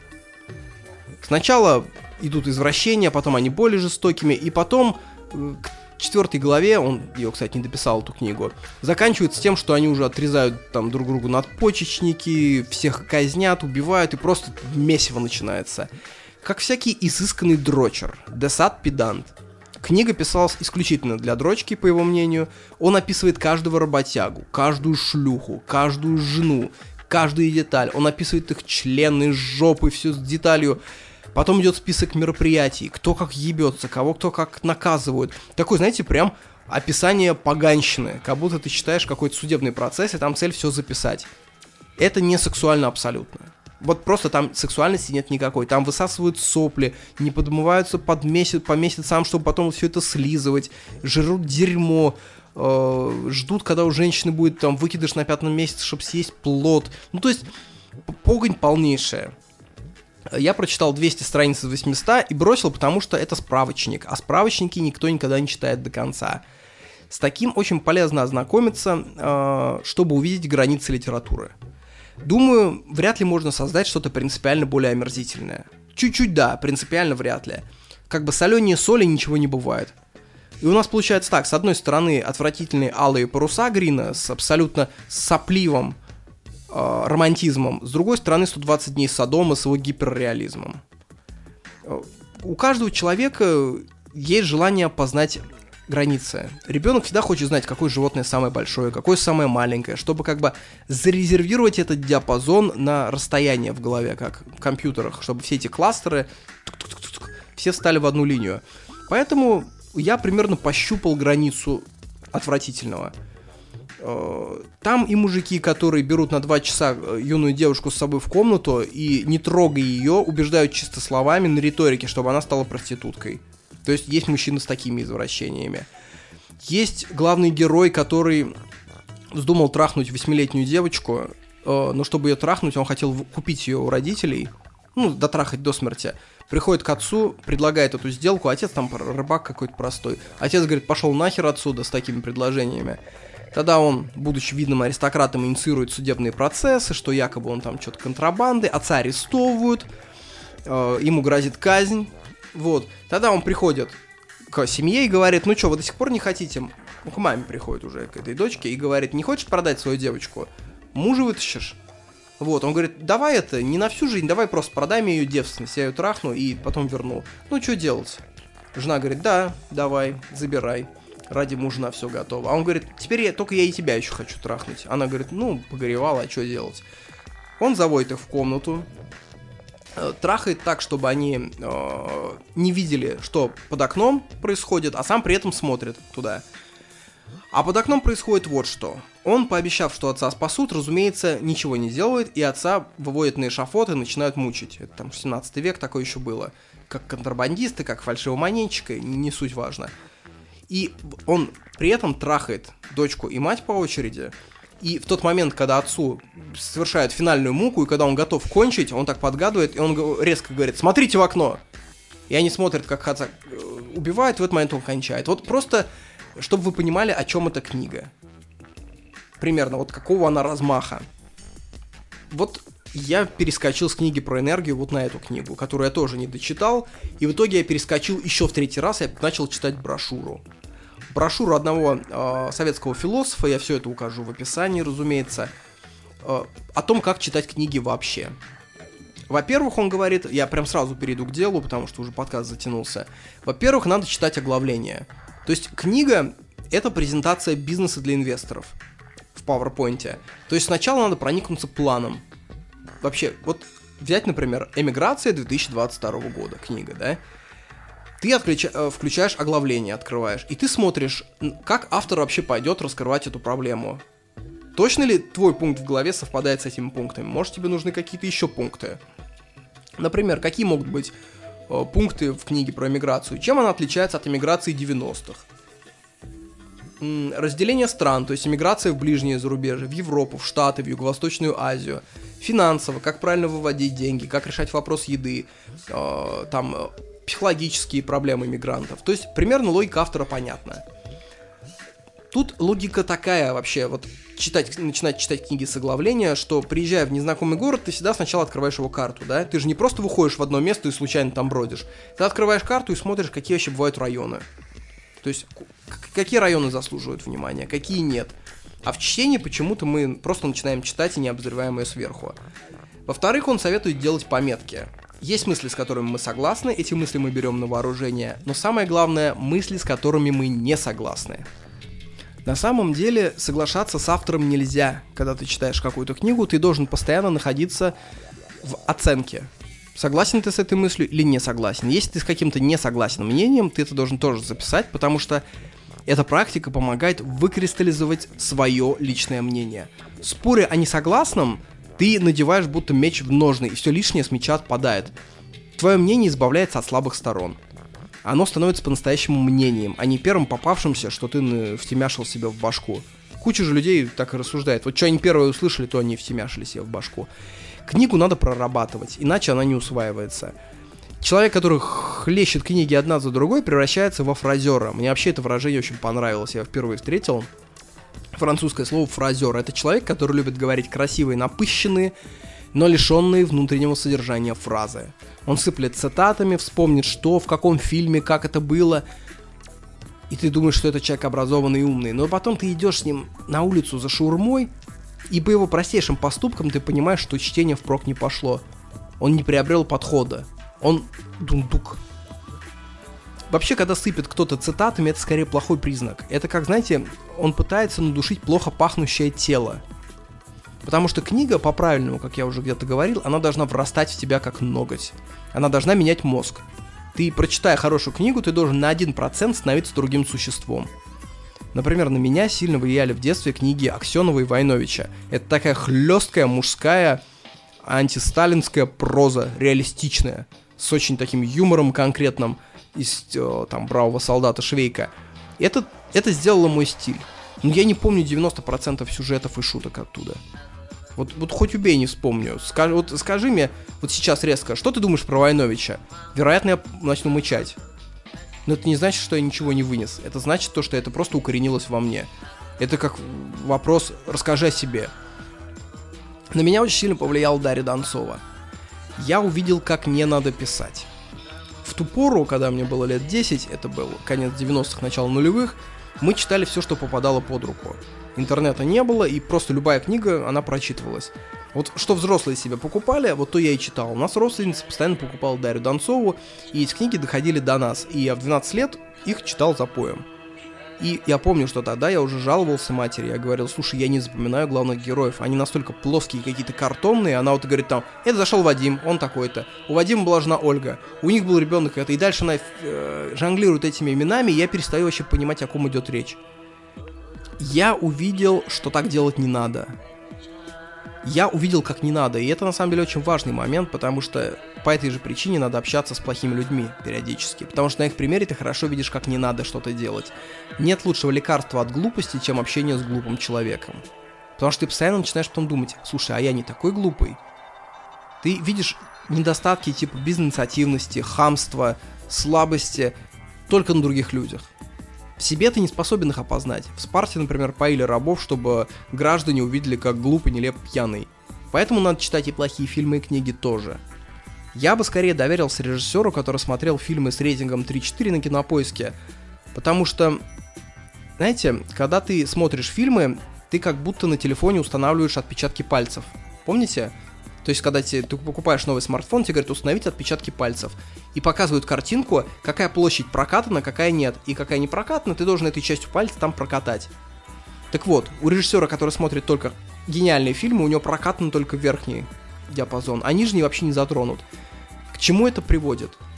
Сначала идут извращения, потом они более жестокими, и потом к четвертой главе, он ее, кстати, не дописал, эту книгу, заканчивается тем, что они уже отрезают там друг другу надпочечники, всех казнят, убивают, и просто месиво начинается. Как всякий изысканный дрочер, десад-педант. Книга писалась исключительно для дрочки, по его мнению. Он описывает каждого работягу, каждую шлюху, каждую жену, каждую деталь. Он описывает их члены, жопы, все с деталью. Потом идет список мероприятий, кто как ебется, кого кто как наказывают. Такой, знаете, прям описание поганщины, как будто ты читаешь какой-то судебный процесс, и там цель все записать. Это не сексуально абсолютно. Вот просто там сексуальности нет никакой. Там высасывают сопли, не подмываются под месяц, по месяцам, чтобы потом все это слизывать, жрут дерьмо, э, ждут, когда у женщины будет там выкидыш на пятом месяце, чтобы съесть плод. Ну, то есть, погонь полнейшая. Я прочитал двести страниц из восьмисот и бросил, потому что это справочник, а справочники никто никогда не читает до конца. С таким очень полезно ознакомиться, э, чтобы увидеть границы литературы. Думаю, вряд ли можно создать что-то принципиально более омерзительное. Чуть-чуть да, принципиально вряд ли. Как бы соленее соли ничего не бывает. И у нас получается так, с одной стороны отвратительные алые паруса Грина с абсолютно сопливым э, романтизмом, с другой стороны сто двадцать дней Содома с его гиперреализмом. У каждого человека есть желание познать границы. Ребенок всегда хочет знать, какое животное самое большое, какое самое маленькое, чтобы как бы зарезервировать этот диапазон на расстояние в голове, как в компьютерах, чтобы все эти кластеры все встали в одну линию. Поэтому я примерно пощупал границу отвратительного. Там и мужики, которые берут на два часа юную девушку с собой в комнату и, не трогая ее, убеждают чисто словами на риторике, чтобы она стала проституткой. То есть есть мужчины с такими извращениями. Есть главный герой, который вздумал трахнуть восьмилетнюю девочку, э, но чтобы ее трахнуть, он хотел купить ее у родителей, ну, дотрахать до смерти. Приходит к отцу, предлагает эту сделку, отец там рыбак какой-то простой. Отец говорит, пошел нахер отсюда с такими предложениями. Тогда он, будучи видным аристократом, инициирует судебные процессы, что якобы он там что-то контрабанды, отца арестовывают, э, ему грозит казнь. Вот, тогда он приходит к семье и говорит, ну что, вы до сих пор не хотите? Ну, к маме приходит уже, к этой дочке, и говорит, не хочешь продать свою девочку? Мужа вытащишь? Вот, он говорит, давай это, не на всю жизнь, давай просто продай мне ее девственность, я ее трахну и потом верну. Ну, что делать? Жена говорит, да, давай, забирай, ради мужа на все готово. А он говорит, теперь я, только я и тебя еще хочу трахнуть. Она говорит, ну, погоревала, а что делать? Он заводит их в комнату, трахает так, чтобы они э, не видели, что под окном происходит, а сам при этом смотрит туда. А под окном происходит вот что. Он, пообещав, что отца спасут, разумеется, ничего не делает, и отца выводят на эшафот и начинают мучить. Это там семнадцатый век, такое еще было. Как контрабандисты, как фальшивомонетчика, не суть важно. И он при этом трахает дочку и мать по очереди. И в тот момент, когда отцу совершают финальную муку, и когда он готов кончить, он так подгадывает, и он резко говорит, смотрите в окно. И они смотрят, как отца убивают, и в этот момент он кончает. Вот просто, чтобы вы понимали, о чем эта книга. Примерно, вот какого она размаха. Вот я перескочил с книги про энергию вот на эту книгу, которую я тоже не дочитал, и в итоге я перескочил еще в третий раз, я начал читать брошюру. Брошюру одного э, советского философа, я все это укажу в описании, разумеется, э, о том, как читать книги вообще. Во-первых, он говорит, я прям сразу перейду к делу, потому что уже подкаст затянулся. Во-первых, надо читать оглавление. То есть книга — это презентация бизнеса для инвесторов в PowerPoint. То есть сначала надо проникнуться планом. Вообще, вот взять, например, «Эмиграция» две тысячи двадцать второго года, книга, да? Ты отключа- включаешь оглавление, открываешь, и ты смотришь, как автор вообще пойдет раскрывать эту проблему. Точно ли твой пункт в голове совпадает с этими пунктами? Может, тебе нужны какие-то еще пункты? Например, какие могут быть э, пункты в книге про эмиграцию? Чем она отличается от эмиграции девяностых? М- разделение стран, то есть эмиграция в ближнее зарубежье, в Европу, в Штаты, в Юго-Восточную Азию. Финансово, как правильно выводить деньги, как решать вопрос еды, э, там, э, психологические проблемы мигрантов. То есть, примерно логика автора понятна. Тут логика такая вообще, вот читать, начинать читать книги с оглавления, что приезжая в незнакомый город, ты всегда сначала открываешь его карту, да? Ты же не просто выходишь в одно место и случайно там бродишь. Ты открываешь карту и смотришь, какие вообще бывают районы. То есть, к- какие районы заслуживают внимания, какие нет. А в чтении почему-то мы просто начинаем читать и не обозреваем ее сверху. Во-вторых, он советует делать пометки. Есть мысли, с которыми мы согласны, эти мысли мы берем на вооружение, но самое главное, мысли, с которыми мы не согласны. На самом деле, соглашаться с автором нельзя. Когда ты читаешь какую-то книгу, ты должен постоянно находиться в оценке. Согласен ты с этой мыслью или не согласен. Если ты с каким-то не согласен мнением, ты это должен тоже записать, потому что эта практика помогает выкристаллизовать свое личное мнение. Споря о несогласном, ты надеваешь будто меч в ножны, и все лишнее с меча отпадает. Твое мнение избавляется от слабых сторон. Оно становится по-настоящему мнением, а не первым попавшимся, что ты втемяшил себе в башку. Куча же людей так и рассуждает. Вот что они первые услышали, то они втемяшили себе в башку. Книгу надо прорабатывать, иначе она не усваивается. Человек, который хлещет книги одна за другой, превращается во фразера. Мне вообще это выражение очень понравилось. Я впервые встретил французское слово «фразер». Это человек, который любит говорить красивые, напыщенные, но лишенные внутреннего содержания фразы. Он сыплет цитатами, вспомнит, что, в каком фильме, как это было. И ты думаешь, что это человек образованный и умный. Но потом ты идешь с ним на улицу за шаурмой, и по его простейшим поступкам ты понимаешь, что чтение впрок не пошло. Он не приобрел подхода. Он дундук. Вообще, когда сыпет кто-то цитатами, это скорее плохой признак. Это как, знаете, он пытается надушить плохо пахнущее тело. Потому что книга, по-правильному, как я уже где-то говорил, она должна врастать в тебя как ноготь. Она должна менять мозг. Ты, прочитая хорошую книгу, ты должен на один процент становиться другим существом. Например, на меня сильно влияли в детстве книги Аксенова и Войновича. Это такая хлесткая, мужская, антисталинская проза, реалистичная, с очень таким юмором конкретным из там «Бравого солдата Швейка». Это, это сделало мой стиль. Но я не помню девяносто процентов сюжетов и шуток оттуда. Вот, вот хоть убей, не вспомню. Скажи, вот скажи мне, вот сейчас резко, что ты думаешь про Войновича? Вероятно, я начну мычать. Но это не значит, что я ничего не вынес. Это значит то, что это просто укоренилось во мне. Это как вопрос «расскажи о себе». На меня очень сильно повлияла Дарья Донцова. Я увидел, как не надо писать. В ту пору, когда мне было лет десять, это был конец девяностых, начало нулевых, мы читали все, что попадало под руку. Интернета не было, и просто любая книга, она прочитывалась. Вот что взрослые себе покупали, вот то я и читал. У нас родственница постоянно покупала Дарью Донцову, и эти книги доходили до нас. И я в двенадцать лет их читал запоем. И я помню, что тогда я уже жаловался матери. Я говорил: слушай, я не запоминаю главных героев. Они настолько плоские, какие-то картонные. Она вот говорит там: это зашел Вадим, он такой-то. У Вадима была жена Ольга. У них был ребенок это. И дальше она э, жонглирует этими именами, и я перестаю вообще понимать, о ком идет речь. Я увидел, что так делать не надо. Я увидел, как не надо. И это на самом деле очень важный момент, потому что по этой же причине надо общаться с плохими людьми периодически. Потому что на их примере ты хорошо видишь, как не надо что-то делать. Нет лучшего лекарства от глупости, чем общение с глупым человеком. Потому что ты постоянно начинаешь потом думать: слушай, а я не такой глупый. Ты видишь недостатки типа безинициативности, хамства, слабости только на других людях. В себе ты не способен их опознать. В Спарте, например, поили рабов, чтобы граждане увидели, как глупый, нелеп, пьяный. Поэтому надо читать и плохие фильмы, и книги тоже. Я бы скорее доверился режиссеру, который смотрел фильмы с рейтингом три-четыре на Кинопоиске. Потому что, знаете, когда ты смотришь фильмы, ты как будто на телефоне устанавливаешь отпечатки пальцев. Помните? То есть, когда тебе, ты покупаешь новый смартфон, тебе говорят: установить отпечатки пальцев. И показывают картинку, какая площадь прокатана, какая нет. И какая не прокатана, ты должен этой частью пальца там прокатать. Так вот, у режиссера, который смотрит только гениальные фильмы, у него прокатан только верхний диапазон, а нижний вообще не затронут. К чему это приводит?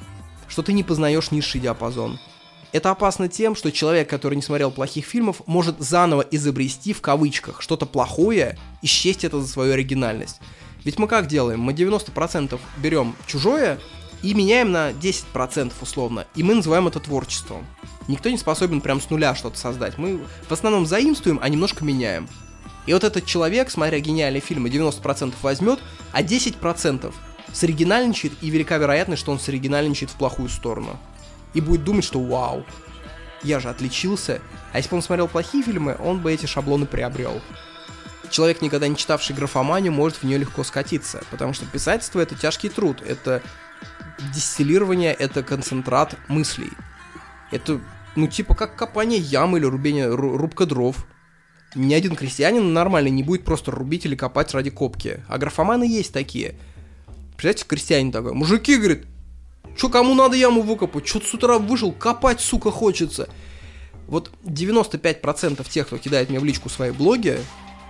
что ты не познаешь низший диапазон. Это опасно тем, что человек, который не смотрел плохих фильмов, может заново изобрести, в кавычках, что-то плохое и счесть это за свою оригинальность. Ведь мы как делаем? Мы девяносто процентов берем чужое и меняем на десять процентов условно, и мы называем это творчеством. Никто не способен прям с нуля что-то создать. Мы в основном заимствуем, а немножко меняем. И вот этот человек, смотря гениальные фильмы, девяносто процентов возьмет, а десять процентов соригинальничает, и велика вероятность, что он соригинальничает в плохую сторону. И будет думать, что вау, я же отличился. А если бы он смотрел плохие фильмы, он бы эти шаблоны приобрел. Человек, никогда не читавший графоманию, может в нее легко скатиться, потому что писательство — это тяжкий труд, это дистиллирование, это концентрат мыслей. Это, ну, типа, как копание ямы или рубение, рубка дров. Ни один крестьянин нормальный не будет просто рубить или копать ради копки. А графоманы есть такие. Представляете, крестьянин такой: мужики, говорит, чё, кому надо яму выкопать? Чё-то с утра вышел, копать, сука, хочется. Вот девяносто пять процентов тех, кто кидает мне в личку свои блоги,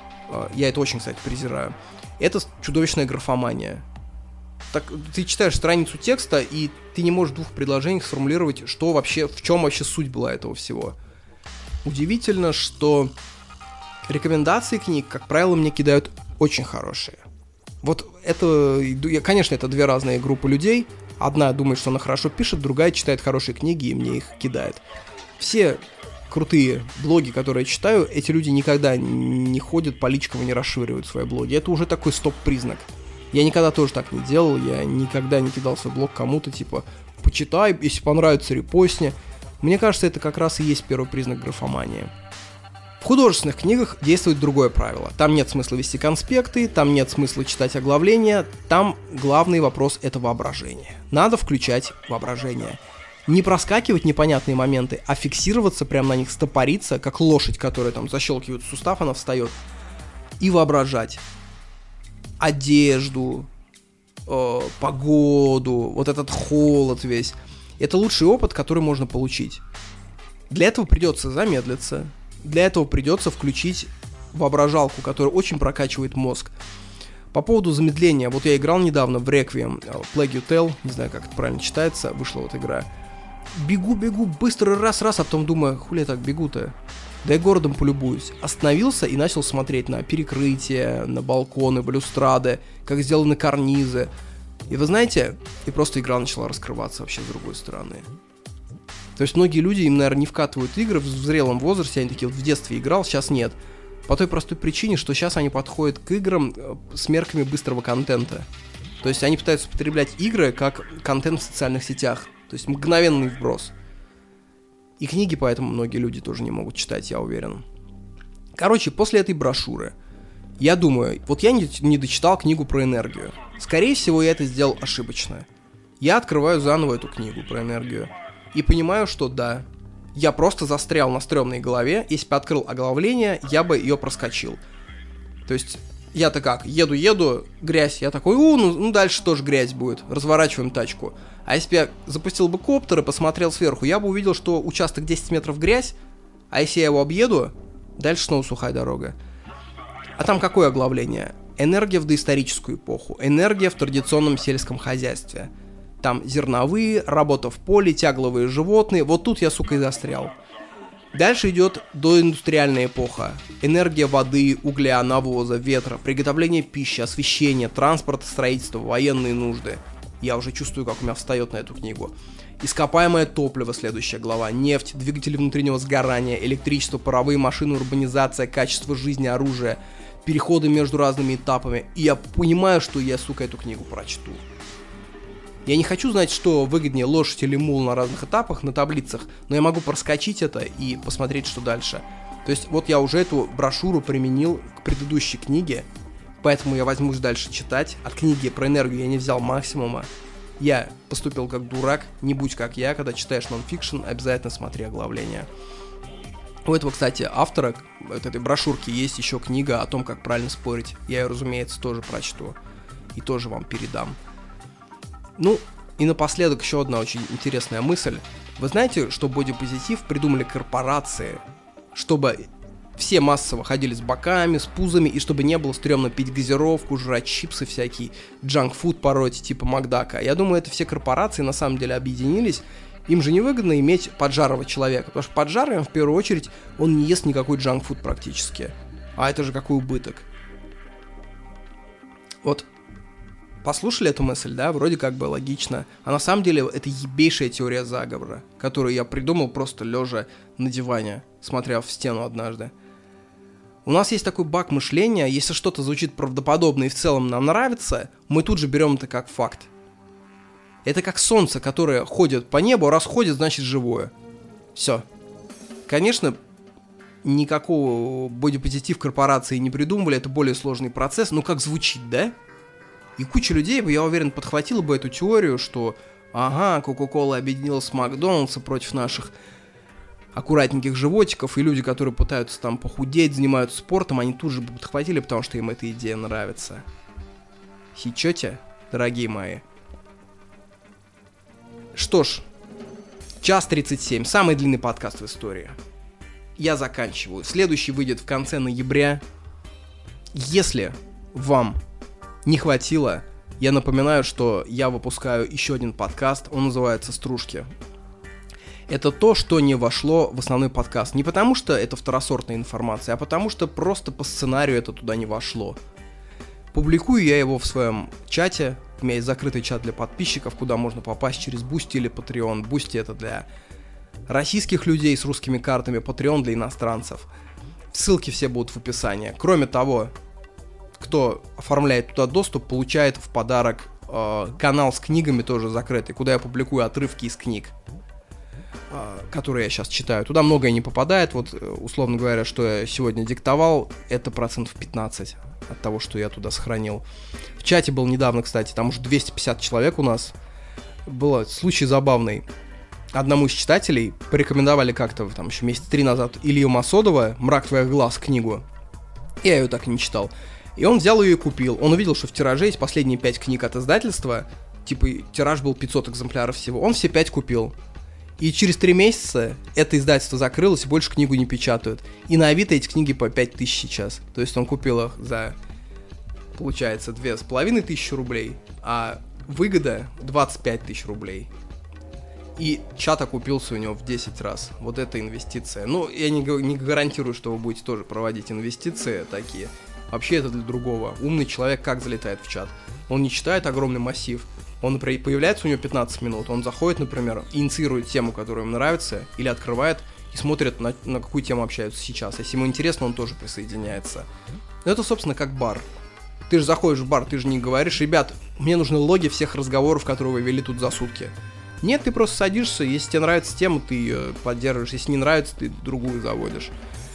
я это очень, кстати, презираю, это чудовищная графомания. Так, ты читаешь страницу текста, и ты не можешь в двух предложениях сформулировать, что вообще, в чем вообще суть была этого всего. Удивительно, что рекомендации книг, как правило, мне кидают очень хорошие. Вот это, конечно, это две разные группы людей. Одна думает, что она хорошо пишет, другая читает хорошие книги и мне их кидает. Все крутые блоги, которые я читаю, эти люди никогда не ходят по личкам и не расширивают свои блоги. Это уже такой стоп-признак. Я никогда тоже так не делал, я никогда не кидал свой блог кому-то, типа, почитай, если понравится, репостни. Мне кажется, это как раз и есть первый признак графомании. В художественных книгах действует другое правило. Там нет смысла вести конспекты, там нет смысла читать оглавления, там главный вопрос — это воображение. Надо включать воображение. Не проскакивать непонятные моменты, а фиксироваться прямо на них, стопориться, как лошадь, которая там защелкивает сустав, она встает, и воображать одежду, э, погоду, вот этот холод весь. Это лучший опыт, который можно получить. Для этого придется замедлиться, для этого придется включить воображалку, которая очень прокачивает мозг. По поводу замедления, вот я играл недавно в Requiem, Plague You Tell, не знаю, как это правильно читается, вышла вот игра. Бегу-бегу, быстро раз-раз, а потом думаю, хули я так бегу-то? Да я городом полюбуюсь. Остановился и начал смотреть на перекрытия, на балконы, балюстрады, как сделаны карнизы. И вы знаете, и просто игра начала раскрываться вообще с другой стороны. То есть многие люди, им, наверное, не вкатывают игры в зрелом возрасте, они такие, вот в детстве играл, сейчас нет. По той простой причине, что сейчас они подходят к играм с мерками быстрого контента. То есть они пытаются потреблять игры как контент в социальных сетях. То есть мгновенный вброс. И книги поэтому многие люди тоже не могут читать, я уверен. Короче, после этой брошюры, я думаю, вот я не, не дочитал книгу про энергию. Скорее всего, я это сделал ошибочно. Я открываю заново эту книгу про энергию и понимаю, что да, я просто застрял на стрёмной голове. Если бы открыл оглавление, я бы ее проскочил. То есть я-то как, еду-еду, грязь, я такой, у, ну, ну дальше тоже грязь будет, разворачиваем тачку. А если бы я запустил бы коптер и посмотрел сверху, я бы увидел, что участок десять метров грязь, а если я его объеду, дальше снова сухая дорога. А там какое оглавление? Энергия в доисторическую эпоху, энергия в традиционном сельском хозяйстве. Там зерновые, работа в поле, тягловые животные, вот тут я, сука, и застрял. Дальше идет доиндустриальная эпоха. Энергия воды, угля, навоза, ветра, приготовление пищи, освещение, транспорт, строительство, военные нужды. Я уже чувствую, как у меня встает на эту книгу. Ископаемое топливо, следующая глава. Нефть, двигатели внутреннего сгорания, электричество, паровые машины, урбанизация, качество жизни, оружие, переходы между разными этапами. И я понимаю, что я, сука, эту книгу прочту. Я не хочу знать, что выгоднее, лошадь или мул на разных этапах, на таблицах, но я могу проскочить это и посмотреть, что дальше. То есть вот я уже эту брошюру применил к предыдущей книге, поэтому я возьмусь дальше читать. От книги про энергию я не взял максимума. Я поступил как дурак, не будь как я, когда читаешь нонфикшн, обязательно смотри оглавление. У этого, кстати, автора вот этой брошюрки есть еще книга о том, как правильно спорить. Я ее, разумеется, тоже прочту и тоже вам передам. Ну, и напоследок еще одна очень интересная мысль. Вы знаете, что бодипозитив придумали корпорации, чтобы все массово ходили с боками, с пузами, и чтобы не было стрёмно пить газировку, жрать чипсы всякие, джанк-фуд пороть, типа Макдака. Я думаю, это все корпорации на самом деле объединились. Им же невыгодно иметь поджарого человека, потому что поджарый, в первую очередь, он не ест никакой джанк-фуд практически. А это же какой убыток. Вот, послушали эту мысль, да, вроде как бы логично. А на самом деле это ебейшая теория заговора, которую я придумал просто лежа на диване, смотря в стену однажды. У нас есть такой баг мышления, если что-то звучит правдоподобно и в целом нам нравится, мы тут же берем это как факт. Это как солнце, которое ходит по небу, раз ходит, значит живое. Все. Конечно, никакого бодипозитив корпорации не придумывали, это более сложный процесс, но как звучит, да? И куча людей, я уверен, подхватила бы эту теорию, что ага, Кока-Кола объединилась с Макдональдсом против наших аккуратненьких животиков, и люди, которые пытаются там похудеть, занимаются спортом, они тут же бы подхватили, потому что им эта идея нравится. Сечете, дорогие мои? Что ж, час тридцать семь, самый длинный подкаст в истории. Я заканчиваю. Следующий выйдет в конце ноября. Если вам не хватило, я напоминаю, что я выпускаю еще один подкаст, он называется «Стружки». Это то, что не вошло в основной подкаст. Не потому, что это второсортная информация, а потому, что просто по сценарию это туда не вошло. Публикую я его в своем чате. У меня есть закрытый чат для подписчиков, куда можно попасть через Boosty или Patreon. Boosty — это для российских людей с русскими картами, Patreon для иностранцев. Ссылки все будут в описании. Кроме того, кто оформляет туда доступ, получает в подарок э, канал с книгами тоже закрытый, куда я публикую отрывки из книг, которые я сейчас читаю. Туда многое не попадает. Вот, условно говоря, что я сегодня диктовал, это процентов пятнадцать от того, что я туда сохранил. В чате был недавно, кстати, там уже двести пятьдесят человек у нас. Был случай забавный. Одному из читателей порекомендовали как-то там еще месяца три назад Илью Масодова «Мрак твоих глаз» книгу. Я ее так и не читал. И он взял ее и купил. Он увидел, что в тираже есть последние пять книг от издательства. Типа тираж был пятьсот экземпляров всего. Он все пять купил. И через три месяца это издательство закрылось, и больше книгу не печатают. И на Авито эти книги по пять тысяч сейчас. То есть он купил их за, получается, две с половиной тысячи рублей, а выгода двадцать пять тысяч рублей. И чат окупился у него в десять раз. Вот это инвестиция. Ну, я не, не гарантирую, что вы будете тоже проводить инвестиции такие. Вообще это для другого. Умный человек как залетает в чат? Он не читает огромный массив. Он, например, появляется у него пятнадцать минут, он заходит, например, инициирует тему, которая ему нравится, или открывает и смотрит, на, на какую тему общаются сейчас. Если ему интересно, он тоже присоединяется. Но это, собственно, как бар. Ты же заходишь в бар, ты же не говоришь: ребят, мне нужны логи всех разговоров, которые вы вели тут за сутки. Нет, ты просто садишься, если тебе нравится тема, ты ее поддерживаешь, если не нравится, ты другую заводишь.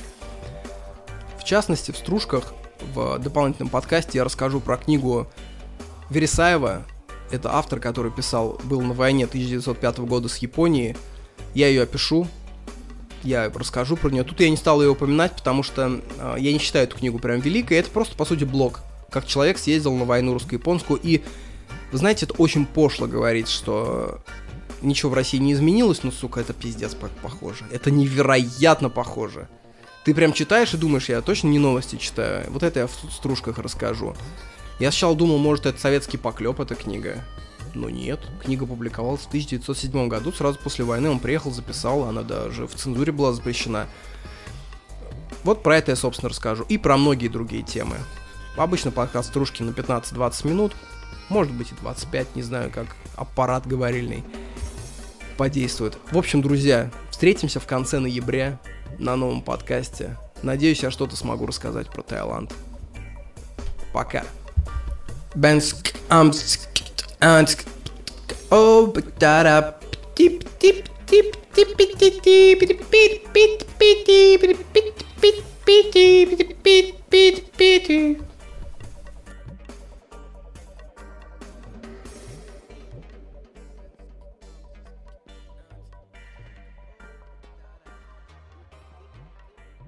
В частности, в «Стружках», в дополнительном подкасте я расскажу про книгу Вересаева. Это автор, который писал, был на войне тысяча девятьсот пятого года с Японией. Я ее опишу, я расскажу про нее. Тут я не стал ее упоминать, потому что э, я не считаю эту книгу прям великой. Это просто, по сути, блог. Как человек съездил на войну русско-японскую. И, вы знаете, это очень пошло говорить, что ничего в России не изменилось, но, сука, это пиздец похоже. Это невероятно похоже. Ты прям читаешь и думаешь: я точно не новости читаю. Вот это я в «Стружках» расскажу. Я сначала думал, может, это советский поклеп, эта книга. Но нет, книга публиковалась в тысяча девятьсот седьмом году, сразу после войны. Он приехал, записал, она даже в цензуре была запрещена. Вот про это я, собственно, расскажу. И про многие другие темы. Обычно подкаст «Стружки» на пятнадцать-двадцать минут. Может быть и двадцать пять, не знаю, как аппарат говорильный подействует. В общем, друзья, встретимся в конце ноября на новом подкасте. Надеюсь, я что-то смогу рассказать про Таиланд. Пока. Бенск, амск, анск, о, бтара, тип, тип, тип, тип, тип, тип, тип, тип, тип, тип, тип, тип, тип, тип, тип, тип, тип, тип, тип.